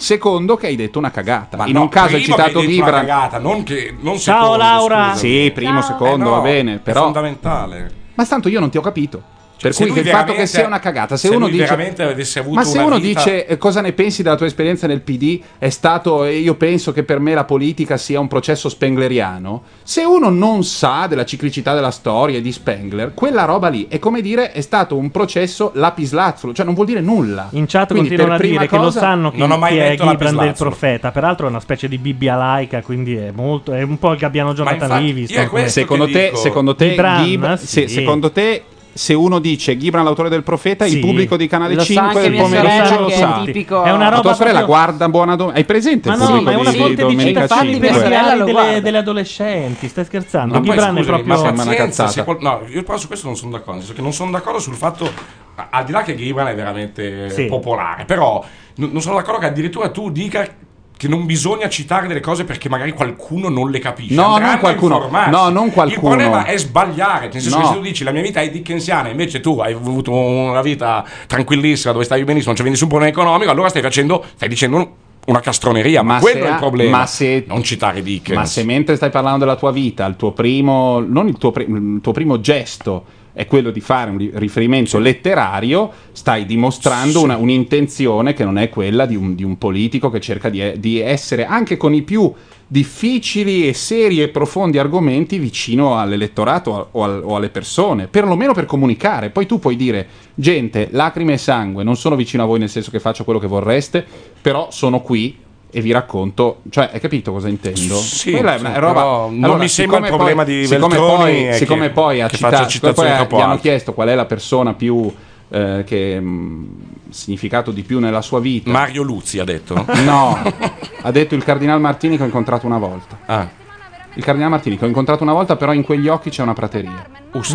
Speaker 3: Secondo, che hai detto una cagata.
Speaker 5: Ma
Speaker 3: In
Speaker 5: no,
Speaker 3: un caso hai
Speaker 5: primo che
Speaker 3: citato
Speaker 5: hai detto una
Speaker 3: Gibran.
Speaker 5: cagata, non
Speaker 2: Ciao,
Speaker 5: secondo,
Speaker 2: Laura.
Speaker 5: scusa.
Speaker 3: Sì, primo, secondo,
Speaker 5: no,
Speaker 3: va bene.
Speaker 5: è
Speaker 3: Però.
Speaker 5: fondamentale.
Speaker 3: Ma tanto io non ti ho capito. Per
Speaker 5: Se
Speaker 3: cui
Speaker 5: lui
Speaker 3: il fatto che
Speaker 5: veramente-
Speaker 3: sia una cagata, se
Speaker 5: se
Speaker 3: uno
Speaker 5: lui
Speaker 3: dice
Speaker 5: veramente avesse avuto
Speaker 3: ma se
Speaker 5: una
Speaker 3: uno
Speaker 5: vita-
Speaker 3: dice cosa ne pensi della tua esperienza nel PD, è stato io penso che per me la politica sia un processo spengleriano. Se uno non sa della ciclicità della storia e di Spengler, quella roba lì è come dire è stato un processo lapislazzolo, cioè non vuol dire nulla.
Speaker 2: In chat
Speaker 3: Quindi,
Speaker 2: continuano a
Speaker 3: per
Speaker 2: dire
Speaker 3: prima
Speaker 2: che lo
Speaker 3: cosa-
Speaker 2: sanno chi,
Speaker 5: Non ho mai
Speaker 2: chi è
Speaker 5: letto la
Speaker 2: Gibran del
Speaker 5: Pislazzolo.
Speaker 2: Profeta. Peraltro è una specie di Bibbia laica, quindi è un po' il gabbiano Jonathan
Speaker 5: infatti,
Speaker 2: Livingston.
Speaker 5: io è questo
Speaker 3: Secondo
Speaker 5: che
Speaker 3: te,
Speaker 5: dico.
Speaker 3: secondo te,
Speaker 2: Gibran,
Speaker 3: Gibran-
Speaker 2: sì.
Speaker 3: secondo te, se uno dice Gibran l'autore del Profeta,
Speaker 2: Sì.
Speaker 3: il pubblico di Canale
Speaker 13: Lo sa
Speaker 3: 5
Speaker 13: anche
Speaker 3: del
Speaker 13: mia
Speaker 3: pomeriggio
Speaker 13: sorella,
Speaker 3: lo
Speaker 13: che è
Speaker 3: sa.
Speaker 13: un tipico-
Speaker 2: È una
Speaker 3: La
Speaker 2: roba
Speaker 3: tua sorella
Speaker 2: proprio-
Speaker 3: guarda buona domenica. Hai presente
Speaker 2: Ma
Speaker 3: il
Speaker 2: no,
Speaker 3: pubblico
Speaker 2: ma è una
Speaker 3: di
Speaker 2: fonte di
Speaker 3: Domenica
Speaker 2: citazioni
Speaker 3: 5?
Speaker 13: mia sorella
Speaker 2: personali
Speaker 13: lo guarda.
Speaker 2: delle adolescenti. Stai scherzando?
Speaker 5: Ma poi,
Speaker 2: Gibran è
Speaker 5: scusami,
Speaker 2: proprio.
Speaker 5: ma
Speaker 3: Sembra una
Speaker 5: pazienza,
Speaker 3: cazzata.
Speaker 5: no, io però su questo non sono d'accordo, nel senso che non sono d'accordo sul fatto, al di là che Gibran è veramente
Speaker 2: Sì.
Speaker 5: popolare, però non sono d'accordo che addirittura tu dica che non bisogna citare delle cose perché magari qualcuno non le capisce.
Speaker 3: No,
Speaker 5: Andranno
Speaker 3: non qualcuno.
Speaker 5: a informarsi.
Speaker 3: No, non qualcuno.
Speaker 5: Il problema è sbagliare, nel senso
Speaker 3: No.
Speaker 5: che se tu dici la mia vita è dickensiana, invece tu hai avuto una vita tranquillissima dove stavi benissimo, non c'è nessun problema economico, allora stai dicendo una castroneria, ma quello
Speaker 3: se
Speaker 5: è il
Speaker 3: ha-
Speaker 5: problema.
Speaker 3: ma se-
Speaker 5: non citare Dickens.
Speaker 3: Ma se mentre stai parlando della tua vita, il tuo primo, non il tuo primo gesto è quello di fare un riferimento letterario, stai dimostrando un'intenzione che non è quella di un politico che cerca di essere, anche con i più difficili e seri e profondi argomenti, vicino all'elettorato o alle persone, perlomeno per comunicare. Poi tu puoi dire, gente, lacrime e sangue, non sono vicino a voi nel senso che faccio quello che vorreste, però sono qui e vi racconto, cioè hai capito cosa intendo?
Speaker 5: Sì,
Speaker 3: Quella è
Speaker 5: sì,
Speaker 3: una roba.
Speaker 5: però non mi sembra il
Speaker 3: siccome
Speaker 5: problema
Speaker 3: poi-
Speaker 5: di
Speaker 3: siccome
Speaker 5: Veltroni
Speaker 3: poi,
Speaker 5: è
Speaker 3: siccome
Speaker 5: che-
Speaker 3: poi ha
Speaker 5: che faccia
Speaker 3: citato,
Speaker 5: citazioni
Speaker 3: poi
Speaker 5: troppo
Speaker 3: gli hanno
Speaker 5: alte.
Speaker 3: chiesto qual è la persona più che significato di più nella sua vita.
Speaker 5: Mario Luzzi ha detto?
Speaker 3: No, ha detto il Cardinal Martini che ho incontrato una volta. Il Cardinal Martini che ho incontrato una volta, però in quegli occhi c'è una prateria.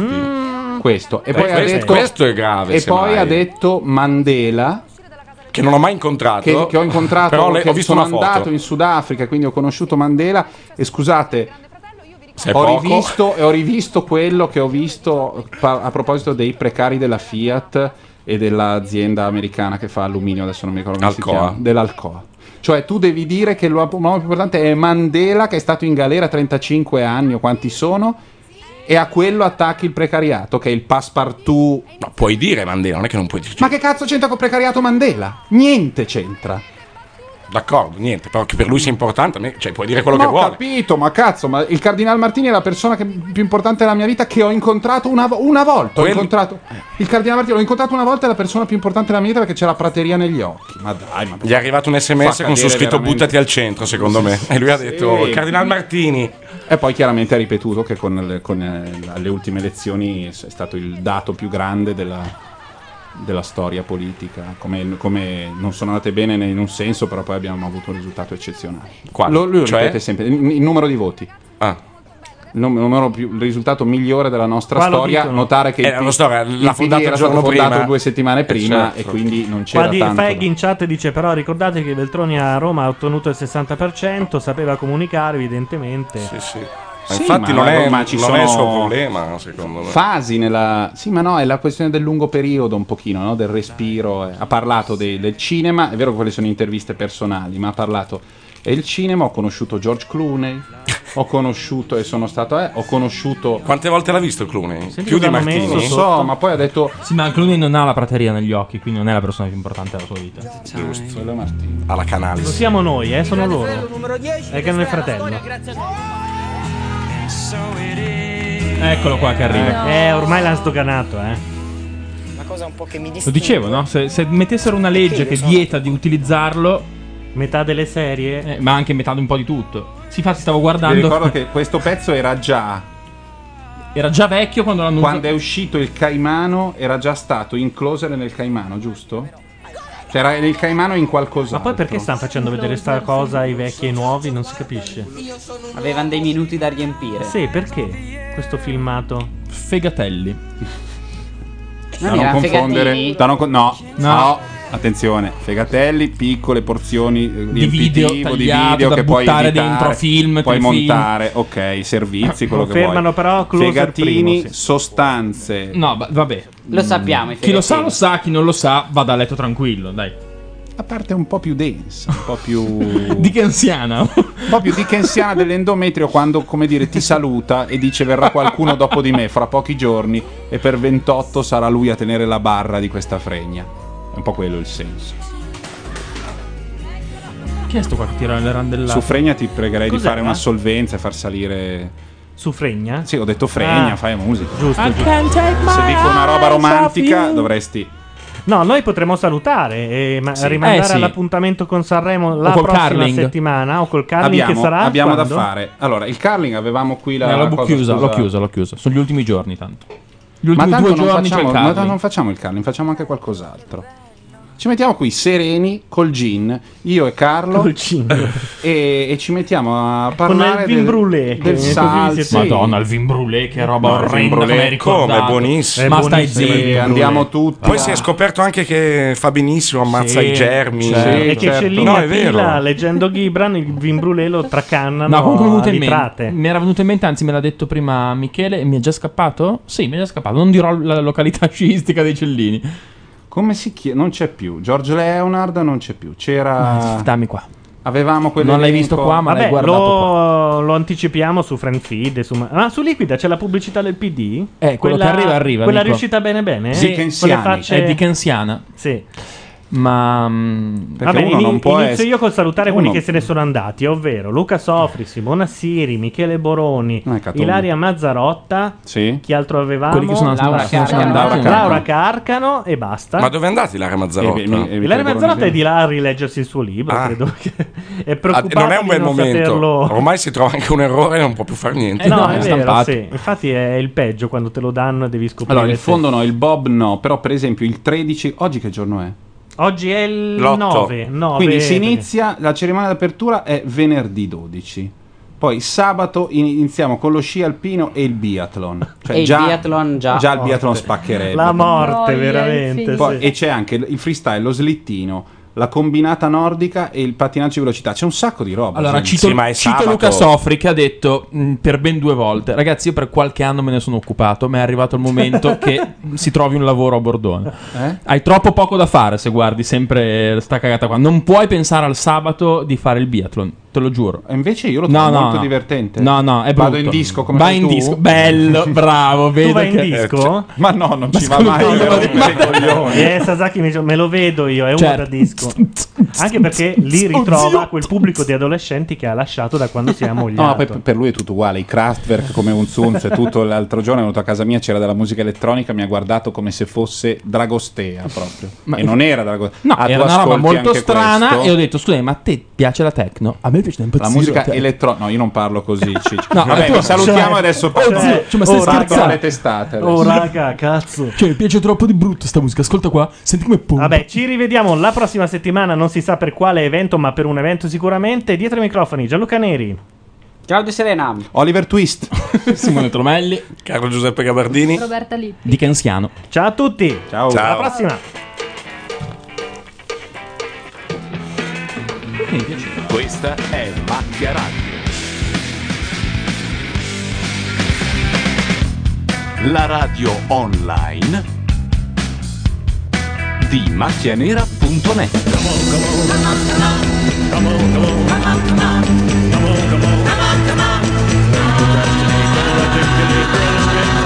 Speaker 3: Questo. E poi ha detto,
Speaker 5: questo è grave.
Speaker 3: e
Speaker 5: semmai.
Speaker 3: poi ha detto Mandela.
Speaker 5: Che non ho mai incontrato.
Speaker 3: Che ho incontrato,
Speaker 5: però
Speaker 3: che
Speaker 5: ho visto
Speaker 3: sono
Speaker 5: una foto.
Speaker 3: andato in Sudafrica, quindi ho conosciuto Mandela. E scusate,
Speaker 5: Sei
Speaker 3: ho
Speaker 5: poco.
Speaker 3: rivisto quello che ho visto a proposito dei precari della Fiat e dell'azienda americana che fa alluminio, adesso non mi ricordo come si
Speaker 5: Alcoa.
Speaker 3: chiama, dell'Alcoa. Cioè tu devi dire che l'uomo più importante è Mandela, che è stato in galera 35 anni o quanti sono, e a quello attacchi il precariato, che è il passepartout.
Speaker 5: Ma puoi dire Mandela, non è che non puoi dire.
Speaker 3: Ma che cazzo c'entra col precariato Mandela? Niente c'entra.
Speaker 5: D'accordo, niente, però che per lui sia importante, cioè puoi dire quello
Speaker 3: Ma
Speaker 5: che
Speaker 3: ho
Speaker 5: vuole.
Speaker 3: capito, ma cazzo, ma il Cardinal Martini è la persona più importante della mia vita che ho incontrato una volta. Ho incontrato il Cardinal Martini, l'ho incontrato una volta, è la persona più importante della mia vita perché c'è la prateria negli occhi. Ma dai, ma
Speaker 5: Gli è arrivato un
Speaker 3: Fa
Speaker 5: sms con su
Speaker 3: cadere
Speaker 5: scritto
Speaker 3: veramente.
Speaker 5: buttati al centro, secondo me. E lui ha detto
Speaker 3: Sì.
Speaker 5: Cardinal Martini.
Speaker 3: E poi chiaramente ha ripetuto che con le ultime elezioni è stato il dato più grande della storia politica, come non sono andate bene in un senso, però poi abbiamo avuto un risultato eccezionale.
Speaker 5: Quale?
Speaker 3: Lui
Speaker 5: Cioè?
Speaker 3: ripete sempre il numero di voti. Il risultato migliore della nostra
Speaker 2: Qua lo
Speaker 3: storia.
Speaker 2: dicono.
Speaker 3: Notare che
Speaker 5: la storia
Speaker 3: il
Speaker 5: l'ha
Speaker 3: PD
Speaker 5: fondato
Speaker 3: era
Speaker 5: il
Speaker 3: stato
Speaker 5: giorno
Speaker 3: fondato
Speaker 5: prima.
Speaker 3: 2 settimane prima
Speaker 5: certo.
Speaker 3: e quindi non
Speaker 2: Qua
Speaker 3: c'era
Speaker 2: di
Speaker 3: tanto.
Speaker 2: Feg in chat dice però ricordate che Veltroni a Roma ha ottenuto il 60%, sapeva comunicare evidentemente.
Speaker 5: Sì.
Speaker 3: Sì,
Speaker 5: Infatti
Speaker 3: ma
Speaker 5: non è
Speaker 3: ma ci
Speaker 5: non è il suo
Speaker 3: sono
Speaker 5: problema, secondo me.
Speaker 3: fasi nella. Sì, ma no, è la questione del lungo periodo, un pochino, no? Del respiro. Ha parlato del cinema, è vero che quelle sono interviste personali, ma ha parlato. E il cinema, ho conosciuto George Clooney, ho conosciuto e sono stato. Ho conosciuto.
Speaker 5: Quante volte l'ha visto Clooney?
Speaker 2: Senti
Speaker 5: Più di
Speaker 2: cosa hanno
Speaker 5: Martini.
Speaker 2: messo
Speaker 3: Non so, ma poi ha detto.
Speaker 4: Sì, ma anche lui non ha la prateria negli occhi, quindi non è la persona più importante della sua vita.
Speaker 5: Giusto. Alla Canalis.
Speaker 2: Non siamo noi, sono loro. È che non è fratello.
Speaker 4: Eccolo qua che arriva.
Speaker 2: Ormai l'hanno sdoganato,
Speaker 10: Una cosa un po' che mi
Speaker 4: Lo dicevo, no? Se mettessero una legge che vieta di utilizzarlo,
Speaker 2: metà delle serie,
Speaker 4: ma anche metà di un po' di tutto. Sì, infatti stavo
Speaker 3: Vi
Speaker 4: guardando.
Speaker 3: ricordo che questo pezzo era già
Speaker 4: vecchio quando l'hanno
Speaker 3: quando è uscito il Caimano, era già stato in closer nel Caimano, giusto? Cioè era nel Caimano in qualcos'altro.
Speaker 2: ma poi perché stanno facendo vedere sta cosa ai vecchi e ai nuovi? Non si capisce.
Speaker 13: Avevano dei minuti da riempire.
Speaker 2: Sì, perché questo filmato?
Speaker 4: Fegatelli.
Speaker 3: Da non confondere. No. Attenzione, Fegatelli, piccole porzioni
Speaker 4: Di video
Speaker 3: riempitivo di
Speaker 4: tagliato
Speaker 3: video
Speaker 4: da
Speaker 3: che puoi
Speaker 4: buttare
Speaker 3: editare,
Speaker 4: dentro film,
Speaker 3: puoi
Speaker 4: telefilm.
Speaker 3: montare, ok, servizi, quello che vuoi.
Speaker 2: Confermano però Closer
Speaker 3: Fegatini,
Speaker 2: primo, sì.
Speaker 3: sostanze.
Speaker 4: No, vabbè.
Speaker 13: Lo sappiamo.
Speaker 4: Chi lo sa, chi non lo sa, vada a letto tranquillo, dai.
Speaker 18: la parte un po' più densa, un po' più
Speaker 4: dickensiana,
Speaker 18: un po' più dickensiana dell'endometrio, quando, come dire, ti saluta e dice verrà qualcuno dopo di me fra pochi giorni e per 28 sarà lui a tenere la barra di questa fregna. È un po' quello il senso.
Speaker 4: Chi è sto qua che tira le randellate?
Speaker 18: Su Fregna ti pregherei
Speaker 2: Cos'è,
Speaker 18: di fare una solvenza e far salire.
Speaker 2: Su Fregna?
Speaker 18: Sì, ho detto Fregna,
Speaker 2: Ah.
Speaker 18: fai musica.
Speaker 2: Giusto,
Speaker 18: Se
Speaker 2: giusto.
Speaker 18: dico una roba romantica dovresti.
Speaker 2: No, noi potremmo salutare e rimandare
Speaker 18: Sì.
Speaker 2: all'appuntamento con Sanremo la
Speaker 18: col
Speaker 2: prossima
Speaker 18: curling.
Speaker 2: settimana o col curling che sarà
Speaker 18: abbiamo da
Speaker 2: quando?
Speaker 18: fare. Allora, il curling avevamo qui la
Speaker 4: l'ho
Speaker 18: cosa,
Speaker 4: chiusa,
Speaker 18: scusa.
Speaker 4: l'ho chiusa. Sono gli ultimi giorni, tanto. Gli
Speaker 18: Ma
Speaker 4: ultimi
Speaker 18: tanto
Speaker 4: 2 giorni c'è il
Speaker 18: ma
Speaker 4: curling.
Speaker 18: non facciamo il curling, facciamo anche qualcos'altro. Ci mettiamo qui sereni col gin, io e Carlo,
Speaker 2: Col gin.
Speaker 18: e ci mettiamo a parlare
Speaker 2: il vin brûlé,
Speaker 18: del
Speaker 2: che
Speaker 18: salsa.
Speaker 2: così siete-
Speaker 4: Madonna, il vin brûlé, che roba
Speaker 5: No, il vin
Speaker 4: orrenda,
Speaker 5: brûlé,
Speaker 4: come hai ricordato.
Speaker 5: come, è buonissimo.
Speaker 4: Ma
Speaker 5: È
Speaker 4: stai
Speaker 5: buonissimo il
Speaker 4: zitto.
Speaker 5: vin brûlé.
Speaker 18: Andiamo tutti.
Speaker 5: Poi si è scoperto anche che fa benissimo, ammazza
Speaker 4: Sì,
Speaker 5: i germi.
Speaker 2: E che c'è lì
Speaker 5: No,
Speaker 2: a
Speaker 5: è vero.
Speaker 2: pila, leggendo Ghibran, il vin brûlé lo tracannano
Speaker 4: No, comunque mi è venuto
Speaker 2: a
Speaker 4: in
Speaker 2: litrate.
Speaker 4: mente. Mi era venuto in mente, anzi me l'ha detto prima Michele e mi è già scappato? Sì, mi è già scappato. Non dirò la località sciistica dei Cellini.
Speaker 18: Come si chiama? Non c'è più. George Leonard non c'è più. C'era.
Speaker 4: Dammi qua.
Speaker 18: Avevamo quello.
Speaker 4: Non l'hai visto qua, ma l'hai guardato qua.
Speaker 2: lo anticipiamo su Friendfeed. Ma su Liquida c'è la pubblicità del PD?
Speaker 4: Quello che arriva.
Speaker 2: Quella
Speaker 4: Nico.
Speaker 2: riuscita bene bene?
Speaker 4: Sì,
Speaker 2: Con le facce...
Speaker 4: è dickensiana.
Speaker 2: Sì.
Speaker 4: Ma
Speaker 2: Vabbè,
Speaker 18: uno non può
Speaker 2: inizio
Speaker 18: essere-
Speaker 2: io col salutare
Speaker 18: uno-
Speaker 2: quelli che se ne sono andati, ovvero Luca Sofri, Simona Siri, Michele Boroni,
Speaker 18: Catombe.
Speaker 2: Ilaria Mazzarotta.
Speaker 18: Sì.
Speaker 2: Chi altro avevamo?
Speaker 4: Quelli che sono andati.
Speaker 2: Laura Carcano e basta.
Speaker 5: Ma dove è andata Ilaria Mazzarotta?
Speaker 2: Ilaria Mazzarotta è di là a rileggersi il suo libro,
Speaker 5: Ah.
Speaker 2: credo che è preoccupata
Speaker 5: non è un
Speaker 2: di
Speaker 5: bel
Speaker 2: non
Speaker 5: momento.
Speaker 2: saperlo.
Speaker 5: Ormai si trova anche un errore e non può più fare niente.
Speaker 2: No, è vero, sì. Infatti è il peggio quando te lo danno e devi scoprire.
Speaker 18: Allora, il
Speaker 2: se-
Speaker 18: fondo no, il Bob no, però per esempio il 13, oggi che giorno è?
Speaker 2: Oggi è il
Speaker 18: L'8.
Speaker 2: 9.
Speaker 18: Quindi si inizia, la cerimonia d'apertura è venerdì 12. Poi sabato iniziamo con lo sci alpino e il biathlon. Cioè
Speaker 13: E il biathlon già.
Speaker 18: il biathlon spaccherebbe.
Speaker 2: La morte, veramente.
Speaker 18: Poi,
Speaker 2: sì.
Speaker 18: e c'è anche il freestyle, lo slittino, la combinata nordica e il pattinaggio di velocità. C'è un sacco di roba.
Speaker 4: Allora,
Speaker 18: Sì,
Speaker 4: cito
Speaker 18: ma è sabato.
Speaker 4: Luca Sofri che ha detto per ben 2 volte: ragazzi, io per qualche anno me ne sono occupato, ma è arrivato il momento che si trovi un lavoro a Bordone. Hai troppo poco da fare se guardi sempre sta cagata qua. Non puoi pensare al sabato di fare il biathlon, te lo giuro.
Speaker 18: E invece io lo trovo molto divertente.
Speaker 4: No, è brutto.
Speaker 18: Vado in disco come
Speaker 4: vai
Speaker 18: fai
Speaker 4: in
Speaker 18: tu?
Speaker 4: disco, bello, bravo. Vedo
Speaker 2: vai in
Speaker 4: che...
Speaker 2: disco?
Speaker 18: Ma no, non ci va
Speaker 4: scusa,
Speaker 18: mai.
Speaker 4: io vado in-
Speaker 2: Sasaki mi dice, me lo vedo io, è uno
Speaker 4: Certo.
Speaker 2: da disco. Anche perché lì ritrova quel pubblico di adolescenti che ha lasciato da quando si è
Speaker 18: No,
Speaker 2: ammogliato.
Speaker 18: poi per lui è tutto uguale. I Kraftwerk come un Zunz e tutto. L'altro giorno è venuto a casa mia, c'era della musica elettronica, mi ha guardato come se fosse Dragostea proprio. E non era Dragostea.
Speaker 4: No,
Speaker 18: Ah,
Speaker 4: era
Speaker 18: tu
Speaker 4: una roba
Speaker 18: ascolti
Speaker 4: molto
Speaker 18: anche
Speaker 4: strana
Speaker 18: questo?
Speaker 4: e ho detto, scusa, ma a te piace la techno? A me piace da impazzire
Speaker 18: La musica
Speaker 4: te.
Speaker 18: elettronica. No, io non parlo così. Ciccio.
Speaker 4: No,
Speaker 18: Vabbè,
Speaker 4: tu-
Speaker 18: vi salutiamo
Speaker 4: cioè-
Speaker 18: adesso.
Speaker 4: Oh, zio, ma stai
Speaker 18: partono
Speaker 4: scherzando?
Speaker 18: le testate. adesso.
Speaker 2: Oh raga, cazzo.
Speaker 4: Cioè, mi piace troppo di brutto sta musica. Ascolta qua, senti come pompa.
Speaker 2: Vabbè, ci rivediamo la prossima settimana, non si sa per quale evento, ma per un evento sicuramente. Dietro i microfoni, Gianluca Neri.
Speaker 13: Claudio Serena.
Speaker 18: Oliver Twist.
Speaker 4: Simone Tromelli.
Speaker 5: Carlo Giuseppe Gabardini.
Speaker 17: Roberta Lippi.
Speaker 4: Dickensiano.
Speaker 2: Ciao a tutti.
Speaker 18: Ciao.
Speaker 2: Alla prossima.
Speaker 12: Questa è Macchia Radio. La radio online di macchianera.net.